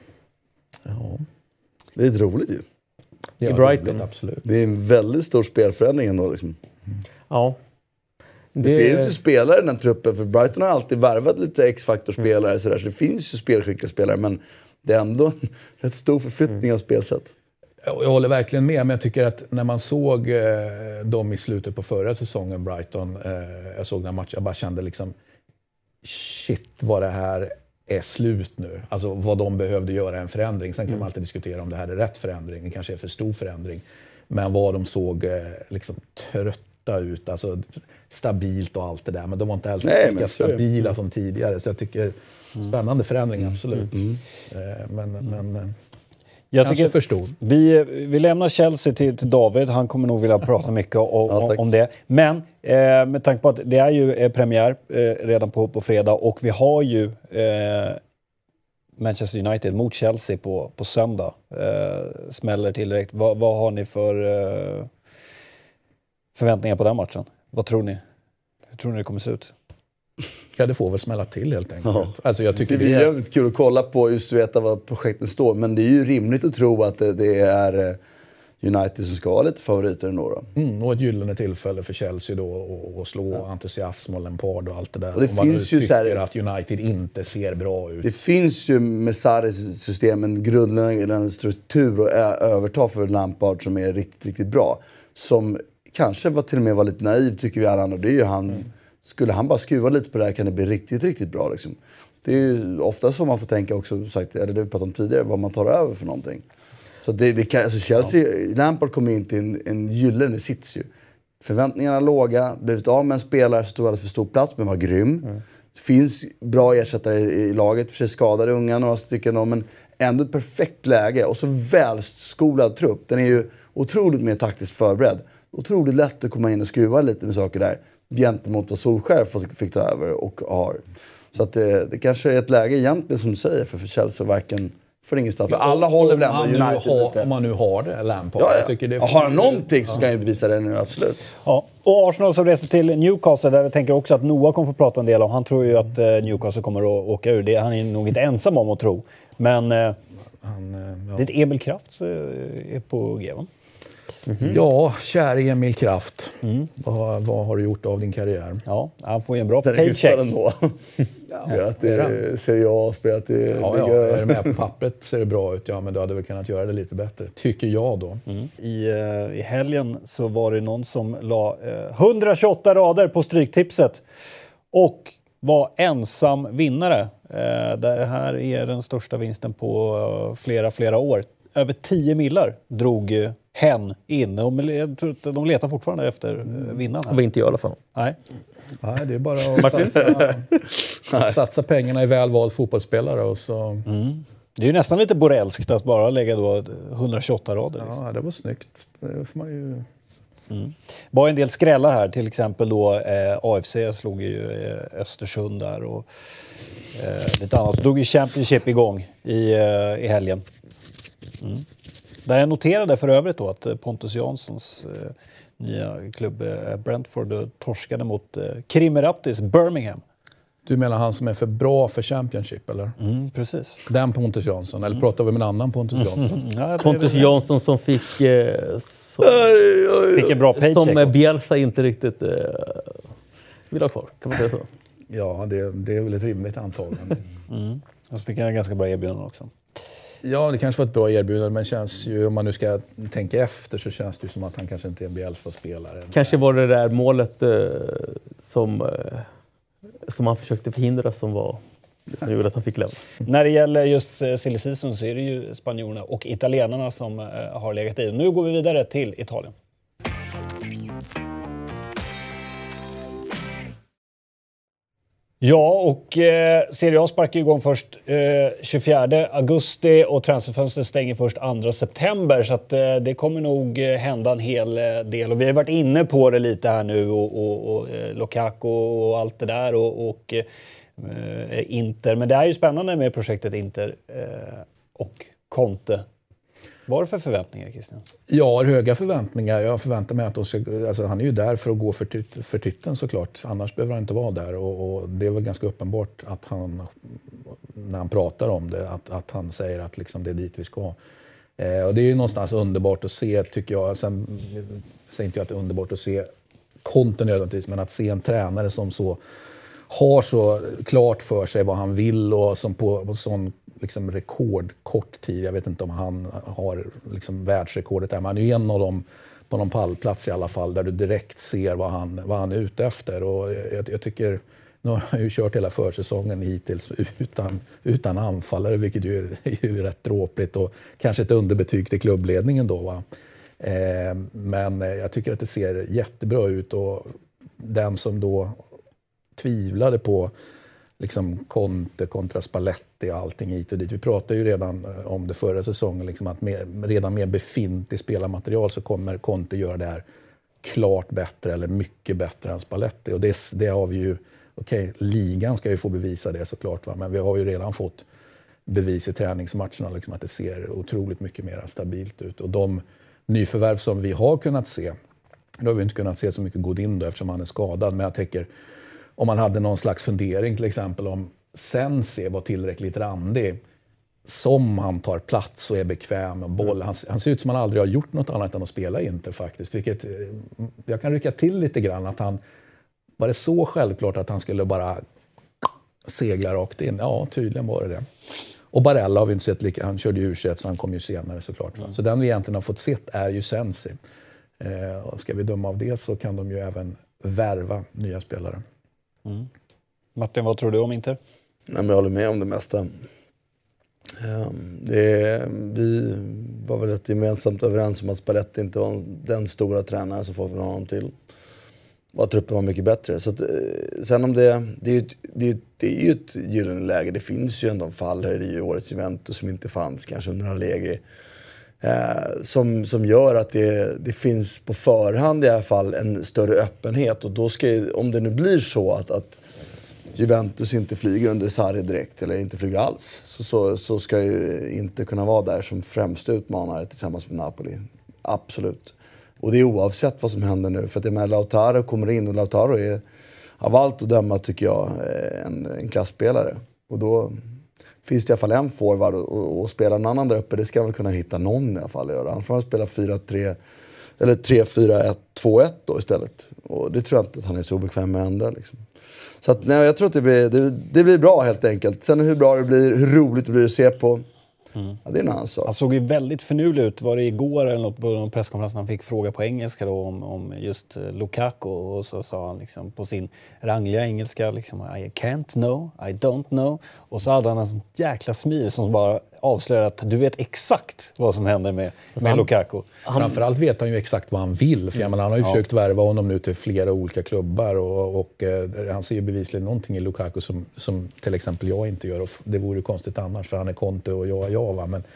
Ja. Det är roligt ju. I Brighton. Roligt, absolut. Det är en väldigt stor spelförändring ändå liksom. Mm. Ja. Det, det finns ju spelare i den här truppen, för Brighton har alltid värvat lite X-faktorspelare mm. sådär, så det finns ju spelskickliga spelare, men det är ändå en rätt stor förflyttning mm. av spelsätt. Jag håller verkligen med, men jag tycker att när man såg eh, dem i slutet på förra säsongen, Brighton, eh, jag såg den matchen, jag bara kände liksom shit vad det här är slut nu. Alltså vad de behövde göra en förändring. Sen kan mm. man alltid diskutera om det här är rätt förändring, det kanske är för stor förändring. Men vad de såg eh, liksom trötta ut, alltså stabilt och allt det där. Men de var inte alls lika stabila som tidigare. Så jag tycker, spännande förändring, absolut. Mm. Eh, men, men jag tycker för stor. Vi, vi lämnar Chelsea till, till David. Han kommer nog vilja prata mycket om, ja, om det. Men eh, med tanke på att det är ju eh, premiär eh, redan på, på fredag. Och vi har ju eh, Manchester United mot Chelsea på, på söndag. Eh, smäller till direkt. Va, vad har ni för eh, förväntningar på den matchen? Vad tror ni? Hur tror ni det kommer se ut? Ja, det får väl smälla till helt enkelt. Ja. Alltså, jag tycker det är jävligt kul att kolla på, just att veta vad projekten står. Men det är ju rimligt att tro att det, det är United som ska ha lite favoriter ändå då. Mm, och ett gyllene tillfälle för Chelsea då och slå ja. entusiasm och Lampard och allt det där. Och det och finns ju tycker så här, att United inte ser bra ut. Det finns ju med Sarris system en grundläggande struktur och överta för Lampard som är riktigt, riktigt bra. Som kanske var till och med var lite naiv, tycker vi alla andra. Det är ju han... Mm. Skulle han bara skruva lite på det här kan det bli riktigt, riktigt bra. Liksom. Det är ju ofta så man får tänka också, sagt, eller det vi pratade om tidigare, vad man tar över för någonting. Så det, det kan, alltså Chelsea, ja. Lampard kom in till en, en gyllene sits ju. Förväntningarna låga, blivit av med en spelare som stod alldeles för stor plats, men var grym. Mm. Det finns bra ersättare i, i laget, för sig skadade unga, några stycken, men ändå ett perfekt läge. Och så välskolad trupp. Den är ju otroligt mer taktiskt förberedd. Otroligt lätt att komma in och skruva lite med saker där. Gentemot vad Solskär fick ta över och har. Så att det, det kanske är ett läge egentligen som du säger för, för Chelsea varken för ingenstans. För alla håller väl ändå United ha, lite. Om man nu har det, Lampard. Ja, ja. Jag tycker det är har han någonting så ska jag bevisa det nu, absolut. Ja. Och Arsenal som reser till Newcastle, där jag tänker också att Noah kommer få prata en del om. Han tror ju att Newcastle kommer att åka ur det. Han är nog inte ensam om att tro. Men han, ja. det är Emil Kraft är på G, va? Mm-hmm. Ja, kära Emil Kraft. Mm. Vad, vad har du gjort av din karriär? Ja, han får ju en bra paycheck. Ändå. Ja, spelat i Serie A, spelat i... Ja, ja, är det med på pappret ser det bra ut. Ja, men du hade väl kunnat göra det lite bättre, tycker jag då. Mm. I, uh, I helgen så var det någon som la uh, hundratjugoåtta rader på stryktipset. Och var ensam vinnare. Uh, det här är den största vinsten på uh, flera, flera år. Över tio millar drog... Uh, hen in. Jag tror att de letar fortfarande efter vinnaren. Det var inte jag i alla fall. Nej. Nej, det är bara att satsa, satsa pengarna i välvald fotbollsspelare. Och så... Mm. Det är ju nästan lite borelskt att bara lägga då hundratjugoåtta rader. Liksom. Ja, det var snyggt. Det får man ju... Mm. Bara en del skrällar här. Till exempel då eh, A F C slog ju eh, Östersund där. Och eh, lite annat. Drog ju Championship igång i, eh, i helgen. Mm. Där jag noterade för övrigt då att Pontus Janssons eh, nya klubb eh, Brentford eh, torskade mot eh, Krim Raptis Birmingham. Du menar han som är för bra för Championship, eller? Mm, precis. Den Pontus Jansson, eller pratar vi med en annan Pontus Jansson? Ja, Pontus Jansson som fick... Eh, som, fick en bra paycheck. Som eh, Bielsa inte riktigt eh, vill ha kvar, kan man säga så? Ja, det, det är väl ett rimligt antagande. Mm. Och så fick han en ganska bra erbjudande också. Ja, det kanske var ett bra erbjudande, men känns ju, om man nu ska tänka efter så känns det ju som att han kanske inte är en Bielsa-spelare. Kanske var det där målet eh, som, eh, som han försökte förhindra som var det som gjorde att han fick lämna. När det gäller just eh, silly season så är det ju spanjorerna och italienarna som eh, har legat i. Nu går vi vidare till Italien. Ja, och eh, Serie A sparkar igång först eh, tjugofjärde augusti och transferfönstret stänger först andra september. Så att, eh, det kommer nog eh, hända en hel eh, del. Och vi har varit inne på det lite här nu och, och, och eh, Lukaku och allt det där och, och eh, Inter. Men det är ju spännande med projektet Inter eh, och Conte. Vad är det för förväntningar, Christian? Jag har höga förväntningar. Jag förväntar mig att de ska, alltså han är ju där för att gå för, tit, för titeln såklart. Annars behöver han inte vara där. Och, och det är väl ganska uppenbart att han, när han pratar om det, att, att han säger att liksom det är dit vi ska. Eh, och det är ju någonstans underbart att se, tycker jag. Sen säger inte jag att det är underbart att se Conte nödvändigtvis, men att se en tränare som så har så klart för sig vad han vill och som på, på sån liksom rekordkort tid. Jag vet inte om han har liksom världsrekordet där, men han är ju en av dem på någon pallplats i alla fall där du direkt ser vad han, vad han är ute efter. Och jag, jag tycker, nu har han ju kört hela försäsongen hittills utan, utan anfallare, vilket ju är ju rätt dråpligt och kanske ett underbetyg till klubbledningen då. Va? Eh, men jag tycker att det ser jättebra ut och den som då tvivlade på liksom Conte kontra Spalletti och allting hit och dit. Vi pratade ju redan om det förra säsongen, liksom att med, redan med befintlig spelarmaterial så kommer Conte göra det här klart bättre eller mycket bättre än Spalletti. Och det, det har vi ju, okej, okay, ligan ska ju få bevisa det såklart, va? Men vi har ju redan fått bevis i träningsmatcherna liksom att det ser otroligt mycket mer stabilt ut. Och de nyförvärv som vi har kunnat se, då har vi inte kunnat se så mycket Godin då eftersom han är skadad, men jag tänker om man hade någon slags fundering till exempel om Sensi var tillräckligt randig som han tar plats och är bekväm med boll. Han, han ser ut som han aldrig har gjort något annat än att spela Inter faktiskt. Vilket jag kan rycka till lite grann att han var det så självklart att han skulle bara segla rakt in. Ja, tydligen var det det. Och Barella har vi inte sett lika. Han körde ju U tjugoett så han kom ju senare såklart. Mm. Så den vi egentligen har fått sett är ju Sensi. Eh, och ska vi döma av det så kan de ju även värva nya spelare. Mm. Martin, vad tror du om Inter? Nej, men jag håller med om det mesta. Um, det, vi var väl ett gemensamt överens om att Spalletti inte var den stora tränaren som får från honom till. Och att truppen var mycket bättre. Så att, sen om det, det är ju ett, det är, det är ju ett gyllene läge. Det finns ju ändå en fallhöjd i årets Juventus som inte fanns kanske under Allegri. Eh, som, som gör att det, det finns på förhand i alla fall en större öppenhet. Och då ska ju, om det nu blir så att, att Juventus inte flyger under Sarri direkt eller inte flyger alls, så, så, så ska ju inte kunna vara där som främsta utmanare tillsammans med Napoli. Absolut. Och det är oavsett vad som händer nu. För att det med Lautaro kommer in och Lautaro är av allt att döma tycker jag en, en klassspelare. Och då finns det i alla fall en forward och, och, och spela en annan där uppe. Det ska väl kunna hitta någon i alla fall att göra. Han får spela fyra tre eller tre fyra ett två ett då istället. Och det tror jag inte att han är så obekväm med andra liksom. Så att, nej, jag tror att det blir, det, det blir bra helt enkelt. Sen hur bra det blir, hur roligt det blir att se på. Mm. Ja, det är en annan sak. Han såg ju väldigt finurlig ut. Var det igår eller något på någon presskonferens han fick fråga på engelska då om, om just Lukaku och så sa han liksom på sin rangliga engelska liksom I can't know, I don't know. Och så hade han en sån jäkla smil som bara avslöjade att du vet exakt vad som händer med, med han, Lukaku. Han, framförallt vet han ju exakt vad han vill. För jag menar, han har ju ja. försökt värva honom nu till flera olika klubbar och, och eh, han ser ju bevisligen någonting i Lukaku som, som till exempel jag inte gör. Och det vore ju konstigt annars för han är Conte och jag är jag. Va? Men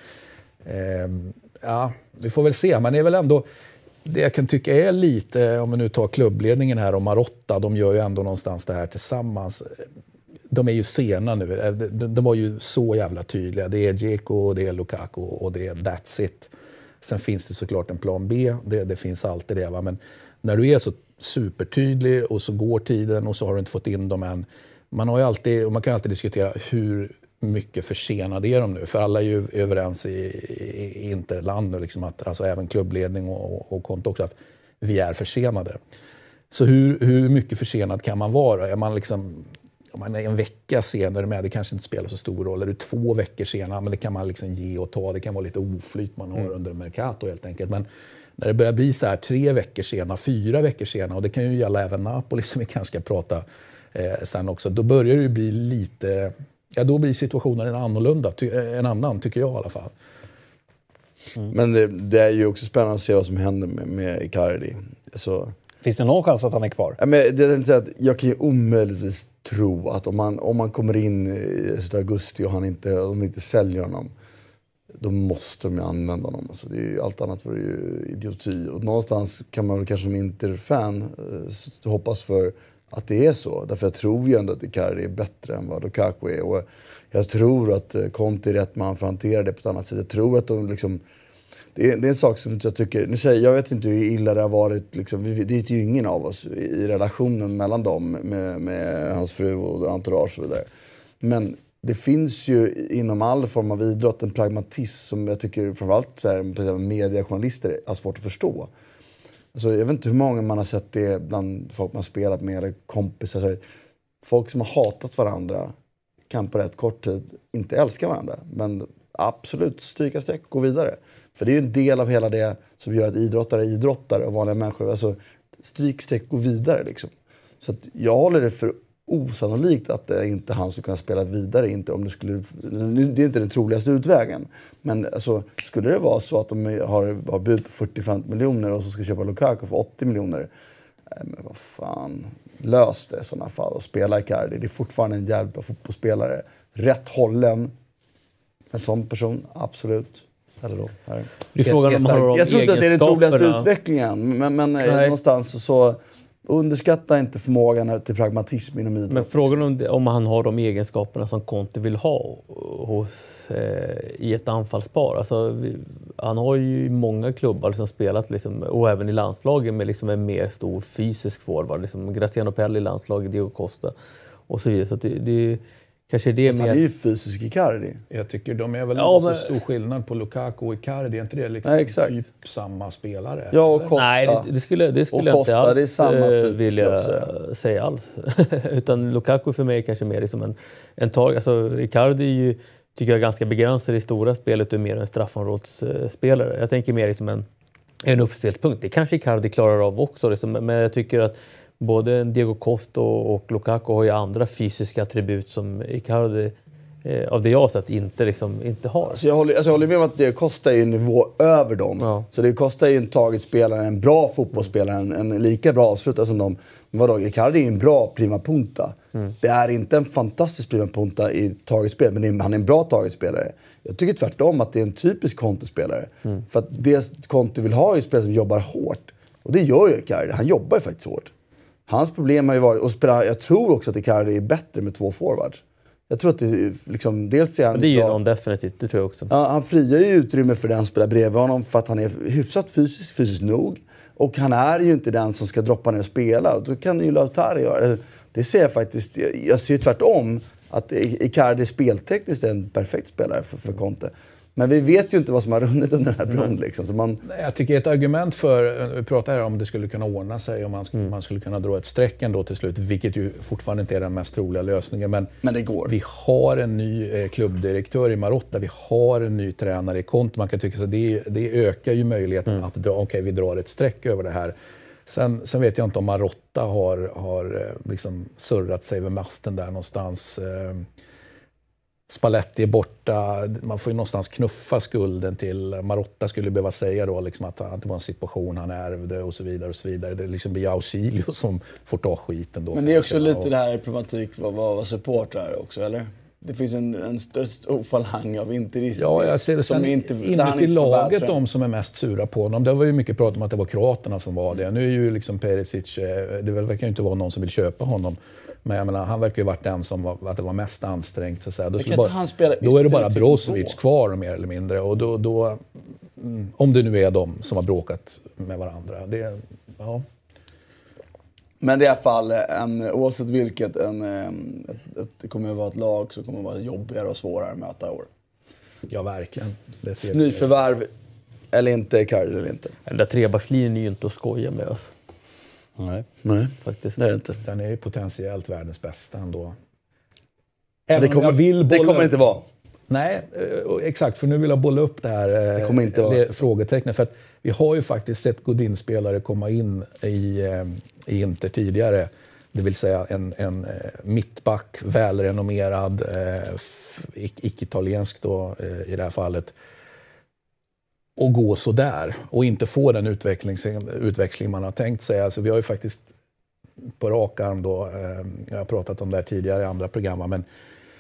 eh, ja, vi får väl se. Men det är väl ändå, det jag kan tycka är lite, om vi nu tar klubbledningen här och Marotta, de gör ju ändå någonstans det här tillsammans. De är ju sena nu. De, de var ju så jävla tydliga. Det är Dzeko, det är Lukaku och det är that's it. Sen finns det såklart en plan B. Det, det finns alltid det. Va? Men när du är så supertydlig och så går tiden och så har du inte fått in dem än. Man, har ju alltid, och man kan alltid diskutera hur mycket försenade är de nu. För alla är ju överens i, i, i Interland nu, liksom att, alltså även klubbledning och, och Conte också, att vi är försenade. Så hur, hur mycket försenad kan man vara? Är man liksom... om man är en vecka senare med, det kanske inte spelar så stor roll. Är du två veckor senare, men det kan man liksom ge och ta. Det kan vara lite oflyt man har mm. under Mercato helt enkelt. Men när det börjar bli så här tre veckor senare, fyra veckor senare, och det kan ju gälla även Napoli som vi kanske ska prata eh, sen också, då börjar det bli lite, ja då blir situationen en annorlunda, ty, en annan tycker jag i alla fall. Mm. Men det, det är ju också spännande att se vad som händer med, med Icardi. Så, finns det någon chans att han är kvar? Ja, men det är inte så att jag kan ju omöjligtvis tro att om man, om man kommer in i augusti och han inte, de inte säljer honom, då måste de ju använda honom. Alltså det är ju, allt annat var ju idioti. Och någonstans kan man väl kanske som Inter-fan eh, hoppas för att det är så. Därför jag tror ju ändå att Icardi är bättre än vad Lukaku är. Och jag tror att Conte är rätt man för att hantera det på ett annat sätt. Jag tror att de liksom... Det är, det är en sak som jag tycker... Nu säger, jag vet inte hur illa det har varit. Liksom, vi, det är ju ingen av oss i, i relationen mellan dem med, med hans fru och entourage och vidare. Men det finns ju inom all form av idrott en pragmatism som jag tycker framförallt så här, mediejournalister har svårt att förstå. Alltså, jag vet inte hur många man har sett det bland folk man har spelat med eller kompisar. Så här, folk som har hatat varandra kan på rätt kort tid inte älska varandra. Men absolut stryka streck, gå vidare. För det är ju en del av hela det som gör att idrottare är idrottare och vanliga människor. Alltså stryk streck, gå vidare liksom. Så att jag håller det för osannolikt att det inte han skulle kunna spela vidare. Inte om det, skulle, det är inte den troligaste utvägen. Men alltså, skulle det vara så att de har, har bud på fyrtio till femtio miljoner och så ska köpa Lukaku för åttio miljoner. Men vad fan, lös det i sådana fall och spela Icardi. Det är fortfarande en jävla fotbollsspelare. Rätt hållen. En sån person, absolut. Eller då, här. Du frågar om man har jag tror inte att det är den troligaste utvecklingen. Men, men någonstans så underskatta inte förmågan till pragmatism inom idrott. Men frågan om, det, om han har de egenskaperna som Conte vill ha hos, eh, i ett anfallspar. Alltså, vi, han har ju många klubbar som spelat liksom, och även i landslaget med liksom en mer stor fysisk forward. Liksom Graziano Pelle i landslaget, Diego Costa och så vidare. Så det, det kanske det är mer... Han är ju fysisk Icardi. Jag tycker de är väl ja, inte men... så stor skillnad på Lukaku och Icardi. Är inte det liksom Nej, exakt. typ samma spelare? Ja, och Costa. Nej, det, det skulle, det skulle jag Costa, inte alls det är samma typ, vilja säga. säga alls. Utan Lukaku för mig är kanske mer som en, en tag. Alltså, Icardi är ju, tycker jag är ganska begränsad i stora spelet och är mer en straffområdsspelare. Jag tänker mer som en, en uppspelspunkt. Det kanske Icardi klarar av också. Liksom, men jag tycker att både Diego Costa och Lukaku har ju andra fysiska attribut som Icardi eh, av det jag har sett inte, liksom, inte har. Alltså jag, håller, alltså jag håller med om att Diego Costa är en nivå över dem. Ja. Så Diego Costa är ju en taget spelare, en bra fotbollsspelare, en, en lika bra avslutare som dem. Men vadå, Icardi är en bra prima punta. Mm. Det är inte en fantastisk prima punta i taget spel, men är, han är en bra taget spelare. Jag tycker tvärtom att det är en typisk Conte-spelare. Mm. För att det Conte vill ha är ju spelare som jobbar hårt. Och det gör ju Icardi, han jobbar ju faktiskt hårt. Hans problem har ju varit att spela, jag tror också att Icardi är bättre med två forwards. Jag tror att det liksom, dels är han... Det är ju någon definitivt, det tror jag också. Ja, han frigör ju utrymme för den som spelar bredvid honom för att han är hyfsat fysisk, fysiskt nog. Och han är ju inte den som ska droppa ner och spela. Då kan ju Lautaro göra. Det ser jag faktiskt, jag ser tvärtom att Icardi speltekniskt är en perfekt spelare för, för Conte. Men vi vet ju inte vad som har runnit under den här bron. Liksom. Så man... Jag tycker ett argument för, vi pratar här om det skulle kunna ordna sig, om man, skulle, mm. man skulle kunna dra ett streck ändå till slut, vilket ju fortfarande inte är den mest troliga lösningen. Men, men det går. Vi har en ny eh, klubbdirektör i Marotta, vi har en ny tränare i Conte. Man kan tycka att det, det ökar ju möjligheten mm. att dra, okay, vi drar ett streck över det här. Sen, sen vet jag inte om Marotta har, har liksom surrat sig över masten där någonstans. Eh, Spalletti är borta, man får ju någonstans knuffa skulden till Marotta, skulle behöva säga då liksom att, att det var en situation han ärvde och så vidare och så vidare. Det liksom blir Ausilio som får ta skiten då. Men det är också lite och... det här problematik vad var supportrar också, eller? Det finns en, en stor falang av interister. Ja, jag ser det. Sen inte, inuti laget de som är mest sura på honom. Det var ju mycket prat om att det var kroaterna som var det. Nu är ju liksom Perisic, det verkar ju inte vara någon som vill köpa honom. Men jag menar, han verkar ju varit den som var, att det var mest ansträngt. Så att säga. Då, bara, han då är det bara Brozovic kvar mer eller mindre. Och då, då, om det nu är de som har bråkat med varandra. Det, ja. Men det är i alla fall, en, oavsett vilket, en, ett, ett, det kommer att vara ett lag som kommer att vara jobbigare och svårare att möta i år. Ja, verkligen. Det ser Nyförvärv eller inte, Icardi eller inte. Den där trebackslinjen är ju inte att skoja med oss. Nej, Nej. Faktiskt. Det är det inte. Den är ju potentiellt världens bästa ändå. Även det kommer, jag vill det bolla kommer inte vara. Nej, exakt. För nu vill jag bolla upp det här det kommer inte det vara. frågetecknet. För att vi har ju faktiskt sett Godin-spelare komma in i, i Inter tidigare. Det vill säga en, en mittback, välrenommerad, eh, icke-italiensk då, eh, i det här fallet. Och gå så där och inte få den utveckling, utväxling man har tänkt sig. Alltså, vi har ju faktiskt på rak arm då, eh, jag har pratat om det här tidigare i andra program, men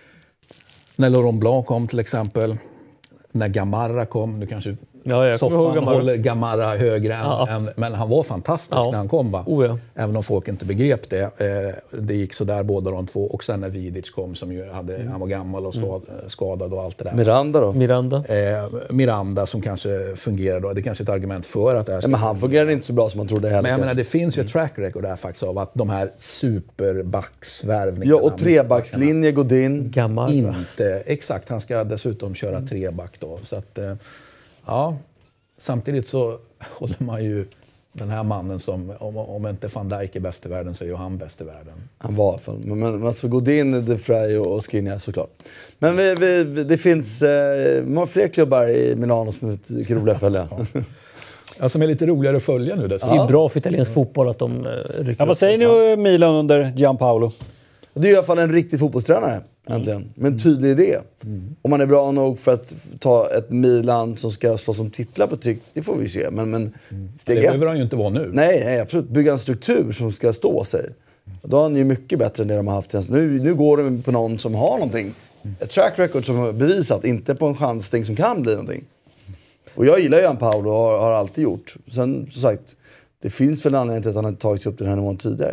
när Laurent Blanc kom till exempel, när Gamarra kom, nu kanske ja, jag soffan Gamarra. håller Gamarra högre än, ja. än, men han var fantastisk ja. när han kom, va? Oh, ja. Även om folk inte begrep det. Eh, det gick så där båda de två. Och sen när Vidic kom, som ju hade, mm. han var gammal och skad, skadad och allt det där. Miranda då? Miranda. Eh, Miranda som kanske fungerar då. Det är kanske är ett argument för att det här ska... Ja, men han fungerade inte så bra som man trodde heller. Men jag menar, det finns ju ett track record där faktiskt av att de här superbacksvärvningarna... Ja, och trebackslinje Godin. Gammal. Inte, exakt, han ska dessutom köra mm. treback då. Så att, ja, samtidigt så håller man ju den här mannen som, om, om inte Van Dijk är bäst i världen så är ju han bäst i världen. Han var i alla fall. Men, men alltså Godin, De Vrij och Skriniar såklart. Men vi, vi, det finns eh, många fler klubbar i Milano som är roliga att följa. Ja. Ja, som är lite roligare att följa nu dessutom. Det är bra för italiensk fotboll att de uh, rycker ja, vad säger ni om Milan under Gianpaolo? Det är i alla fall en riktig fotbollstränare, äntligen. Med en tydlig idé. Mm. Om man är bra nog för att ta ett Milan som ska slåss om titlar på tyck, det får vi se. Men, men steg det behöver han ju inte vara nu. Nej, nej, absolut. Bygga en struktur som ska stå sig. Då är han ju mycket bättre än det de har haft. Nu, nu går de på någon som har någonting. Ett track record som har bevisat, inte på en chansning som kan bli någonting. Och jag gillar ju Gianpaolo och har, har alltid gjort. Sen, som sagt, det finns väl anledning till att han inte tagit sig upp till den här nivån tidigare.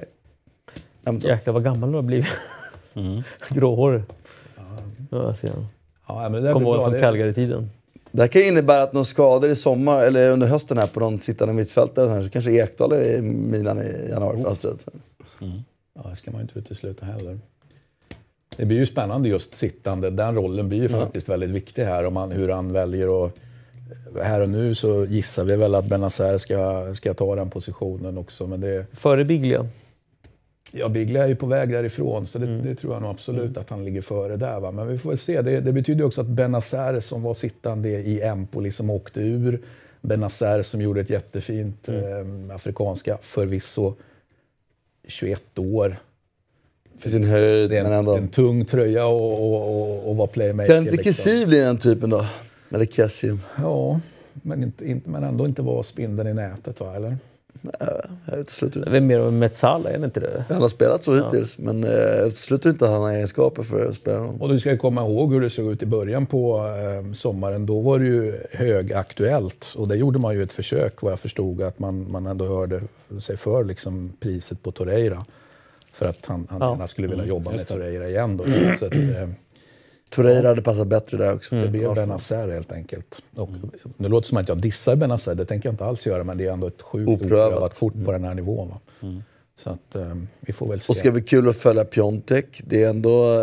Jäklar vad gammal du har blivit. Mm. Gråhårig. Ja. Ja, ja, men det kommer vara från Calgary-tiden. Det här kan ju innebära att någon skador i sommar eller under hösten här på någon sittande mittfältare så kanske Ekdal är i Milan i januari-fönstret. Mm. Ja, det ska man inte utesluta heller. Det blir ju spännande just sittande. Den rollen blir ju ja. faktiskt väldigt viktig här. Om man, hur han väljer och här och nu så gissar vi väl att Benazer ska, ska ta den positionen också. Men det... Före Biglia? Ja, Biglia är ju på väg därifrån så det, mm. det tror jag nog absolut mm. att han ligger före där. Va? Men vi får väl se. Det, det betyder också att Benazer som var sittande i Empoli som åkte ur. Benazer som gjorde ett jättefint mm. eh, afrikanska förvisso tjugoett år. För sin höjd, det är en, men ändå. En tung tröja och, och, och, och vara playmaker. Kan inte Kessie liksom. Bli den typen då? Eller Kessie? Ja, men, inte, inte, men ändå inte vara spindeln i nätet, va? Eller? Nej, jag utesluter inte. Det är mer av Metsala, är det inte det? Han har spelat så hittills, ja. men jag utesluter inte att han har egenskaper för att spela honom. Och du ska ju komma ihåg hur det såg ut i början på eh, sommaren. Då var det ju högaktuellt. Och det gjorde man ju ett försök, vad jag förstod, att man, man ändå hörde sig för liksom, priset på Torreira. För att han, han ja. skulle vilja jobba mm, med Torreira igen då. Så, så att, eh, Torreira hade passat bättre där också. Mm. Det blev Benazer helt enkelt. Och mm. det låter som att jag dissar Benazer, det tänker jag inte alls göra. Men det är ändå ett sjukt oprövat fort på den här nivån. Va? Mm. Så att eh, vi får väl se. Och ska bli kul att följa Piontek. Det är ändå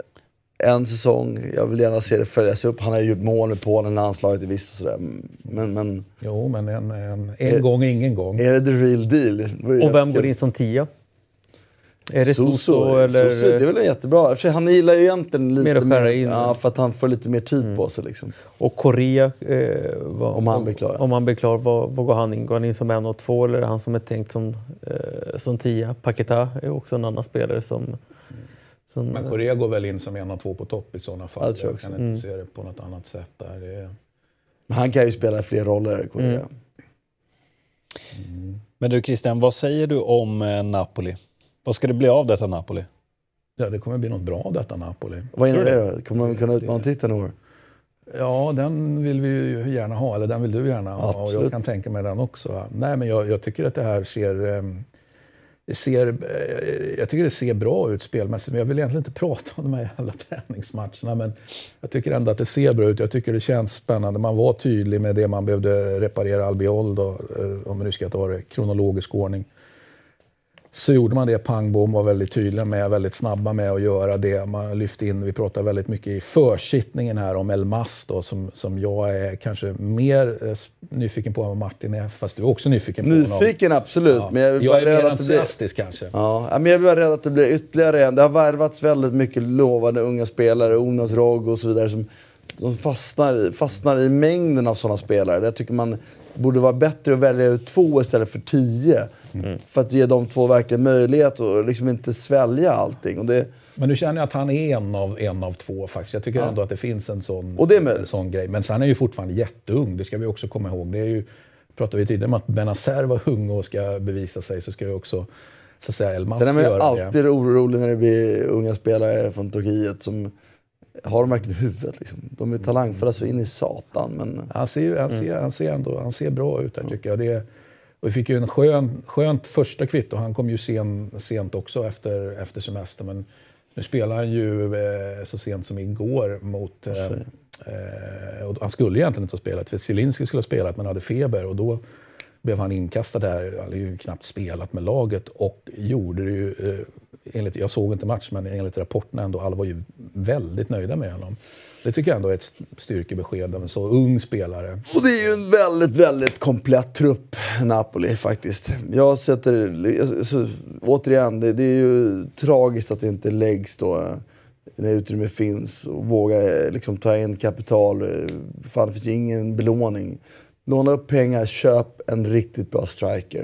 en säsong. Jag vill gärna se det följas upp. Han har ju gjort mål med Polen, landslaget i visst och sådär. Men, men... Jo, men en, en, en är, gång, ingen gång. Är det the real deal? Och vem går in som tia? Är det Soso, Soso eller? Soso, det är väl en jättebra. För han gillar ju egentligen lite mer att skära in. Ja, för att han får lite mer tid mm. på sig liksom. Och Korea, eh, vad, om han blir klar. Om han blir klar, vad, vad går han in? Går han in som en och två eller är han som är tänkt som, eh, som tia? Paketa är också en annan spelare som... Mm. som Men Korea går väl in som en och två på topp i sådana fall. Jag, jag kan inte mm. se det på något annat sätt där. Det är... Han kan ju spela fler roller i Korea. Mm. Mm. Men du Christian, vad säger du om eh, Napoli? Vad ska det bli av detta Napoli? Ja, det kommer bli något bra av detta Napoli. Vad innebär det då? Kommer man kunna utmana titeln i år? Ja, den vill vi ju gärna ha. Eller den vill du gärna ha. Absolut. Och jag kan tänka mig den också. Nej, men jag, jag tycker att det här ser... Det ser jag tycker det ser bra ut spelmässigt. Men jag vill egentligen inte prata om de här jävla träningsmatcherna. Men jag tycker ändå att det ser bra ut. Jag tycker det känns spännande. Man var tydlig med det man behövde reparera Albiol då. Om vi nu ska ta det kronologisk ordning. så gjorde man det. Pangbom var väldigt tydliga med, väldigt snabba med att göra det. Man lyfte in, vi pratar väldigt mycket i försittningen här om Elmas då, som, som jag är kanske mer eh, nyfiken på än vad Martin är, fast du är också nyfiken på honom. Nyfiken, absolut. Ja. Men jag är, jag är mer blir... entusiastisk kanske. Ja, men jag är bara rädd att det blir ytterligare en. Det har värvats väldigt mycket lovande unga spelare, Onas Rogg och så vidare, som, som fastnar, i, fastnar i mängden av sådana spelare. Jag tycker man borde vara bättre att välja ut två istället för tio. Mm. För att ge de två verkligen möjlighet och liksom inte svälja allting. Och det... Men du känner att han är en av, en av två faktiskt. Jag tycker ja. ändå att det finns en sån, och det är en sån grej. Men sen är ju fortfarande jätteung, det ska vi också komma ihåg. Det är ju, pratar vi tidigare om att Benazer var ung och ska bevisa sig, så ska ju också så att säga Elmas göra det. Sen är man alltid orolig när det blir unga spelare från Turkiet som har de verkligen huvudet liksom. De är talangfulla så in i satan. Men... Han ser ju han ser, han ser ändå, han ser bra ut, jag tycker jag. Det, och vi fick ju en skön, skönt första kvitt och han kom ju sen, sent också efter, efter semester. Men nu spelar han ju eh, så sent som igår mot... Eh, eh, och han skulle egentligen inte ha spelat, för Zielinski skulle ha spelat men hade feber. Och då blev han inkastad där, han hade ju knappt spelat med laget. Och gjorde det ju, eh, enligt, jag såg inte match, men enligt rapporten ändå, alla var ju väldigt nöjda med honom. Det tycker jag ändå är ett styrkebesked av en så ung spelare. Och det är ju en väldigt, väldigt komplett trupp, Napoli faktiskt. Jag sätter, så, återigen, det, det är ju tragiskt att det inte läggs då när utrymme finns och våga liksom ta in kapital. Fan, det finns ju ingen belåning. Låna upp pengar, köp en riktigt bra striker.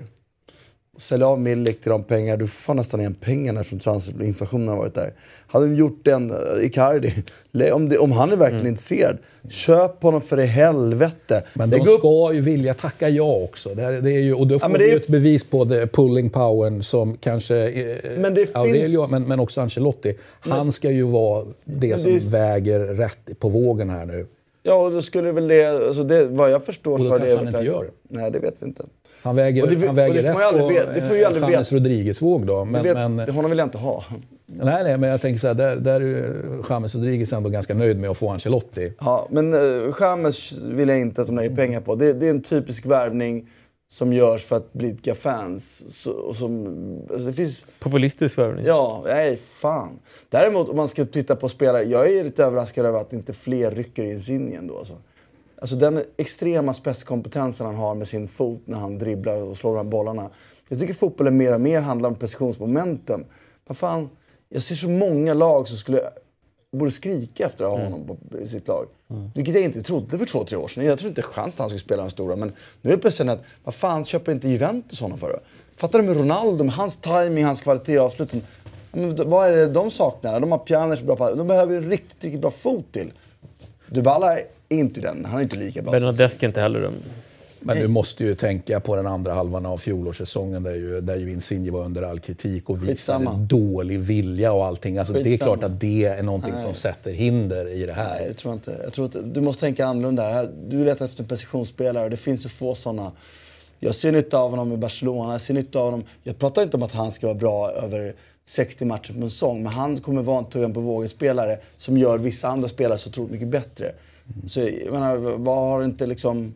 Sälja av Milik till de pengar. Du får fan nästan igen pengarna från transferinflationen har varit där. Hade de gjort den Icardi, om, det, om han är verkligen mm. intresserad, köp honom för i helvete. Men de ska ju vilja tacka ja också. Det, är, det är ju, och då får ja, vi ju ett bevis på the pulling powern som kanske men, det Aurelio, finns... men, men också Ancelotti. Han men, ska ju vara det som det... väger rätt på vågen här nu. Ja, och då skulle väl det, alltså det vad jag förstår och då så har det han inte gör det. Nej, det vet vi inte. Han väger, det, han väger rätt på vet, det får ju aldrig James Rodriguez-våg då. Men, vet, men, det honom vill jag inte ha. Nej, nej, men jag tänker så här, där, där är James Rodriguez ändå ganska nöjd med att få Ancelotti. Ja, men uh, James vill jag inte att de lägger pengar på. Det, det är en typisk värvning som görs för att blidka fans. Så, och som, alltså det finns... Populistisk värvning. Ja, nej, fan. Däremot om man ska titta på spelare, jag är lite överraskad över att inte fler rycker i Insigne då alltså. Alltså den extrema spetskompetensen han har med sin fot när han dribblar och slår de bollarna. Jag tycker fotbollen mer och mer handlar om precisionsmomenten. Vad fan, jag ser så många lag som skulle borde skrika efter att ha honom mm. i sitt lag. Mm. Vilket jag inte trodde för två, tre år sedan. Jag trodde inte chans att han skulle spela den stora. Men nu är det plötsligt att, vad fan köper inte Juventus honom för? Fattar du med Ronaldo, med hans timing, hans kvalitet i avsluten? Men vad är det de saknar? De har Pjanic bra på. De behöver ju en riktigt, riktigt bra fot till. Dybala är inte den. Han är inte lika bra. Bernadeschi inte heller den. Men du måste ju tänka på den andra halvan av fjolårssäsongen där ju, där ju Insigne var under all kritik och visade dålig vilja och allting. Alltså det är klart att det är någonting Nej. som sätter hinder i det här. Nej, jag tror inte. Jag tror att du måste tänka annorlunda här. Du är rätt efter en positionsspelare och det finns så få sådana. Jag ser nytta av honom i Barcelona. Jag ser nytta av honom. Jag pratar inte om att han ska vara bra över sextio matcher på en säsong. Men han kommer vara en tuggan på vågen-spelare som gör vissa andra spelare så otroligt mycket bättre. Mm. Så jag menar, vad har inte liksom...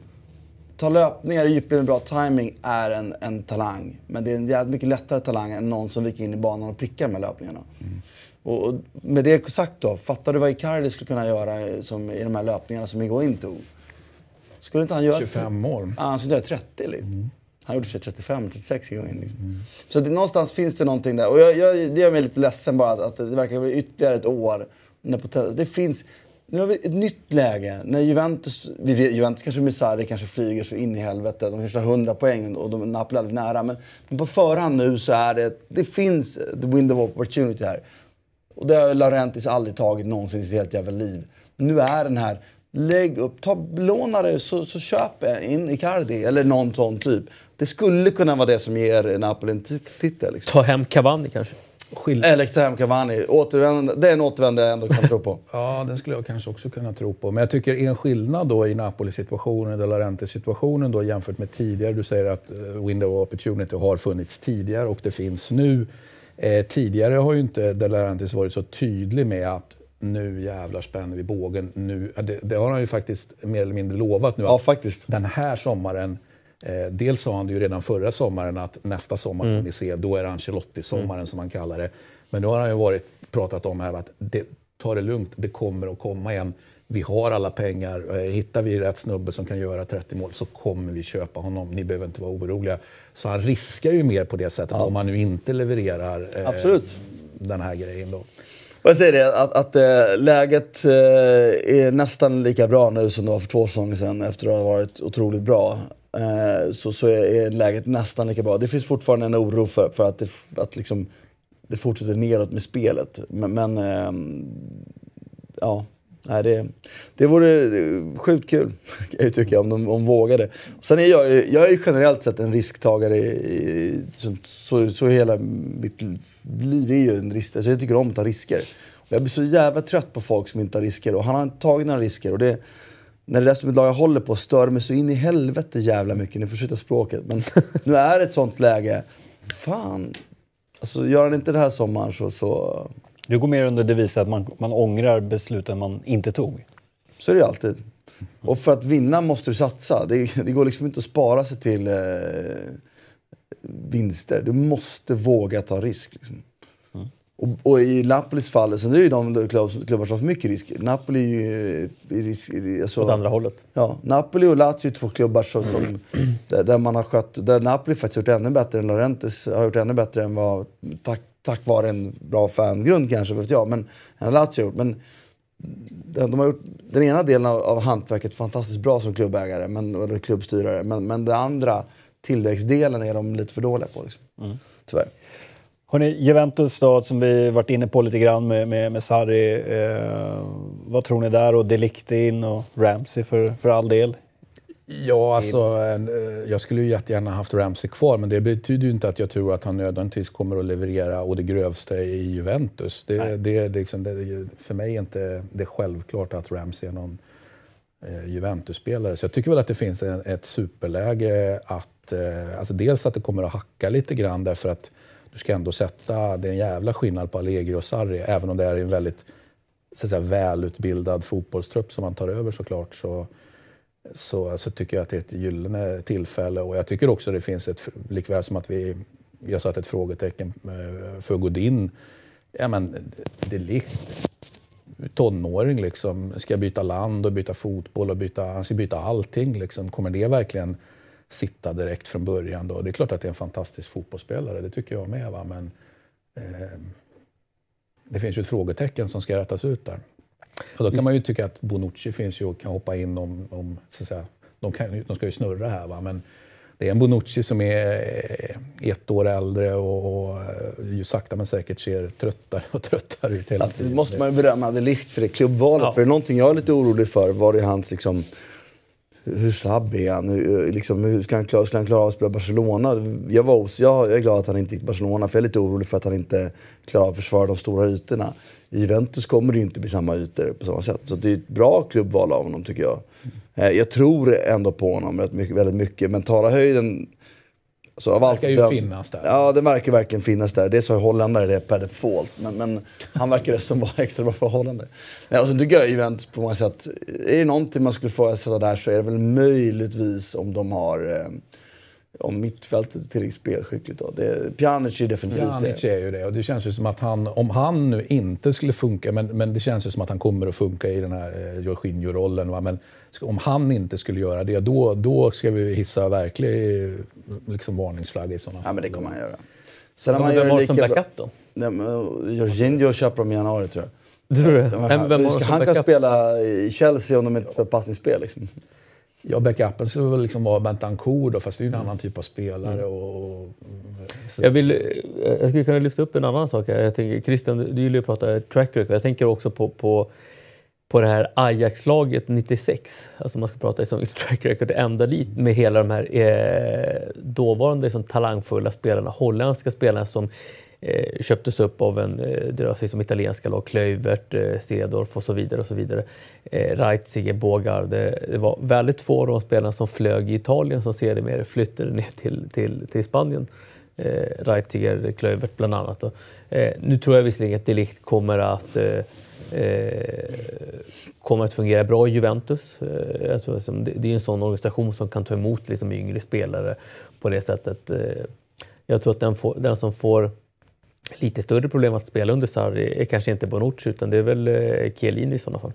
Ta löpningar i djupled med bra timing är en, en talang. Men det är en jävligt mycket lättare talang än någon som viker in i banan och prickar med löpningarna. Mm. Och, och med det sagt då, fattar du vad Icardi skulle kunna göra som, i de här löpningarna som Igår inte tog? Skulle inte han göra... tjugofem år. Ja, han skulle göra trettio liksom. Mm. Han gjorde sig trettiofem, trettiosex gånger in liksom. Mm. Så det, någonstans finns det någonting där. Och jag, jag, det gör mig lite ledsen bara att, att det verkar bli ytterligare ett år. När det finns... Nu har vi ett nytt läge. När Juventus, vi vet, Juventus kanske med Sarri kanske flyger så in i helvete. De kanske har hundra poäng och de Napoli är alldeles nära. Men, men på förhand nu så är det, det finns the window of opportunity här. Och det har Laurentis aldrig tagit någonsin i sitt helt jävla liv. Men nu är den här, lägg upp, ta lånare så, så köp in Icardi eller någon sån typ. Det skulle kunna vara det som ger Napoli en titel. Liksom. Ta hem Cavani kanske. Skil- Eller ta hem Cavani. Återvändande, det är en återvändande jag ändå kan tro på. Ja, den skulle jag kanske också kunna tro på. Men jag tycker en skillnad då i Napoli-situationen, eller Laurentiis-situationen då jämfört med tidigare. Du säger att window of opportunity har funnits tidigare och det finns nu. Eh, tidigare har ju inte De Laurentiis varit så tydlig med att nu jävlar spänner vi bågen. Nu, det, det har han ju faktiskt mer eller mindre lovat nu. Ja, faktiskt. Den här sommaren Eh, dels sa han det ju redan förra sommaren att nästa sommar mm. får ni se, då är det Ancelotti-sommaren mm. som han kallar det. Men nu har han ju varit, pratat om här att det, ta det lugnt, det kommer att komma igen. Vi har alla pengar, eh, hittar vi rätt snubbe som kan göra trettio mål så kommer vi köpa honom, ni behöver inte vara oroliga. Så han riskar ju mer på det sättet ja. om han nu inte levererar eh, Absolut. den här grejen då. Jag säger det, att, att äh, läget äh, är nästan lika bra nu som det var för två säsonger sedan efter att ha varit otroligt bra. Äh, så, så är, är läget nästan lika bra. Det finns fortfarande en oro för, för att, det, att liksom, det fortsätter neråt med spelet. Men, men äh, ja, nej, det, det vore sjukt kul jag tycker om de om vågade. Sen är jag, jag är ju generellt sett en risktagare i, i, så, så, så hela mitt liv är ju en risk. Alltså jag tycker om att ta risker. Och jag blir så jävla trött på folk som inte tar risker. Och han har inte tagit några risker. Och det, när det är som ett lag jag håller på stör mig så in i helvete jävla mycket. Ni försöker språket. Men nu är det ett sånt läge. Fan. Alltså gör han inte det här sommaren så... så du går mer under devisen att man, man ångrar besluten man inte tog. Så är det ju alltid. Och för att vinna måste du satsa. Det, det går liksom inte att spara sig till eh, vinster. Du måste våga ta risk. Liksom. Mm. Och, och i Napolis fall, sen är det ju de klubbar som har för mycket risk. Napoli är ju... I risk, alltså, åt andra hållet. Ja, Napoli och Lazio är två klubbar som, som, där, där man har skött... Där Napoli faktiskt har gjort ännu bättre än Laurentiis har gjort ännu bättre än vad... Tack, tack vare en bra fangrund kanske, vet jag. Men en Lazio gjort. Men de har gjort den ena delen av, av hantverket fantastiskt bra som klubbägare men, eller klubbstyrare. Men, men den andra tillväxtdelen är de lite för dåliga på. Liksom. Mm. Tyvärr. Hörrni, Juventus då, som vi varit inne på lite grann med, med, med Sarri. Eh, vad tror ni där? Och De Ligt in och Ramsey för, för all del. Ja, alltså jag skulle ju jättegärna haft Ramsey kvar, men det betyder ju inte att jag tror att han nödvändigtvis kommer att leverera och det grövsta i Juventus. Det, det, det, liksom, det, för mig är inte det självklart att Ramsey är någon eh, Juventus-spelare. Så jag tycker väl att det finns en, ett superläge att, eh, alltså dels att det kommer att hacka lite grann därför att du ska ändå sätta, det är en jävla skillnad på Allegri och Sarri, även om det är en väldigt så att säga, välutbildad fotbollstrupp som man tar över såklart så Så, så tycker jag att det är ett gyllene tillfälle och jag tycker också att det finns ett, likväl som att vi, jag satt ett frågetecken för Godin, ja men det är likt tonåring liksom, ska byta land och byta fotboll och byta, han ska byta allting liksom, kommer det verkligen sitta direkt från början då? Det är klart att det är en fantastisk fotbollsspelare, det tycker jag med va, men eh, det finns ju ett frågetecken som ska rättas ut där. Och då kan man ju tycka att Bonucci finns ju och kan hoppa in om, om så att säga, de, kan, de ska ju snurra här va, men det är en Bonucci som är ett år äldre och, och ju sakta men säkert ser tröttare och tröttare ut hela tiden. Det måste man ju berömma De Ligt för det klubbvalet, ja. För det är någonting jag är lite orolig för, var det hans liksom, hur snabb är han? Hur, liksom, hur ska han klara, ska han klara av att spela Barcelona? Jag, var os, jag är glad att han inte gick till Barcelona, för jag är lite orolig för att han inte klarar av att försvara de stora ytorna. I Juventus kommer det ju inte bli samma ytor på samma sätt. Så det är ett bra klubbval av honom tycker jag. Mm. Jag tror ändå på honom väldigt mycket. Väldigt mycket. Mentala höjden... Så av allt, verkar ju den, finnas där. Ja, det verkar verkligen finnas där. Det sa ju holländare det per default. Men, men han verkar det som var extra bra för holländare. Ja, och så tycker jag Juventus på många sätt... Är det någonting man skulle få sätta där så är det väl möjligtvis om de har... Eh, om mittfältet är tillräckligt spelskickligt då. Det, Pjanic är definitivt Pjanic det. är ju det. Och det känns ju som att han, om han nu inte skulle funka, men, men det känns ju som att han kommer att funka i den här eh, Jorginho-rollen. Va? Men om han inte skulle göra det, då, då ska vi hissa verkligen liksom varningsflagg i sådana fall. Ja, men det kommer han göra. Sen har man gör det som backup då? Ja, Jorginho köper de i januari tror jag. Du tror det? De här, vem ska han kan spela i Chelsea om de inte spelar passningsspel liksom. Ja, backupen skulle väl liksom vara Bentancur då, fast det är ju en annan typ av spelare. Och, och, jag, vill, jag skulle kunna lyfta upp en annan sak här. Jag tänker, Christian, du gillar ju att prata track record. Jag tänker också på, på, på det här Ajax-laget nittiosex. Alltså man ska prata som track record. Det enda dit med hela de här eh, dåvarande liksom, talangfulla spelarna. Holländska spelarna som Eh, köptes upp av en, eh, det rör sig som italienska lag, Kluivert, eh, Cedorf och så vidare och så vidare. Eh, Reitzige, Bogard, det, det var väldigt få av de spelarna som flög i Italien som sedermera flyttade ner till, till, till Spanien. eh, Reitiger, Kluivert bland annat. Och, eh, nu tror jag visserligen att De Ligt kommer att eh, Eh, kommer att fungera bra i Juventus. Eh, jag tror liksom, det, det är en sån organisation som kan ta emot liksom, yngre spelare på det sättet. Eh, jag tror att den, får, den som får lite större problem att spela under Sarri är kanske inte Bonucci utan det är väl eh, Chiellini i sådana fall.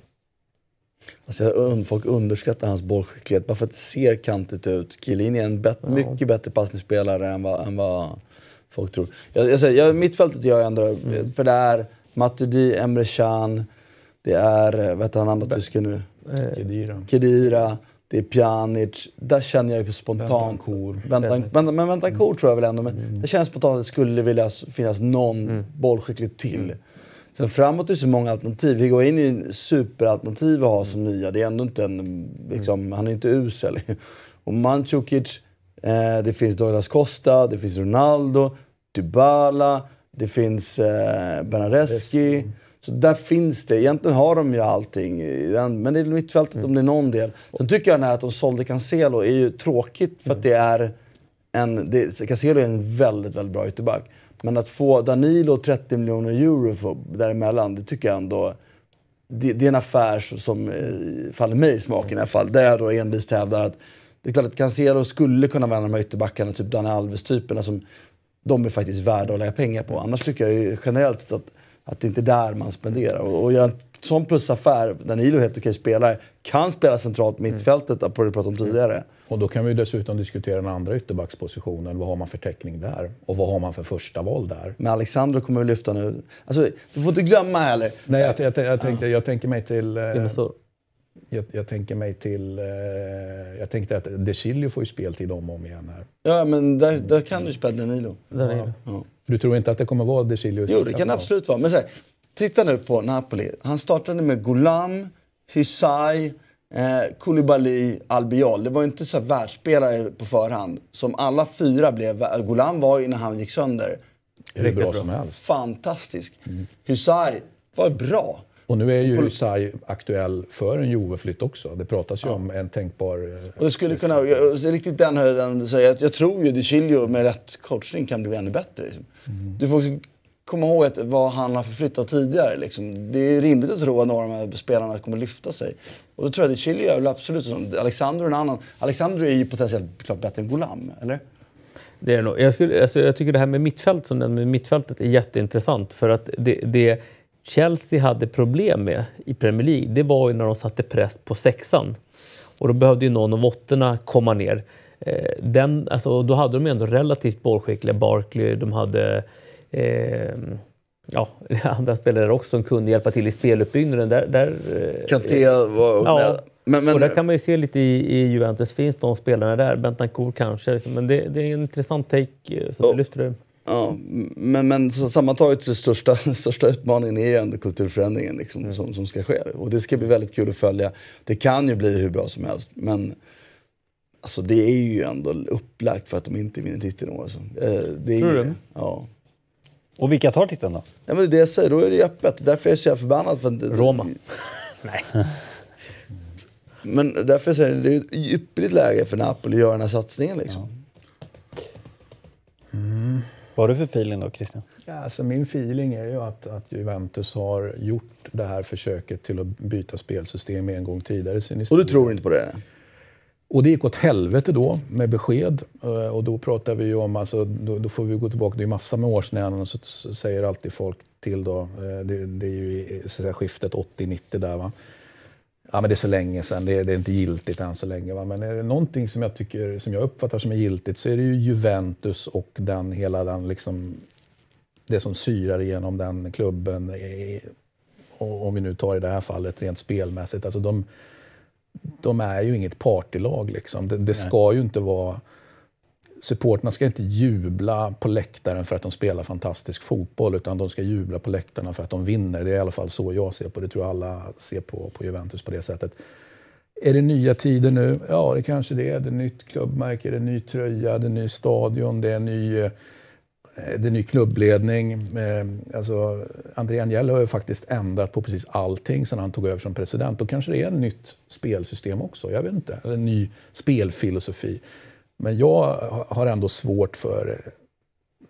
Alltså, jag, folk underskattar hans bollskicklighet bara för att det ser kantigt ut. Chiellini är en bet- ja. mycket bättre passningsspelare än vad, än vad folk tror. Jag, jag säger, jag, mittfältet gör jag ändå, mm. för det är Matuidi, Emre Can, det är, vet han andra tyska nu? Kedira. Kedira, det är Pjanic. Där känner jag ju spontant. Väntan, väntan, men Bentancur mm. tror jag väl ändå. Men mm. det känns spontant att det skulle vilja finnas någon mm. bollskicklig till. Mm. Sen framåt är det så många alternativ. Vi går in i en superalternativ att ha som nya. Det är ändå inte en, liksom, mm. han är inte usel. Och Mandzukic, eh, det finns Douglas Costa, det finns Ronaldo, Dybala. Det finns eh, Bernardeschi. Så där finns det. Egentligen har de ju allting. Men det är mittfältet mm. om det är någon del. Sen tycker jag att de sålde Cancelo är ju tråkigt. För mm. att det är en... Det, Cancelo är en väldigt, väldigt bra ytterback. Men att få Danilo trettio miljoner euro för, däremellan, det tycker jag ändå... Det, det är en affär som eh, faller mig i smaken i alla fall. Där jag då envist hävdar att... Det är klart att Cancelo skulle kunna vända de här ytterbackarna. Typ Dani Alves-typerna som... De är faktiskt värda att lägga pengar på. Annars tycker jag ju generellt att, att det inte är där man spenderar. Och, och göra en sån plusaffär, Danilo är helt okej spelare, kan spela centralt mittfältet, mm. på det vi pratade om tidigare. Och då kan vi dessutom diskutera den andra ytterbackspositionen. Vad har man för täckning där? Och vad har man för första val där? Men Alexandro kommer vi lyfta nu. Alltså, du får inte glömma heller. Nej, jag, jag, jag, tänkte, jag tänker mig till... Eh, Jag, jag tänker mig till... Eh, jag tänkte att De Chilio får ju speltid om och om igen här. Ja, men där, där kan du spela Danilo. Där är det. Ja. Du tror inte att det kommer vara De Chilio? Jo, det kan det absolut vara. Men så här, titta nu på Napoli. Han startade med Goulam, Hysaj, eh, Koulibaly, Albiol. Det var ju inte så här världsspelare på förhand. Som alla fyra blev... Goulam var ju när han gick sönder. Hur bra som helst. Fantastisk. Mm. Hysaj var bra. Och nu är ju Hysaj aktuell för en Juve-flytt också. Det pratas ju ja. om en tänkbar... Och det skulle kunna... Jag, riktigt den höjden, så jag, jag tror ju De Chilio med rätt coachning kan bli ännu bättre. Liksom. Mm. Du får också komma ihåg att vad han har förflyttat tidigare. Liksom. Det är rimligt att tro att några av de här spelarna kommer lyfta sig. Och då tror jag att De Chilio är väl absolut som Alexander och en annan. Alexander är ju potentiellt klart bättre än Goulam, eller? Det är nog. Jag, skulle, alltså, jag tycker det här med mittfält, som den med mittfältet är jätteintressant. För att det... det Chelsea hade problem med i Premier League, det var ju när de satte press på sexan. Och då behövde ju någon av åttorna komma ner. Den, alltså, då hade de ju ändå relativt bollskickliga. Barkley, de hade eh, ja, andra spelare också som kunde hjälpa till i speluppbyggnaden. Där, där, Kanté var... Ja, men, men, och där kan man ju se lite i, i Juventus, finns de spelarna där. Bentancur kanske, liksom. Men det, det är en intressant take som du lyfter det. Ja, men, men så sammantaget så största, största utmaningen är ju ändå kulturförändringen liksom, mm. som, som ska ske. Och det ska bli väldigt kul att följa. Det kan ju bli hur bra som helst, men alltså, det är ju ändå upplagt för att de inte vinner titeln år. Så. Det är Tror ju, du? Ja. Och vilka tar titeln då? Ja, men det jag säger, då är det öppet. Därför är jag så förbannad. För att, Roma. Nej. Men därför säger jag, det är ett ypperligt läge för Napoli att göra den här satsningen. Liksom. Ja. Mm. Vad har du för feeling då, Christian? Ja, alltså min feeling är ju att, att Juventus har gjort det här försöket till att byta spelsystem en gång tidigare. Och du tror inte på det? Och det gick åt helvete då med besked. Och då pratar vi ju om, alltså, då, då får vi gå tillbaka, det är massor med år sedan, och så, så säger alltid folk till då, det, det är ju i så säga, skiftet åttio nittio där va. Ja, men det är så länge sedan, det är, det är inte giltigt än så länge va. Men är det någonting som jag tycker, som jag uppfattar som är giltigt, så är det ju Juventus och den hela den liksom, det som syrar igenom den klubben, och om vi nu tar i det här fallet rent spelmässigt, alltså de de är ju inget partylag liksom. Det, det ska ju inte vara... Supporterna ska inte jubla på läktaren för att de spelar fantastisk fotboll, utan de ska jubla på läktarna för att de vinner. Det är i alla fall så jag ser på det. Tror alla ser på, på Juventus på det sättet. Är det nya tider nu? Ja, det kanske det är. Det är nytt klubbmärke, det är ny tröja, det är ny stadion, det är ny... Det är ny klubbledning. Alltså, André Agnello har ju faktiskt ändrat på precis allting sedan han tog över som president. Och kanske det är ett nytt spelsystem också, jag vet inte. Eller en ny spelfilosofi. Men jag har ändå svårt för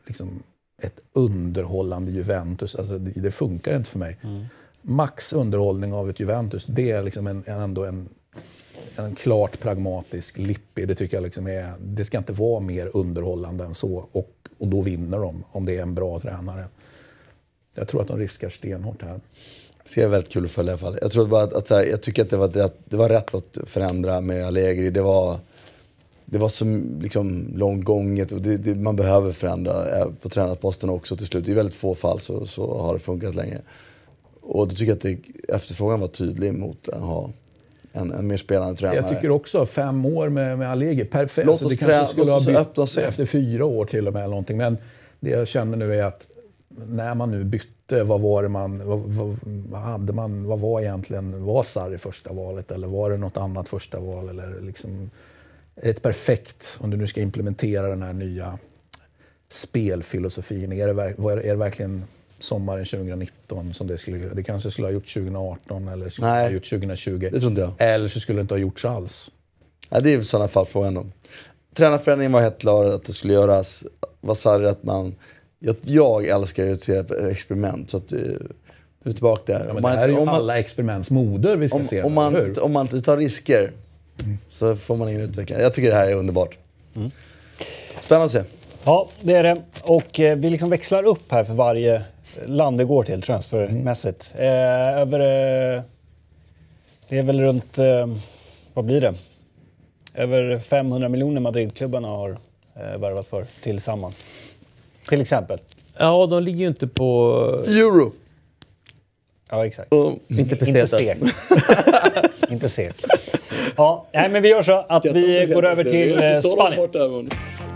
liksom ett underhållande Juventus. Alltså det, det funkar inte för mig. Mm. Max underhållning av ett Juventus, det är liksom en, en, ändå en, en klart pragmatisk Lippi. Det tycker jag liksom är, det ska inte vara mer underhållande än så. Och, och då vinner de om det är en bra tränare. Jag tror att de riskar stenhårt här. Det ska vara väldigt kul att följa i alla fall. Jag tror bara att, att så här, jag tycker att det var rätt, det var rätt att förändra med Allegri. Det var, det var så liksom långgånget och det, det, man behöver förändra på tränarposten också till slut. I väldigt få fall så, så har det funkat länge. Och då tycker jag att det, efterfrågan var tydlig mot att ha en, en mer spelande tränare. Jag tycker också fem år med, med Allegri, perfekt. Låt oss alltså, det kanske skulle ha bytt öppna sig efter fyra år till och med eller någonting. Men det jag känner nu är att när man nu bytte, vad var det man, vad, vad, vad hade man, vad var egentligen, var Sarri första valet eller var det något annat första val eller liksom, är det perfekt om du nu ska implementera den här nya spelfilosofin, är det, är det verkligen sommaren tjugonitton som det skulle, det kanske skulle ha gjort tjugoarton eller skulle Nej, ha gjort tjugotjugo. Det tror inte jag. Eller så skulle det inte ha gjorts alls. Ja, det är i sådana fall frågan om. Tränarförändringen var helt klar att det skulle göras. Vad Sarri att man... Jag, jag älskar ju ett experiment så att du är tillbaka där. Ja, men det här är ju alla experiments moder vi ska om, se. Om man, inte, om man inte tar risker mm. så får man ingen utveckling. Jag tycker det här är underbart. Mm. Spännande att se. Ja, det är det. Och eh, vi liksom växlar upp här för varje land det går till transfermässigt. Mm. Eh, över... Eh, det är väl runt... Eh, vad blir det? Över femhundra miljoner Madridklubbarna har eh, värvat för tillsammans. Till exempel. Ja, de ligger ju inte på... Euro. Ja, exakt. Mm. Inte pesetas. Inte sek. Ja, nej, men vi gör så att vi går över till eh, Spanien.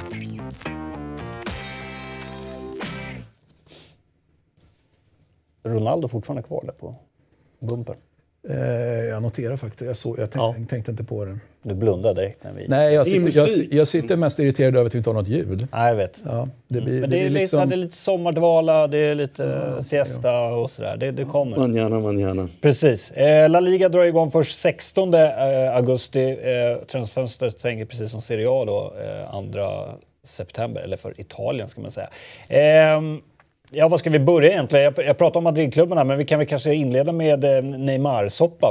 Ronaldo fortfarande kvar där på bumper. Eh, jag noterar faktiskt. Jag, såg, jag, tänk, Ja. jag tänkte inte på det. Du blundade direkt när vi... Nej, jag sitter, jag, jag sitter mest irriterad över att vi inte har något ljud. Nej, jag vet. Ja, det blir, Men det är, det blir liksom... liksom... det är lite sommardvala, det är lite ja, siesta ja. och sådär. Det, det kommer. Man gärna, man gärna. Precis. Eh, La Liga drar igång först sextonde augusti. Eh, Transfönstret stänger precis som Serie A då, eh, andra september. Eller för Italien ska man säga. Eh, ja, vad ska vi börja egentligen? Jag, jag pratar om Madridklubbarna, men vi kan väl kanske inleda med eh, Neymar-soppan.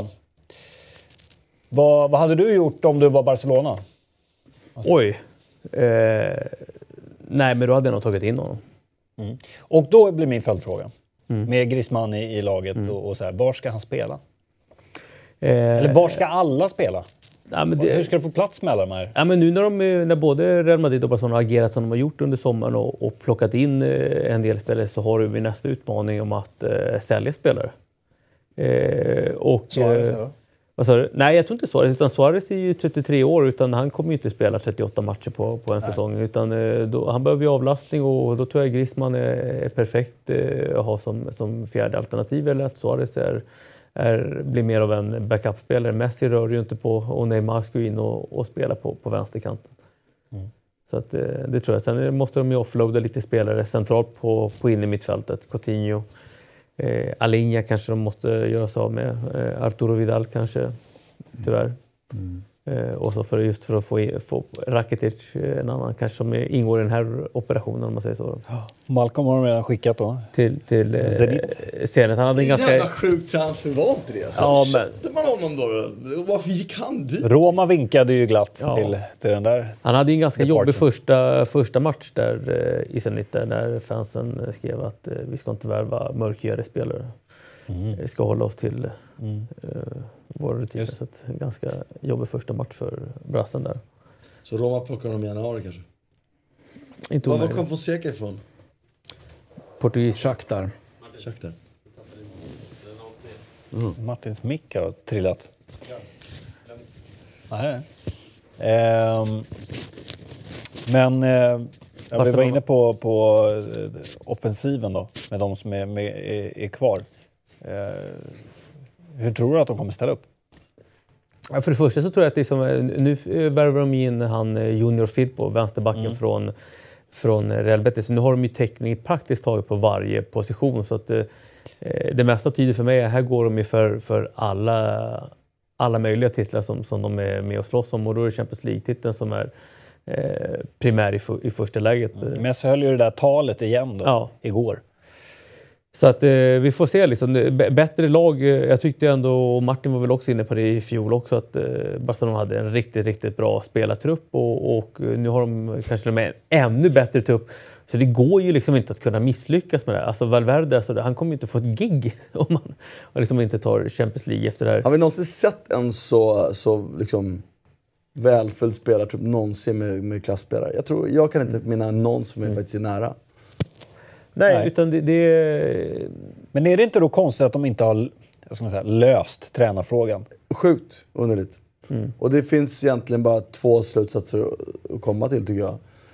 Vad, vad hade du gjort om du var Barcelona? Alltså. Oj. Eh, nej, men då hade jag nog tagit in honom. Mm. Och då blir min följdfråga. Mm. Med Griezmann i, i laget mm. och, och så här, var ska han spela? Eh, Eller var ska alla spela? Ja, men det, hur ska du få plats med alla de här? Ja, men nu när, de, när både Real Madrid och Barcelona har agerat som de har gjort under sommaren och, och plockat in eh, en del spelare så har vi nästa utmaning om att eh, sälja spelare. Eh, och, Suarez, eh, vad sa du? Nej, jag tror inte Suarez. Utan Suarez är ju trettiotre år utan han kommer ju inte spela trettioåtta matcher på, på en Nej. säsong. Utan, eh, då, han behöver ju avlastning och då tror jag Griezmann är, är perfekt eh, att ha som, som fjärde alternativ. Eller att Suarez är... Är, blir mer av en backup-spelare. Messi rör ju inte på och Neymar ska in och, och spela på, på vänsterkanten. Mm. Så att, det tror jag. Sen måste de ju offloada lite spelare centralt på, på in i mittfältet. Coutinho, eh, Alinha kanske de måste göra sig av med. Eh, Arturo Vidal kanske, tyvärr. Mm. Eh, och så för, just för att få, få Rakitic, en annan kanske som ingår i den här operationen om man säger så. Ja. Malcolm har de redan skickat då. Till, till eh, Zenit. Han hade en ganska... jävla sjuk transfer var inte det? Så ja, men... köpte man honom då? Varför gick han dit? Roma vinkade ju glatt ja. till, till den där. Han hade ju en ganska jobbig första, första match där eh, i Zenit där fansen skrev att eh, vi ska inte värva mörkhyade spelare. Mm. Vi ska hålla oss till mm. eh, våra rutiner. Så att, ganska jobbig första match för brassen där. Så Roma plockar dem i januari kanske? Inte Var kom Fonseca ifrån? Portugis. Shakhtar. Shakhtar. Mm. Martins mick har trillat. Nej. Ehm, men eh, ja, vi var inne på, på eh, offensiven då, med de som är, med, är, är kvar. Eh, hur tror du att de kommer ställa upp? Ja, för det första så tror jag att det är som, nu värvar de in han Junior Firpo, vänsterbacken mm. från, från Real Betis. Så nu har de ju täckning praktiskt taget på varje position. Så att, eh, det mesta tyder för mig är att här går de ju för, för alla, alla möjliga titlar som, som de är med och slåss om. Och då är det Champions League-titeln som är eh, primär i, för, i första läget. Mm. Men så höll ju det där talet igen då, ja. igår. Så att eh, vi får se liksom, b- bättre lag. Jag tyckte ändå, och Martin var väl också inne på det i fjol också, att eh, Barcelona hade en riktigt, riktigt bra spelartrupp och, och nu har de kanske med en ännu bättre trupp. Så det går ju liksom inte att kunna misslyckas med det här. Alltså Valverde, alltså, han kommer ju inte få ett gig om man liksom inte tar Champions League efter det här. Har vi någonsin sett en så, så liksom välfylld spelartrupp någonsin med, med klassspelare? Jag tror, jag kan inte minna någon som är mm. faktiskt är nära. Nej, Nej. utan det, det... Men är det inte då konstigt att de inte har jag ska säga, löst tränarfrågan? Sjukt underligt. Mm. Och det finns egentligen bara två slutsatser att komma till, tycker jag.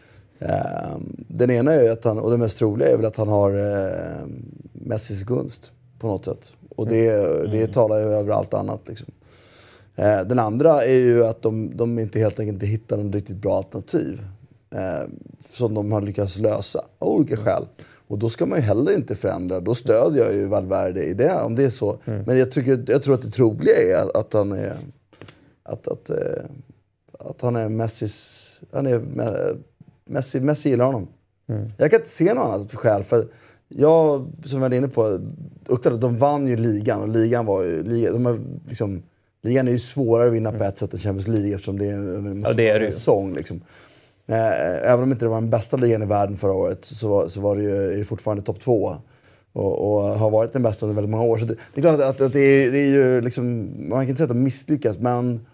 Den ena är att han, och det mest troliga är väl att han har eh, Messis gunst på något sätt. Och det, mm. det talar ju över allt annat liksom. Eh, den andra är ju att de, de inte helt enkelt inte hittar en riktigt bra alternativ eh, som de har lyckats lösa av olika skäl. Och då ska man ju heller inte förändra. Då stödjer jag ju Valverde i det, om det är så. Mm. Men jag, tycker, jag tror att det troliga är att, att han är att, att, att, att han är Messis han är Messi, Messi gillar honom. Mm. Jag kan inte se något annat för skäl. För jag, som jag var inne på, upptäckte att de vann ju ligan. Och ligan var ju... Ligan, de har liksom, ligan är ju svårare att vinna mm. på ett sätt än Champions League eftersom det är en, ja, det är det. en säsong. Liksom. Eh, även om inte det var den bästa ligan i världen förra året så var, så var det ju är det fortfarande topp två. Och, och har varit den bästa under väldigt många år. Så det, det är klart att, att, att det, är, det är ju liksom... Man kan inte säga att de misslyckas, men...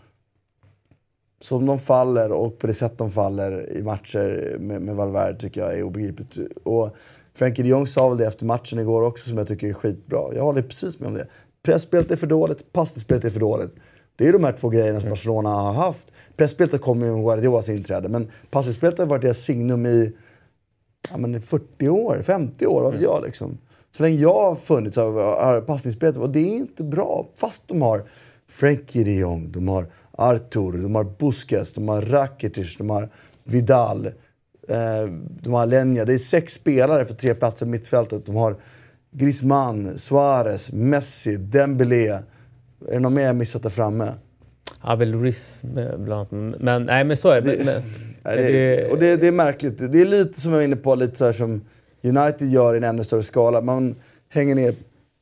Som de faller och på det sätt de faller i matcher med, med Valverde tycker jag är obegripligt. Och Frenkie de Jong sa väl det efter matchen igår också som jag tycker är skitbra. Jag håller precis med om det. Pressspelet är för dåligt, passningsspelet är för dåligt. Det är de här två grejerna som Barcelona har haft. Pressspelet kommer ju med Guardiolas inträde, men passningsspelet har varit deras signum i ja, men fyrtio år, femtio år, vad vet jag liksom. Så länge jag har funnits av passningsspelet, och det är inte bra. Fast de har Frenkie de Jong, de har Artur, de har Busquets, de har Rakitic, de har Vidal, eh, de har Lenya. Det är sex spelare för tre platser i mittfältet. De har Griezmann, Suarez, Messi, Dembélé. Är det någon mer jag missat där framme? Ja, väl Luis bland annat. Men nej, men så är det. det, men, det, det och det, det är märkligt. Det är lite som jag var inne på, lite så här som United gör i en ännu större skala. Man hänger ner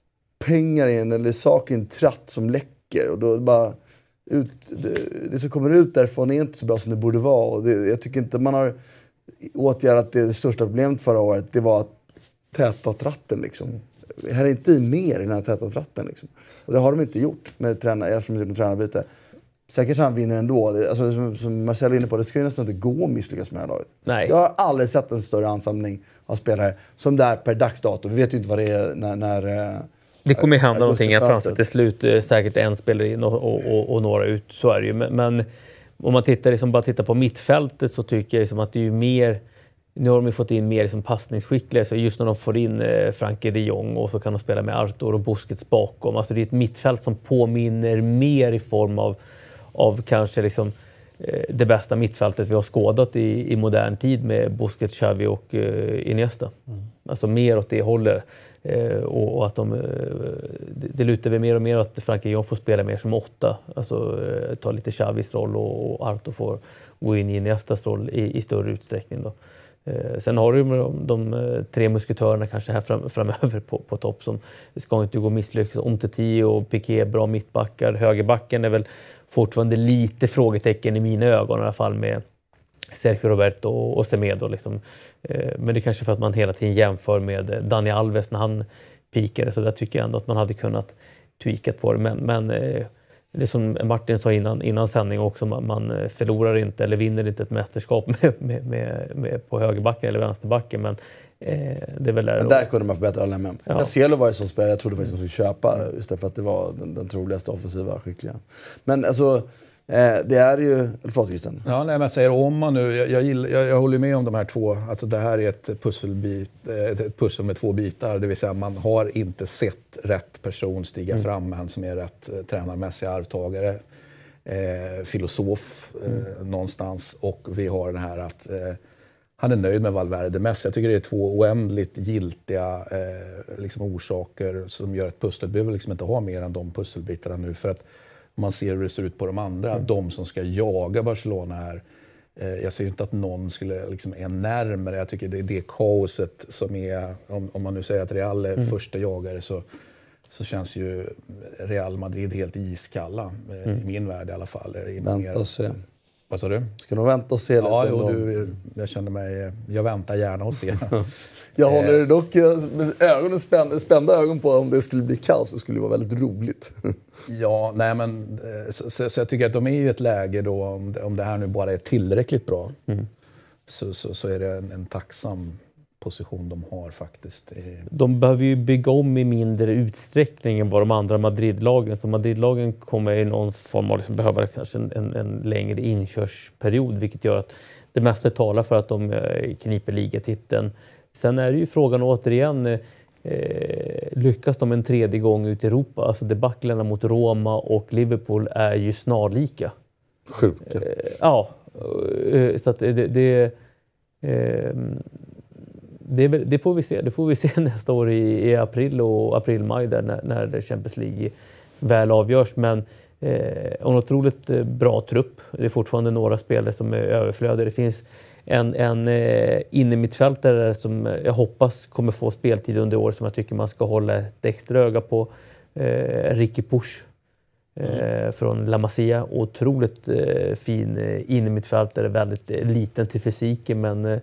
pengar i en eller saker i en tratt som läcker och då bara... Ut, det, det som kommer ut därifrån är inte så bra som det borde vara. Och det, jag tycker inte man har åtgärdat det, det största problemet förra året. Det var att täta tratten liksom. Här är inte i mer i den här täta tratten liksom. Och det har de inte gjort med tränare, eftersom de tränarbyte. Säkert han vinner ändå. Det, alltså, som, som Marcel är inne på, det ska ju nästan inte gå att misslyckas med det här laget. Nej. Jag har aldrig sett en större ansamling av spelare som där per dagsdatum. Vi vet ju inte vad det är när... när det kommer ju hända någonting att fram till slut, eh, säkert en spelare in och, och, och, och några ut, så är det ju. Men, men om man tittar, liksom, bara tittar på mittfältet så tycker jag liksom att det är ju mer, nu har de ju fått in mer liksom passningsskickliga, så just när de får in eh, Frenkie de Jong och så kan de spela med Artur och Busquets bakom. Alltså det är ett mittfält som påminner mer i form av, av kanske liksom eh, det bästa mittfältet vi har skådat i, i modern tid med Busquets, Xavi och eh, Iniesta. Mm. Alltså mer åt det hållet. Eh, och, och att de, eh, det, det lutar vi mer och mer att Frenkie de Jong får spela mer som åtta. Alltså eh, ta lite Xavis roll och, och Artur får gå in i Iniestas roll i, i större utsträckning då. Eh, sen har du de, de tre musketörerna kanske här fram, framöver på, på topp som ska inte gå misslyckas. Umtiti och Piqué, bra mittbackar. Högerbacken är väl fortfarande lite frågetecken i mina ögon i alla fall med Sergio Roberto och Semedo liksom. Eh, men det är kanske för att man hela tiden jämför med Dani Alves när han pikade, så där tycker jag ändå att man hade kunnat tweakat på det. Men, men eh, det är som Martin sa innan, innan sändning också, man, man förlorar inte eller vinner inte ett mästerskap med, med, med, med på högerbacken eller vänsterbacken, men eh, det är väl där. Men där kunde man förbättra alla med. Ja. Cancelo var ju som spelare, jag trodde faktiskt att de skulle köpa just därför att det var den, den troligaste offensiva skickliga. Men alltså Eh, det är ju... Förlåt, Christian. Ja, nej, men jag säger om man nu... Jag, jag, gillar, jag, jag håller med om de här två. Alltså det här är ett pusselbit, ett pussel med två bitar. Det vill säga man har inte sett rätt person stiga mm. fram än som är rätt eh, tränarmässig arvtagare. Eh, filosof eh, mm. någonstans. Och vi har den här att... Eh, han är nöjd med Valverde mest. Jag tycker det är två oändligt giltiga eh, liksom orsaker som gör att pusslet behöver liksom inte ha mer än de pusselbitarna nu. För att man ser hur det ser ut på de andra. Mm. De som ska jaga Barcelona här. Jag ser ju inte att någon skulle liksom är närmare. Jag tycker det är det kaoset som är, om, om man nu säger att Real är mm. första jagare, så, så känns ju Real Madrid helt iskalla, mm. i min värld i alla fall. Vänta och se. Vad sa du? Ska nog vänta och se lite. Ja, jo, du, jag känner mig, jag väntar gärna och se. Jag håller dock ögonen spända, spända ögon på om det skulle bli kaos, så skulle det vara väldigt roligt. Ja, nej men så, så, så jag tycker att de är i ett läge då, om det, om det här nu bara är tillräckligt bra, mm. så, så, så är det en, en tacksam position de har faktiskt. De behöver ju bygga om i mindre utsträckning än vad de andra Madrid-lagen. Så Madrid-lagen kommer i någon form av liksom behöva kanske en, en, en längre inkörsperiod, vilket gör att det mesta talar för att de kniper ligatiteln. Sen är det ju frågan återigen, eh, lyckas de en tredje gång ut i Europa? Alltså debaclerna mot Roma och Liverpool är ju snarlika. Sjuka. Eh, ja, eh, så att det... det eh, Det, det får vi se. Det får vi se nästa år i, i april och april-maj där när, när Champions League väl avgörs. Men eh, en otroligt bra trupp. Det är fortfarande några spelare som är överflödiga. Det finns en, en eh, innermittfältare som jag hoppas kommer få speltid under året, som jag tycker man ska hålla ett extra öga på. Eh, Ricky Pusch eh, mm. från La Masia. Otroligt eh, fin innermittfältare. Väldigt eh, liten till fysiken, men eh,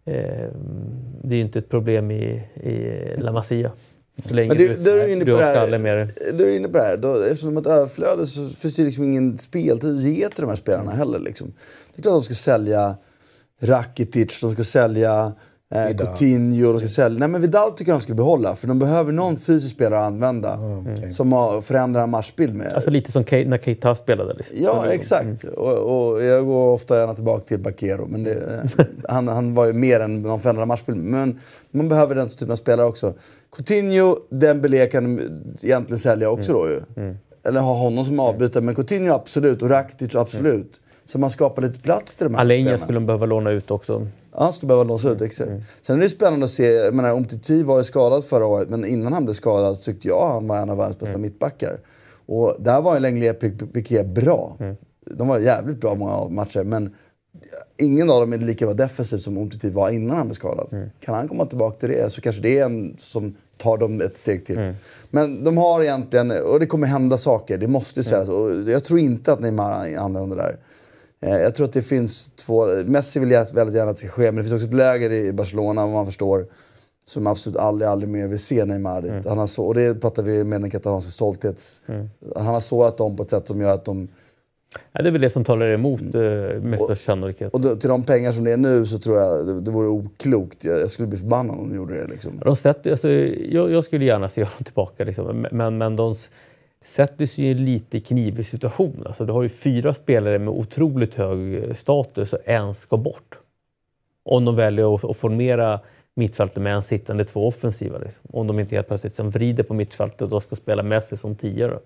det är ju inte ett problem i, i La Masia. Så länge du, du, är du, du har skalle med det. Du är inne på det här. Då, eftersom de har ett överflöde så finns det liksom ingen speltid att ge till de här spelarna heller. Liksom. Det är klart att de ska sälja Rakitic, de ska sälja eh, Coutinho, de ska sälja... Nej, men Vidal tycker jag de ska behålla. För de behöver någon fysisk spelare att använda. Mm. Okay. Som har förändrat en matchbild med. Alltså lite som Ke- när Keita spelade. Liksom. Ja, exakt. Mm. Och, och jag går ofta gärna tillbaka till Bakero. Men det, han, han var ju mer än någon förändrad matchbild. Men man behöver den typen av spelare också. Coutinho, Dembélé kan egentligen sälja också mm. då ju. Mm. Eller ha honom som avbytare. Men Coutinho absolut. Och Rakitic absolut. Mm. Så man skapar lite plats till de här Alenia skulle de behöva låna ut också. Ja, han skulle behöva låna ut, exakt. Mm. Sen är det spännande att se, jag menar, Umtiti var ju skadad förra året, men innan han blev skadad så tyckte jag han var en av världens bästa mm. mittbackar. Och där var ju Lenglet Piqué bra. Mm. De var jävligt bra många matcher, men ingen av dem är lika bra defensivt som Umtiti var innan han blev skadad. Mm. Kan han komma tillbaka till det, så kanske det är en som tar dem ett steg till. Mm. Men de har egentligen, och det kommer hända saker, det måste ju sägas. Mm. Och jag tror inte att Neymar använder det där. Jag tror att det finns två... Messi vill jag väldigt gärna att det ska ske, men det finns också ett läger i Barcelona, om man förstår, som absolut aldrig, aldrig mer vill se Neymar dit. Mm. Han har så, och det pratar vi med den katalanska stolthets... Mm. Han har sårat dem på ett sätt som gör att de... Ja, det är väl det som talar emot mm. med största sannolikhet. Och då, till de pengar som det är nu så tror jag det, det vore oklokt. Jag, jag skulle bli förbannad om de gjorde det. Liksom. De sätter, alltså, jag, jag skulle gärna se honom tillbaka, liksom, men, men de... sätter sig i en lite knivig situation. Alltså, du har ju fyra spelare med otroligt hög status och en ska bort. Om de väljer att, att formera mittfältet med en sittande två offensiva. Liksom. Om de inte helt plötsligt som vrider på mittfältet och då ska spela Messi som tidigare.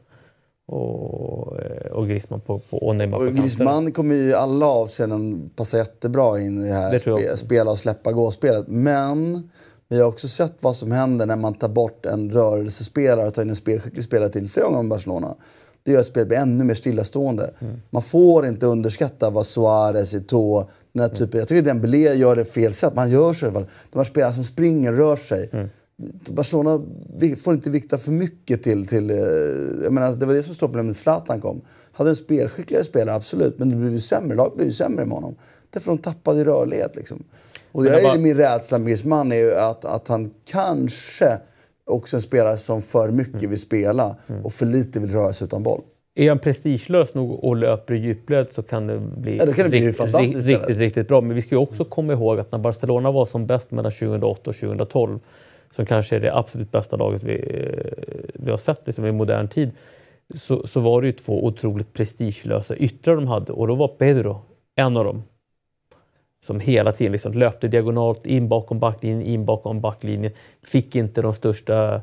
Och, och Griezmann på, på och Neymar på kanten. Griezmann kommer ju i alla avseenden passa jättebra in i det här det spe, spela och släppa gå-spelet. Men... vi har också sett vad som händer när man tar bort en rörelsespelare och tar in en spelskicklig spelare till flera gånger i Barcelona. Det gör att spelet blir ännu mer stillastående. Mm. Man får inte underskatta vad Suarez, Eto'o, den här typen. Mm. Jag tycker att Dembélé gör det fel sätt. Man gör så i alla fall. De här spelarna som springer, rör sig. Mm. Barcelona får inte vikta för mycket till... till jag menar, det var det som stod problemet när Zlatan kom. Hade en spelskickligare spelare, absolut. Men det blev ju sämre. Laget blev ju sämre med honom. Därför de tappade i rörlighet liksom. Och jag är bara... min rädsla med Griezmann är ju att, att han kanske också en spelare som för mycket mm. vill spela mm. och för lite vill röra sig utan boll. Är han prestigelös nog och löper i djupled så kan det bli, ja, det kan det bli rikt, riktigt, riktigt, riktigt bra. Men vi ska ju också komma ihåg att när Barcelona var som bäst mellan tjugohundraåtta och tjugohundratolv, som kanske är det absolut bästa laget vi, vi har sett liksom, i modern tid, så, så var det ju två otroligt prestigelösa yttrar de hade. Och då var Pedro en av dem. Som hela tiden liksom löpte diagonalt in bakom backlinjen, in bakom backlinjen. Fick inte de största,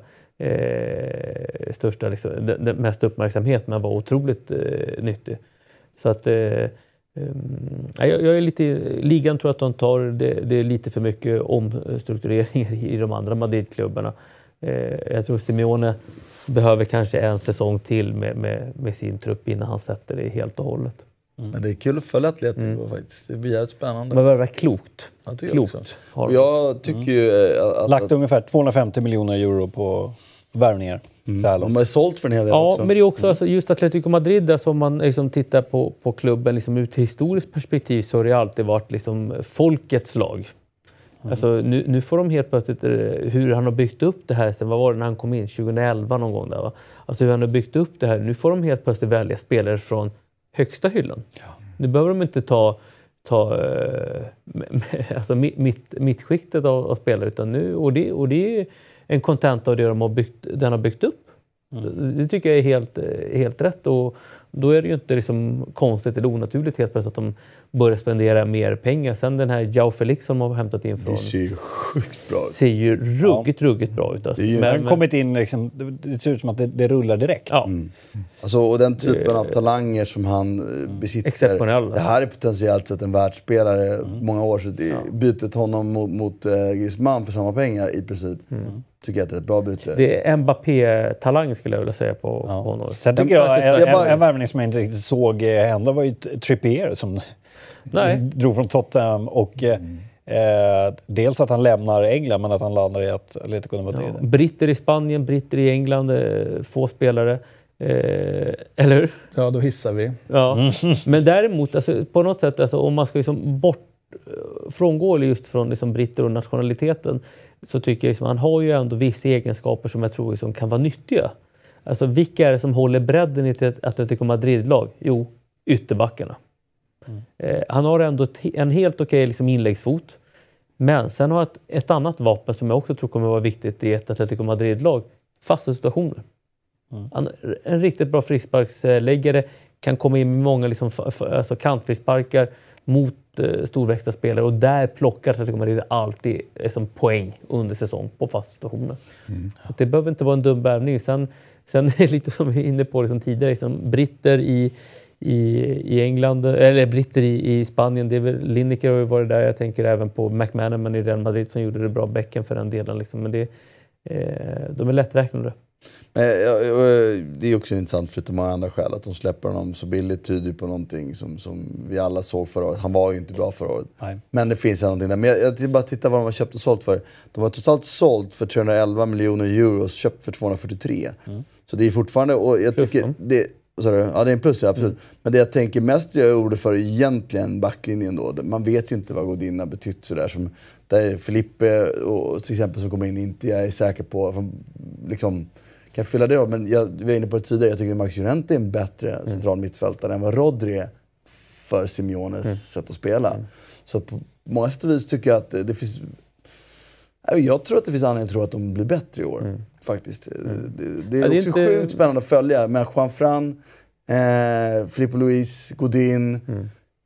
eh, största liksom, den, den mest uppmärksamhet, men var otroligt eh, nyttig. Så att eh, eh, jag, jag är lite, ligan tror att de tar, det, det är lite för mycket omstruktureringar i, i de andra Madrid-klubbarna. Eh, jag tror Simeone behöver kanske en säsong till med, med, med sin trupp innan han sätter det helt och hållet. Mm. Men det är kul att följa Atletico mm. faktiskt. Det blir jävligt spännande. Men det var klokt. Ja, det klokt. Och jag tycker mm. ju att... Lagt att, ungefär tvåhundrafemtio miljoner euro på värvningar. Mm. De har sålt för en hel del ja, också. Men det är också mm. alltså, just Atletico Madrid, alltså, om man liksom tittar på, på klubben liksom, ur ett historiskt perspektiv, så har det alltid varit liksom, folkets lag. Mm. Alltså, nu, nu får de helt plötsligt hur han har byggt upp det här sen, vad var det när han kom in? tjugoelva någon gång där, va? Alltså hur han har byggt upp det här. Nu får de helt plötsligt välja spelare från högsta hyllan. Ja. Nu behöver de inte ta, ta äh, alltså mitt, mittskiktet av, av spelare, utan nu, och det, och det är en kontent av det de har byggt, den har byggt upp. Mm. Det tycker jag är helt, helt rätt, och då är det ju inte liksom konstigt eller onaturligt helt plötsligt att de börjar spendera mer pengar. Sen den här João Felix som de har hämtat in från... Det ser ju sjukt bra ut. Ser ju ruggigt, ja. ruggigt bra ut. Alltså. Det har men, kommit in liksom, det ser ut som att det, det rullar direkt. Ja. Mm. Alltså, och den typen av talanger som han besitter. Exceptionella. Det här är potentiellt sett en världsspelare. Mm. Många år sedan ja. bytet honom mot, mot uh, Griezmann för samma pengar i princip. Mm. Tycker jag att det är ett bra byte. Det är Mbappé-talang skulle jag vilja säga på, ja. på honom. Sen tycker jag, jag, en, bara... en värvning som jag inte riktigt såg hända var ju Trippier som Nej. drog från Tottenham och mm. eh, dels att han lämnar England men att han landar i att Atletico Madrid. Ja. Britter i Spanien, britter i England, eh, få spelare. Eh, eller hur? Ja, då hissar vi. Ja. Mm. Men däremot, alltså, på något sätt, alltså, om man ska liksom bort frångå just från liksom, britter och nationaliteten, så tycker jag att liksom, han har ju ändå vissa egenskaper som jag tror liksom, kan vara nyttiga. Alltså vilka är det som håller bredden i ett Atletico Madrid-lag? Jo, ytterbackarna. Mm. Eh, han har ändå ett, en helt okej liksom, inläggsfot. Men sen har ett, ett annat vapen som jag också tror kommer vara viktigt i ett Atletico Madrid-lag. Fasta situationer. Mm. Han, en riktigt bra frisparksläggare, kan komma in med många liksom, f- f- alltså kantfrisparkar mot eh, storväxta spelare, och där plockar Atletico Madrid alltid eh, som poäng under säsong på fasta situationer. Mm. Så det behöver inte vara en dum värvning. Sen, sen är det lite som vi är inne på liksom tidigare, liksom, britter i, i, i England, eller britter i, i Spanien, det är väl Lineker har ju varit där, jag tänker även på McManaman i Real Madrid som gjorde det bra, Beckham för den delen liksom. Men det, eh, de är lätträknade. Men, ja, det är också intressant för många andra skäl att de släpper honom så billigt, tyder på någonting som, som vi alla såg förra året. Han var ju inte bra förra året. Nej. Men det finns någonting där. Men jag, jag bara titta vad de har köpt och sålt för. De har totalt sålt för trehundraelva miljoner euro och köpt för tvåhundrafyrtiotre. Mm. Så det är fortfarande, och jag plus, tycker det, sorry, ja, det är en plus, ja, absolut. Mm. Men det jag tänker mest jag gjorde för egentligen backlinjen då. Man vet ju inte vad Godin har betytt sådär, som där Felipe och till exempel som kommer in inte jag är säker på från, liksom kan fylla det då, men jag var inne på det tidigare. Jag tycker att Marcus Llorente är en bättre mm. central mittfältare än vad Rodri är för Simeones mm. sätt att spela. Mm. Så på många sätt och vis tycker jag att det, det finns... Jag tror att det finns anledning att tro att de blir bättre i år. Mm. Faktiskt. Mm. Det, det är ja, också det är inte... sjukt spännande att följa. Men Juan Fran, eh, Filipe Luis, Godin, mm.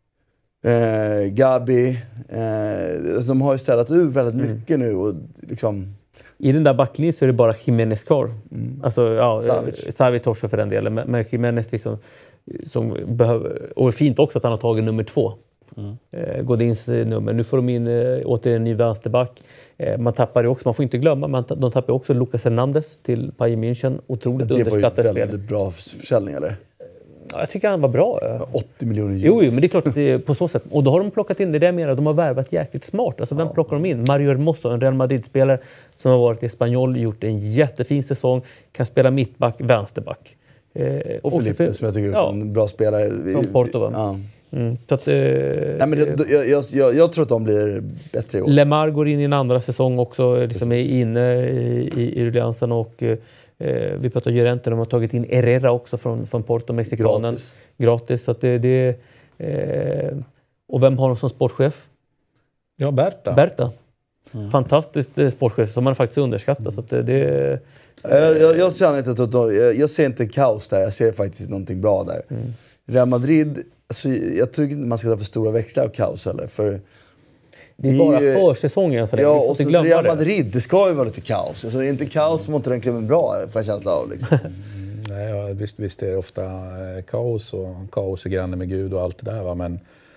eh, Gabi. Eh, alltså de har ju ställt ur väldigt mm. mycket nu. Och liksom... I den där backlinjen så är det bara Jiménez kvar. Mm. Alltså, ja, Savic. Savic också för den delen. Men, men Jiménez liksom, som behöver... Och fint också att han har tagit nummer två. Mm. Eh, Godins nummer. Nu får de in eh, åter en ny vänsterback. Eh, man tappar ju också, man får inte glömma, man, de tappar också Lucas Hernandez till Bayern München. Otroligt underskattat spel. Det var ju väldigt bra försäljning, eller? Ja, jag tycker han var bra. åttio miljoner euro. Jo, jo, men det är klart att det är på så sätt. Och då har de plockat in det där mer. De har värvat jäkligt smart. Alltså, vem ja. plockar de in? Mario Hermoso, en Real Madrid-spelare som har varit i Espanyol, gjort en jättefin säsong. Kan spela mittback, vänsterback. Eh, och Felipe, som jag tycker är ja. en bra spelare. Från Porto, va? Ja. Mm, så att, eh, Nej, men det, jag, jag, jag tror att de blir bättre i år. Lemar går in i en andra säsong också, liksom är inne i, i, i ruljangsen, och eh, vi pratar Llorente, de har tagit in Herrera också från, från Porto, mexikanen. Gratis. Gratis, så att det, det eh, och vem har de som sportchef? Ja, Berta. Berta. Mm. Fantastiskt eh, sportchef som man faktiskt underskattar. Mm. Så att det, det, jag, jag, jag, ser inte, jag, jag ser inte kaos där, jag ser faktiskt någonting bra där. Mm. Real Madrid, alltså, jag tror inte man ska ta för stora växlar av kaos heller, för det är bara försäsongen så ja, och så Real Madrid, det ska ju vara lite kaos. Alltså, är inte kaos så måste den klubben bra, får jag känsla av. Liksom. Mm, nej, ja, visst, visst är det ofta eh, kaos och kaos är granne med Gud och allt det där. Va? Men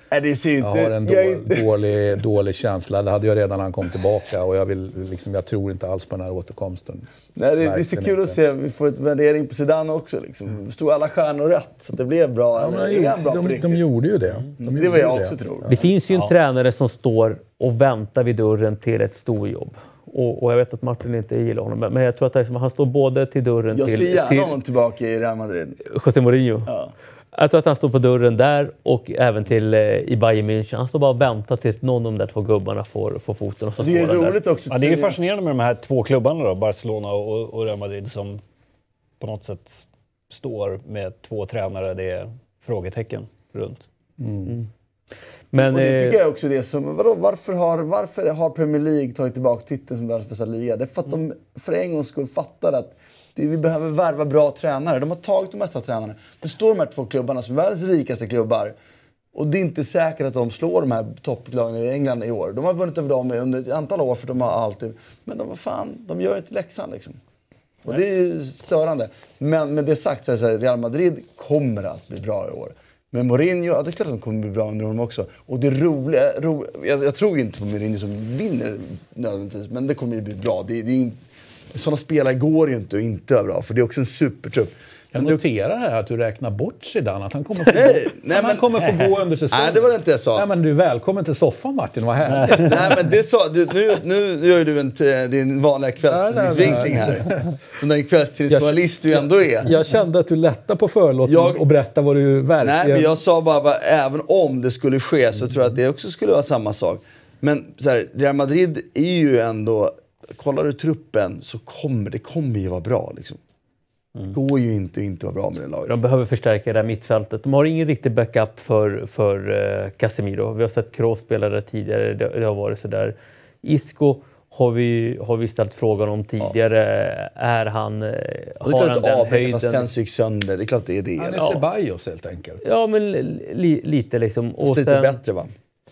Nej, det ser inte... Jag har en då, jag är... dålig, dålig känsla. Det hade jag redan när han kom tillbaka. Och jag, vill, liksom, jag tror inte alls på den här återkomsten. Nej, det, det är så kul inte. Att se. Vi får ett värdering på Zidane också. Liksom. Mm. Stod alla stjärnor rätt, så det blev bra. Ja, eller, jo, är bra de, de gjorde ju det. De det var jag också det. tror. Det finns ju en ja. tränare som står och väntar vid dörren till ett storjobb. Och, och jag vet att Martin inte gillar honom. Men jag tror att det är som, han står både till dörren jag till... Jag ser gärna till, honom tillbaka i Real Madrid. José Mourinho. Ja. Jag tror att han står på dörren där och även till eh, i Bayern München. Han står bara och väntar tills någon av de där två gubbarna får, får foten. Och så det är roligt där. också. Ja, det är ju fascinerande med de här två klubbarna då, Barcelona och, och Real Madrid, som på något sätt står med två tränare. Det är frågetecken runt. Mm. Mm. Men, och det tycker jag också det som... Vadå, varför, har, varför har Premier League tagit tillbaka titeln som världens bästa liga? Det är för att mm. de för en gångs skull fattar att vi behöver värva bra tränare. De har tagit de mesta tränarna. Det står de här två klubbarna som är världens rikaste klubbar. Och det är inte säkert att de slår de här topplagen i England i år. De har vunnit över dem under ett antal år för de har alltid... Men de, vad fan, de gör inte läxan liksom. Och det är ju störande. Men med det sagt så är det så här, Real Madrid kommer att bli bra i år. Men Mourinho, ja, det är klart att de kommer bli bra under honom också. Och det roliga... Ro, jag, jag tror inte på Mourinho som vinner nödvändigtvis. Men det kommer ju bli bra. Det, det är inte... Sådana spelare går ju inte och inte är bra, för det är också en supertrupp. Jag noterar här att du räknar bort Zidane, att han kommer få, nej, gå, nej, han men, kommer få gå under säsongen. Nej, det var det inte jag sa. Nej, men du är välkommen till soffan, Martin, vad härligt. Nej, men det sa du, nu, nu gör du en t- din vanliga kvällstidningsvinkling här. Som den kvällstidningsjournalist du ändå är. Jag kände att du lättade på förlåten jag, och berättade vad du verkligen... Nej, men jag sa bara, bara även om det skulle ske så tror jag att det också skulle vara samma sak. Men så här, Real Madrid är ju ändå... Kollar du truppen så kommer det kommer ju vara bra liksom. Mm. Går ju inte inte vara bra med det laget. De behöver förstärka det här mittfältet. De har ingen riktig backup för för uh, Casemiro. Vi har sett Kroos spela där tidigare. Det, det har varit så där. Isco har vi har vi ställt frågan om tidigare. Ja. Är han uh, har han den höjden? Sen gick sönder. Det är klart det är det. Han är ja. Ceballos helt enkelt. Ja, men li, lite liksom. Och lite sen, bättre va?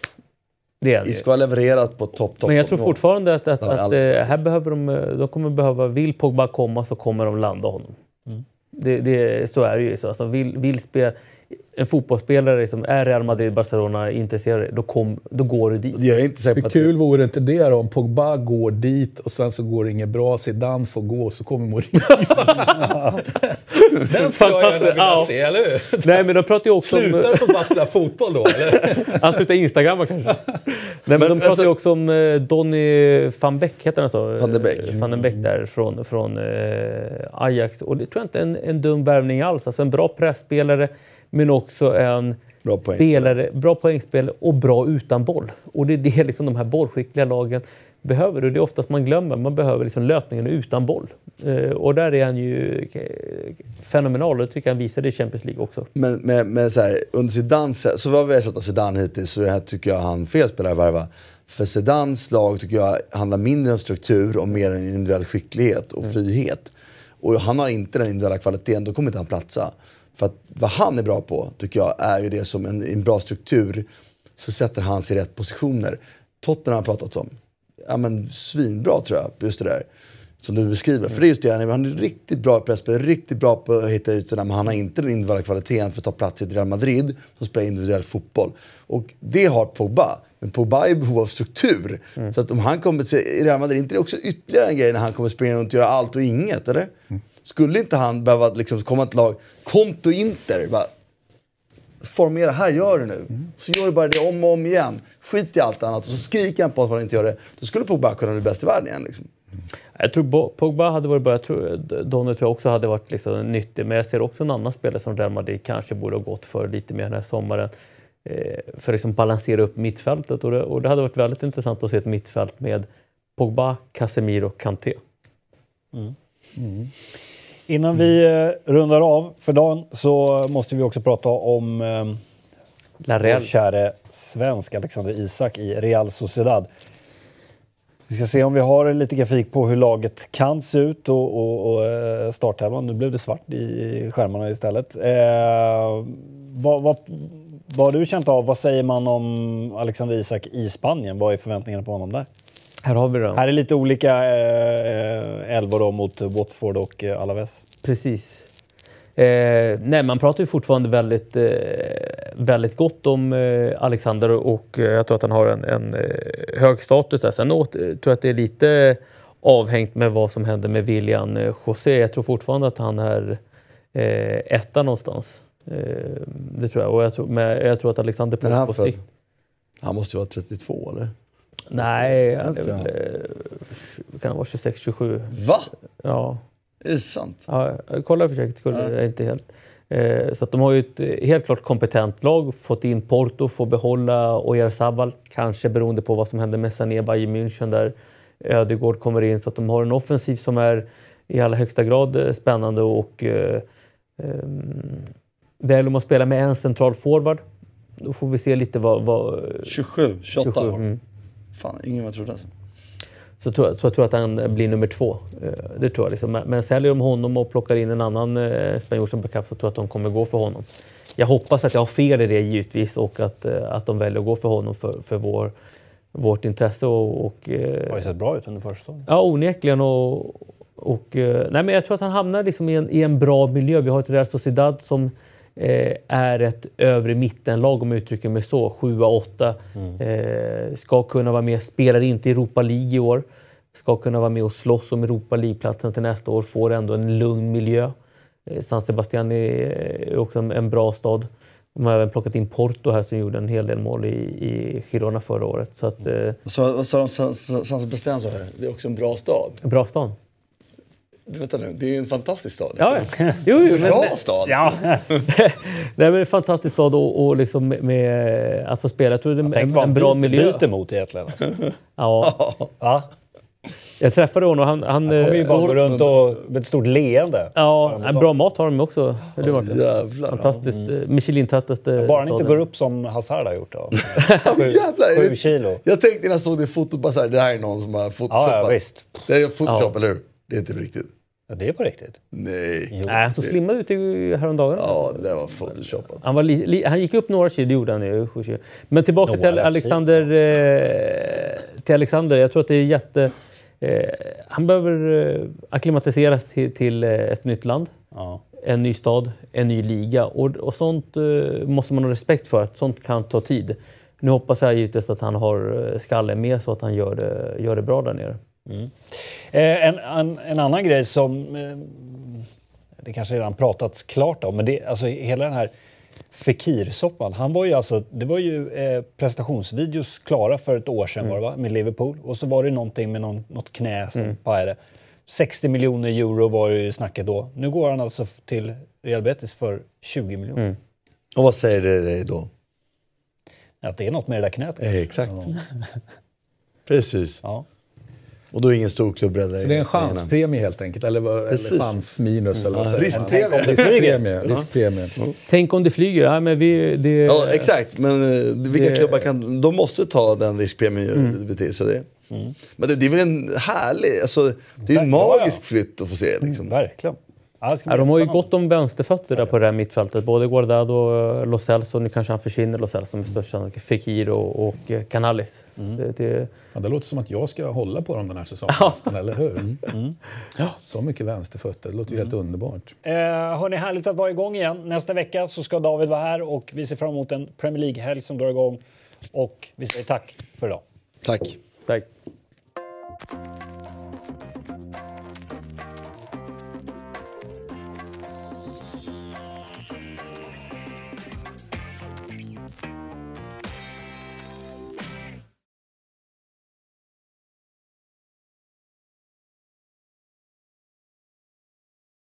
Isco har levererat på topp, topp. Men jag tror fortfarande att, att, att, att här behöver de, de kommer behöva, vill Pogba komma så kommer de landa honom. Mm. Det, det, så är det ju så. Alltså, vill, vill spela, en fotbollsspelare som är Real Madrid, Barcelona intresserad, då, kom, då går du dit. Jag är inte säker på Hur kul vore inte det då, om Pogba går dit och sen så går det inget bra, Zidane får gå och så kommer Mourinho. Den ska jag gärna vilja ja. se, eller hur? Nej, men de pratar ju också Slutar om... Pogba spela fotboll då, eller? Han slutar Instagramma kanske. Nej, men, men de pratar alltså, ju också om eh, Donny van Beek, heter han så? Van de Beek. Van de Beek där från, från eh, Ajax. Och det tror jag inte är en, en dum värvning alls. Alltså en bra pressspelare, men också en bra spelare, bra poängspel och bra utan boll. Och det är det liksom de här bollskickliga lagen behöver. Och det är oftast man glömmer. Man behöver liksom löpningen utan boll. Eh, och där är han ju fenomenal. Och det tycker jag han visade i Champions League också. Men, men, men så här, under Zidane, så vad vi har sett av Zidane hittills så här tycker jag han fel spelar värva. För Zidans lag tycker jag handlar mindre om struktur och mer om individuell skicklighet och mm. frihet. Och han har inte den individuella kvaliteten, då kommer inte han platsa. För att vad han är bra på, tycker jag, är ju det som en, en bra struktur så sätter han sig i rätt positioner. Tottenham har pratat om. Ja men svinbra tror jag, just det där som du beskriver. Mm. För det är just det, han är riktigt bra på pressspel, riktigt bra på att hitta ut sådär, men han har inte den individuella kvaliteten för att ta plats i Real Madrid som spelar individuell fotboll. Och det har Pogba. Men Pogba är i behov av struktur. Mm. Så att om han kommer till i Real Madrid, inte det också ytterligare en grej när han kommer springa runt och göra allt och inget, eller? Mm. Skulle inte han behöva liksom komma till lag, konto Inter, bara formera, här gör det nu. Mm. Så gör du bara det om och om igen. Skit i allt annat och så skriker han på att han inte gör det. Då skulle Pogba kunna bli bäst i världen igen liksom. Jag tror Pogba hade varit bra. Jag tror Donny tror jag också hade varit liksom nyttig. Men jag ser också en annan spelare som Real Madrid kanske borde ha gått för lite mer den här sommaren. Eh, för att liksom balansera upp mittfältet. Och det, och det hade varit väldigt intressant att se ett mittfält med Pogba, Casemiro och Kanté. Mm. Mm. Innan vi eh, rundar av för dagen så måste vi också prata om eh, vår käre svensk Alexander Isak i Real Sociedad. Vi ska se om vi har lite grafik på hur laget kan se ut och, och, och startelvan. Nu blev det svart i skärmarna istället. Eh, vad, vad, vad har du känt av? Vad säger man om Alexander Isak i Spanien? Vad är förväntningarna på honom där? Här har vi det. Här är lite olika eh, elvor då mot Watford och eh, Alaves. Precis. Eh, nej, man pratar ju fortfarande väldigt, eh, väldigt gott om eh, Alexander och eh, jag tror att han har en, en eh, hög status där. Sen åt, tror jag att det är lite avhängt med vad som händer med Willian eh, José. Jag tror fortfarande att han är eh, etta någonstans. Eh, det tror jag. Och jag tror, men jag tror att Alexander på, han på för, sikt... Han måste ju vara trettiotvå, eller? Nej, han är väl, eh, kan det vara tjugosex tjugosju? Va? Ja. Är det sant? Ja, jag kollar för säkerhets skull, jag är inte helt. Eh, så att de har ju ett helt klart kompetent lag, fått in Porto, får behålla Oyarzabal, kanske beroende på vad som händer med Sané, Bayern München där Ödegård kommer in, så att de har en offensiv som är i allra högsta grad spännande och eh, eh, väl om att spela med en central forward. Då får vi se lite vad... vad tjugosju, tjugoåtta tjugosju, mm. Fan, ingen vad trodde alltså. Så, tror jag, så jag tror att han blir nummer två. Det tror jag liksom. Men, men säljer de honom och plockar in en annan eh, spanjor som backup, så tror jag att de kommer gå för honom. Jag hoppas att jag har fel i det givetvis och att, eh, att de väljer att gå för honom för, för vår, vårt intresse. Och, och, eh, det har ju sett bra ut under första säsongen. Ja, onekligen. Och, och, eh, nej, men jag tror att han hamnar liksom i, en, i en bra miljö. Vi har ett Real Sociedad som eh, är ett övre mittenlag, om jag uttrycker mig så. sjua åtta. Mm. Eh, ska kunna vara med. Spelar inte i Europa League i år. Ska kunna vara med och slåss om Europa League-platsen till nästa år. Får ändå en lugn miljö. Eh, San Sebastian är också en, en bra stad. De har även plockat in Porto här som gjorde en hel del mål i, i Girona förra året. Så att, eh, så, vad sa de? San, San Sebastian sa det. Det är också en bra stad. En bra stad. Du vet nu, det är ju en fantastisk stad. Ja, jo, jo, bra men, stad. Ja. Det är en fantastisk stad och, och liksom med att få spela. Jag tror det är en, en bra miljö. Byter mot egentligen. Alltså. Ja. Ja. Jag träffade honom. Han, han, han kommer ju bara gå runt och med ett stort leende. Ja, en bra mat har de också. Det var oh, jävlar. Fantastiskt. Mm. Michelin-tätaste bara han inte går upp som Hazard har gjort då. Sju, jävlar, sju kilo. Jag tänkte när jag såg det fotot, bara så här, det här är någon som har photoshopat. Ja, ja, visst. Det är photoshop, ja. Eller hur? Det är inte riktigt. Ja, det är på riktigt. Nej. Jo, Nej, så slimmade ut ju häromdagen. Ja, det var photoshopat. Han, var li, li, han gick upp några kilo, det gjorde han ju. Men tillbaka några till Alexander, eh, till Alexander. Jag tror att det är jätte... Eh, han behöver eh, akklimatiseras till, till eh, ett nytt land. Ja. En ny stad, en ny liga. Och, och sånt eh, måste man ha respekt för. Att sånt kan ta tid. Nu hoppas jag givetvis att han har skallen med så att han gör det, gör det bra där nere. Mm. Eh, en, en, en annan grej som eh, det kanske redan pratats klart om, men det, alltså hela den här Fekir-soppan, han var ju alltså, det var ju eh, prestationsvideos klara för ett år sedan mm. var det, va? Med Liverpool, och så var det någonting med någon, något knä som mm. pajade. sextio miljoner euro var ju snacket då. Nu går han alltså till Real Betis för tjugo miljoner. Mm. Och vad säger det dig då? Att det är något med det där knät. Eh, exakt. Ja. Precis. Ja. Och då är ingen stor klubb räddare. Så det är en chanspremie helt enkelt? Eller, eller chansminus? Eller vad ja, riskpremie. Riskpremie. Riskpremie. Ja. Tänk om det flyger. Ja, men vi, det... ja, exakt. Men uh, vilka det... klubbar kan... De måste ta den riskpremien. Mm. Så det. Mm. Men det, det är väl en härlig... Alltså, det är ju en magisk flytt att få se. Liksom. Mm, verkligen. Ja, de har ju gått om vänsterfötter där på det här mittfältet. Både Guardado och Lo Celso. Nu kanske han försvinner, Lo Celso med största sannolikhet. Fekir och, och Canales. Mm. Det, det... Ja, det låter som att jag ska hålla på dem den här säsongen, eller hur? Mm. Mm. Ja, så mycket vänsterfötter. Det låter ju mm. helt underbart. Eh, hörni, härligt att vara igång igen. Nästa vecka så ska David vara här och vi ser fram emot en Premier League-helg som drar igång. Och vi säger tack för idag. Tack. Tack.